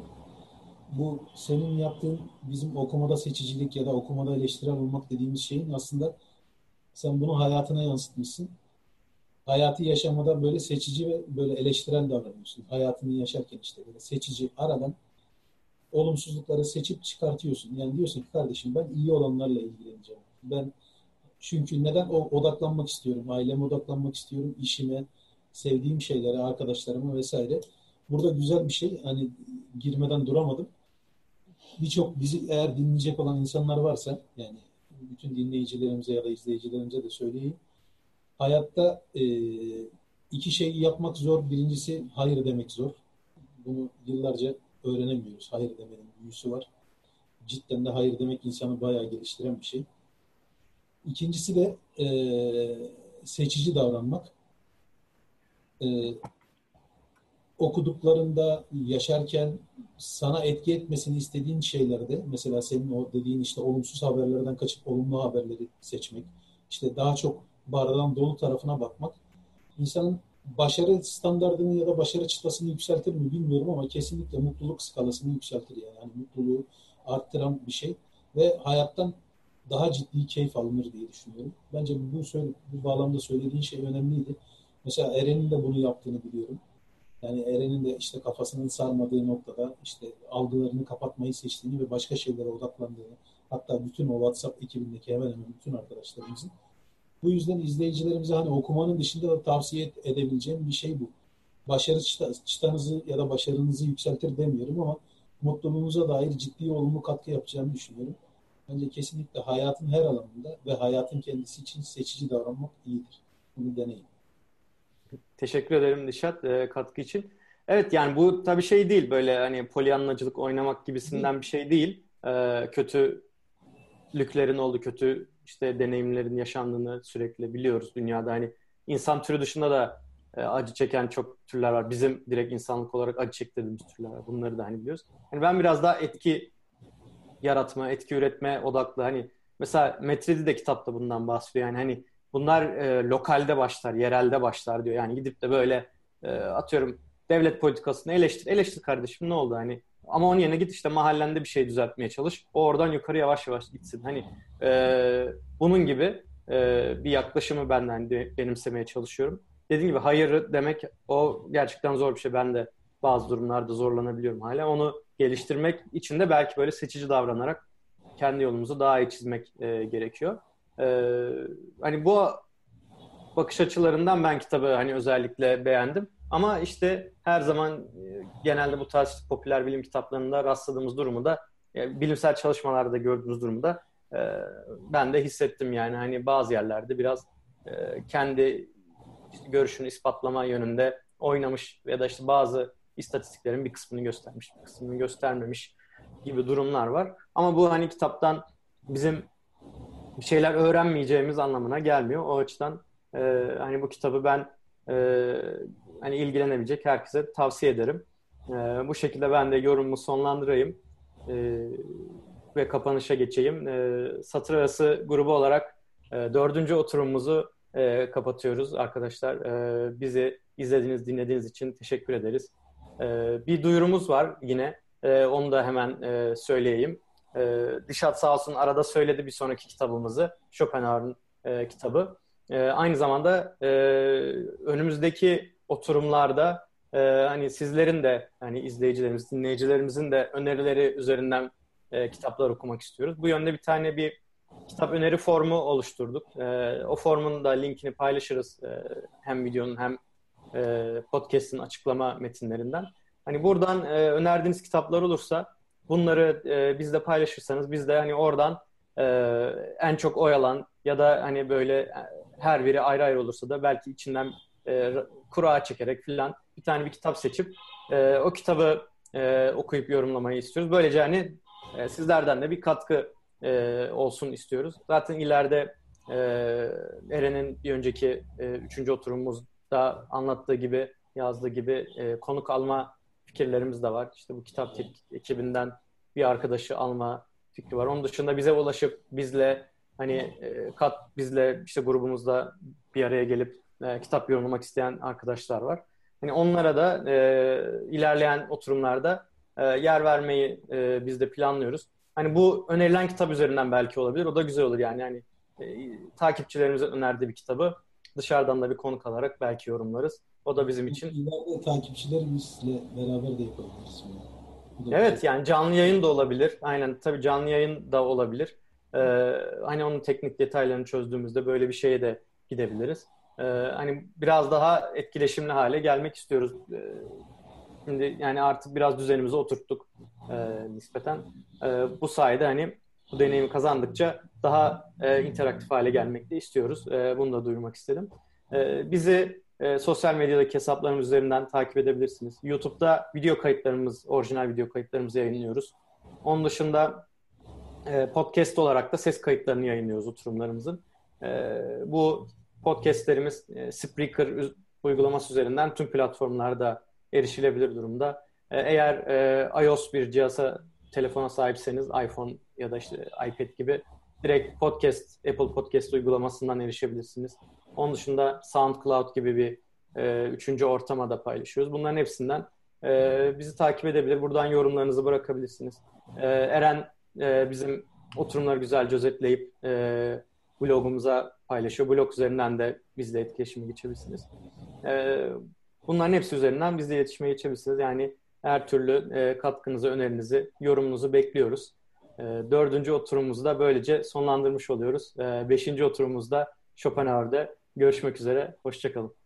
C: Bu senin yaptığın bizim okumada seçicilik ya da okumada eleştirel olmak dediğimiz şeyin aslında sen bunu hayatına yansıtmışsın. Hayatı yaşamada böyle seçici ve böyle eleştirel davranıyorsun. Hayatını yaşarken işte böyle seçici aradan olumsuzlukları seçip çıkartıyorsun. Yani diyorsun ki kardeşim ben iyi olanlarla ilgileneceğim. Ben çünkü neden odaklanmak istiyorum? Aileme odaklanmak istiyorum. İşime, sevdiğim şeylere, arkadaşlarıma vesaire. Burada güzel bir şey. Hani girmeden duramadım. Birçok bizi eğer dinleyecek olan insanlar varsa yani bütün dinleyicilerimize ya da izleyicilerimize de söyleyeyim. Hayatta iki şeyi yapmak zor. Birincisi hayır demek zor. Bunu yıllarca öğrenemiyoruz. Hayır demenin büyüsü var. Cidden de hayır demek insanı bayağı geliştiren bir şey. İkincisi de seçici davranmak. Okuduklarında yaşarken sana etki etmesini istediğin şeylerde mesela senin o dediğin işte olumsuz haberlerden kaçıp olumlu haberleri seçmek, işte daha çok bardağın dolu tarafına bakmak insanın başarı standardını ya da başarı çıtasını yükseltir mi bilmiyorum ama kesinlikle mutluluk skalasını yükseltir yani. Yani mutluluğu arttıran bir şey ve hayattan daha ciddi keyif alınır diye düşünüyorum. Bence bu bağlamda söylediğin şey önemliydi. Mesela Eren'in de bunu yaptığını biliyorum. Yani Eren'in de işte kafasının sarmadığı noktada işte algılarını kapatmayı seçtiğini ve başka şeylere odaklandığını hatta bütün o WhatsApp ekibindeki hemen hemen bütün arkadaşlarımızın bu yüzden izleyicilerimize hani okumanın dışında da tavsiye edebileceğim bir şey bu. Başarı çıtanızı ya da başarınızı yükseltir demiyorum ama mutluluğunuza dair ciddi olumlu katkı yapacağını düşünüyorum. Bence kesinlikle hayatın her alanında ve hayatın kendisi için seçici davranmak iyidir. Bunu deneyin.
A: Teşekkür ederim Nişat katkı için. Evet yani bu tabii şey değil böyle hani polyanlacılık oynamak gibisinden bir şey değil. Kötülüklerin oldu, kötü işte deneyimlerin yaşandığını sürekli biliyoruz dünyada. Hani insan türü dışında da acı çeken çok türler var. Bizim direkt insanlık olarak acı çektiğimiz türler var. Bunları da hani biliyoruz. Hani ben biraz daha etki yaratma, etki üretme odaklı. Hani mesela Metridi de kitapta bundan bahsediyor. Yani hani bunlar lokalde başlar, yerelde başlar diyor. Yani gidip de böyle atıyorum devlet politikasını eleştir. Eleştir kardeşim ne oldu hani. Ama onun yerine git işte mahallende bir şey düzeltmeye çalış. O oradan yukarı yavaş yavaş gitsin. Hani bunun gibi bir yaklaşımı ben de hani benimsemeye çalışıyorum. Dediğim gibi hayır demek o gerçekten zor bir şey. Ben de bazı durumlarda zorlanabiliyorum hala. Onu geliştirmek için de belki böyle seçici davranarak kendi yolumuzu daha iyi çizmek gerekiyor. Hani bu bakış açılarından ben kitabı hani özellikle beğendim. Ama işte her zaman genelde bu tarz popüler bilim kitaplarında rastladığımız durumu da bilimsel çalışmalarda gördüğümüz durumu da ben de hissettim yani hani bazı yerlerde biraz kendi işte görüşünü ispatlama yönünde oynamış ya da işte bazı istatistiklerin bir kısmını göstermiş, bir kısmını göstermemiş gibi durumlar var. Ama bu hani kitaptan bizim bir şeyler öğrenmeyeceğimiz anlamına gelmiyor. O açıdan hani bu kitabı ben hani ilgilenebilecek herkese tavsiye ederim. Bu şekilde ben de yorumumu sonlandırayım ve kapanışa geçeyim. Satır arası grubu olarak 4. oturumumuzu kapatıyoruz arkadaşlar. Bizi izlediğiniz, dinlediğiniz için teşekkür ederiz. Bir duyurumuz var yine. Onu da hemen söyleyeyim. Dişat sağ olsun arada söyledi bir sonraki kitabımızı. Schopenhauer'ın kitabı. Aynı zamanda önümüzdeki oturumlarda hani sizlerin de hani izleyicilerimiz, dinleyicilerimizin de önerileri üzerinden kitaplar okumak istiyoruz. Bu yönde bir kitap öneri formu oluşturduk. O formun da linkini paylaşırız. Hem videonun hem podcast'in açıklama metinlerinden. Hani buradan önerdiğiniz kitaplar olursa bunları bizle paylaşırsanız biz de hani oradan en çok oy alan ya da hani böyle her biri ayrı ayrı olursa da belki içinden kura çekerek filan bir kitap seçip o kitabı okuyup yorumlamayı istiyoruz. Böylece hani sizlerden de bir katkı olsun istiyoruz. Zaten ileride Eren'in bir önceki 3. oturumumuzda anlattığı gibi, yazdığı gibi konuk alma fikirlerimiz de var. İşte bu kitap ekibinden bir arkadaşı alma fikri var. Onun dışında bize ulaşıp bizle hani bizle işte grubumuzda bir araya gelip kitap yorumlamak isteyen arkadaşlar var. Hani onlara da ilerleyen oturumlarda yer vermeyi biz de planlıyoruz. Hani bu önerilen kitap üzerinden belki olabilir. O da güzel olur yani. Yani takipçilerimizin önerdiği bir kitabı dışarıdan da bir konuk alarak belki yorumlarız. O da bizim için.
C: İleride takipçilerimizle beraber de yapabiliriz.
A: Evet yani canlı yayın da olabilir. Aynen tabii canlı yayın da olabilir. Hani onun teknik detaylarını çözdüğümüzde böyle bir şeye de gidebiliriz. Hani biraz daha etkileşimli hale gelmek istiyoruz. Şimdi yani artık biraz düzenimizi oturttuk nispeten. Bu sayede hani bu deneyimi kazandıkça daha interaktif hale gelmek de istiyoruz. Bunu da duyurmak istedim. Bizi sosyal medyadaki hesaplarımız üzerinden takip edebilirsiniz. YouTube'da orijinal video kayıtlarımızı yayınlıyoruz. Onun dışında podcast olarak da ses kayıtlarını yayınlıyoruz oturumlarımızın. Bu podcastlerimiz Spreaker uygulaması üzerinden tüm platformlarda erişilebilir durumda. Eğer iOS bir telefona sahipseniz iPhone ya da işte iPad gibi direkt Apple Podcast uygulamasından erişebilirsiniz. Onun dışında SoundCloud gibi bir 3. ortama da paylaşıyoruz. Bunların hepsinden bizi takip edebilir. Buradan yorumlarınızı bırakabilirsiniz. Eren bizim oturumları güzelce özetleyip blogumuza paylaşıyor. Blog üzerinden de bizle etkileşime geçebilirsiniz. Bunların hepsi üzerinden bizle iletişime geçebilirsiniz. Yani her türlü katkınızı, önerinizi, yorumunuzu bekliyoruz. 4. oturumumuzu da böylece sonlandırmış oluyoruz. 5. oturumumuzda Schopenhauer'da görüşmek üzere. Hoşça kalın.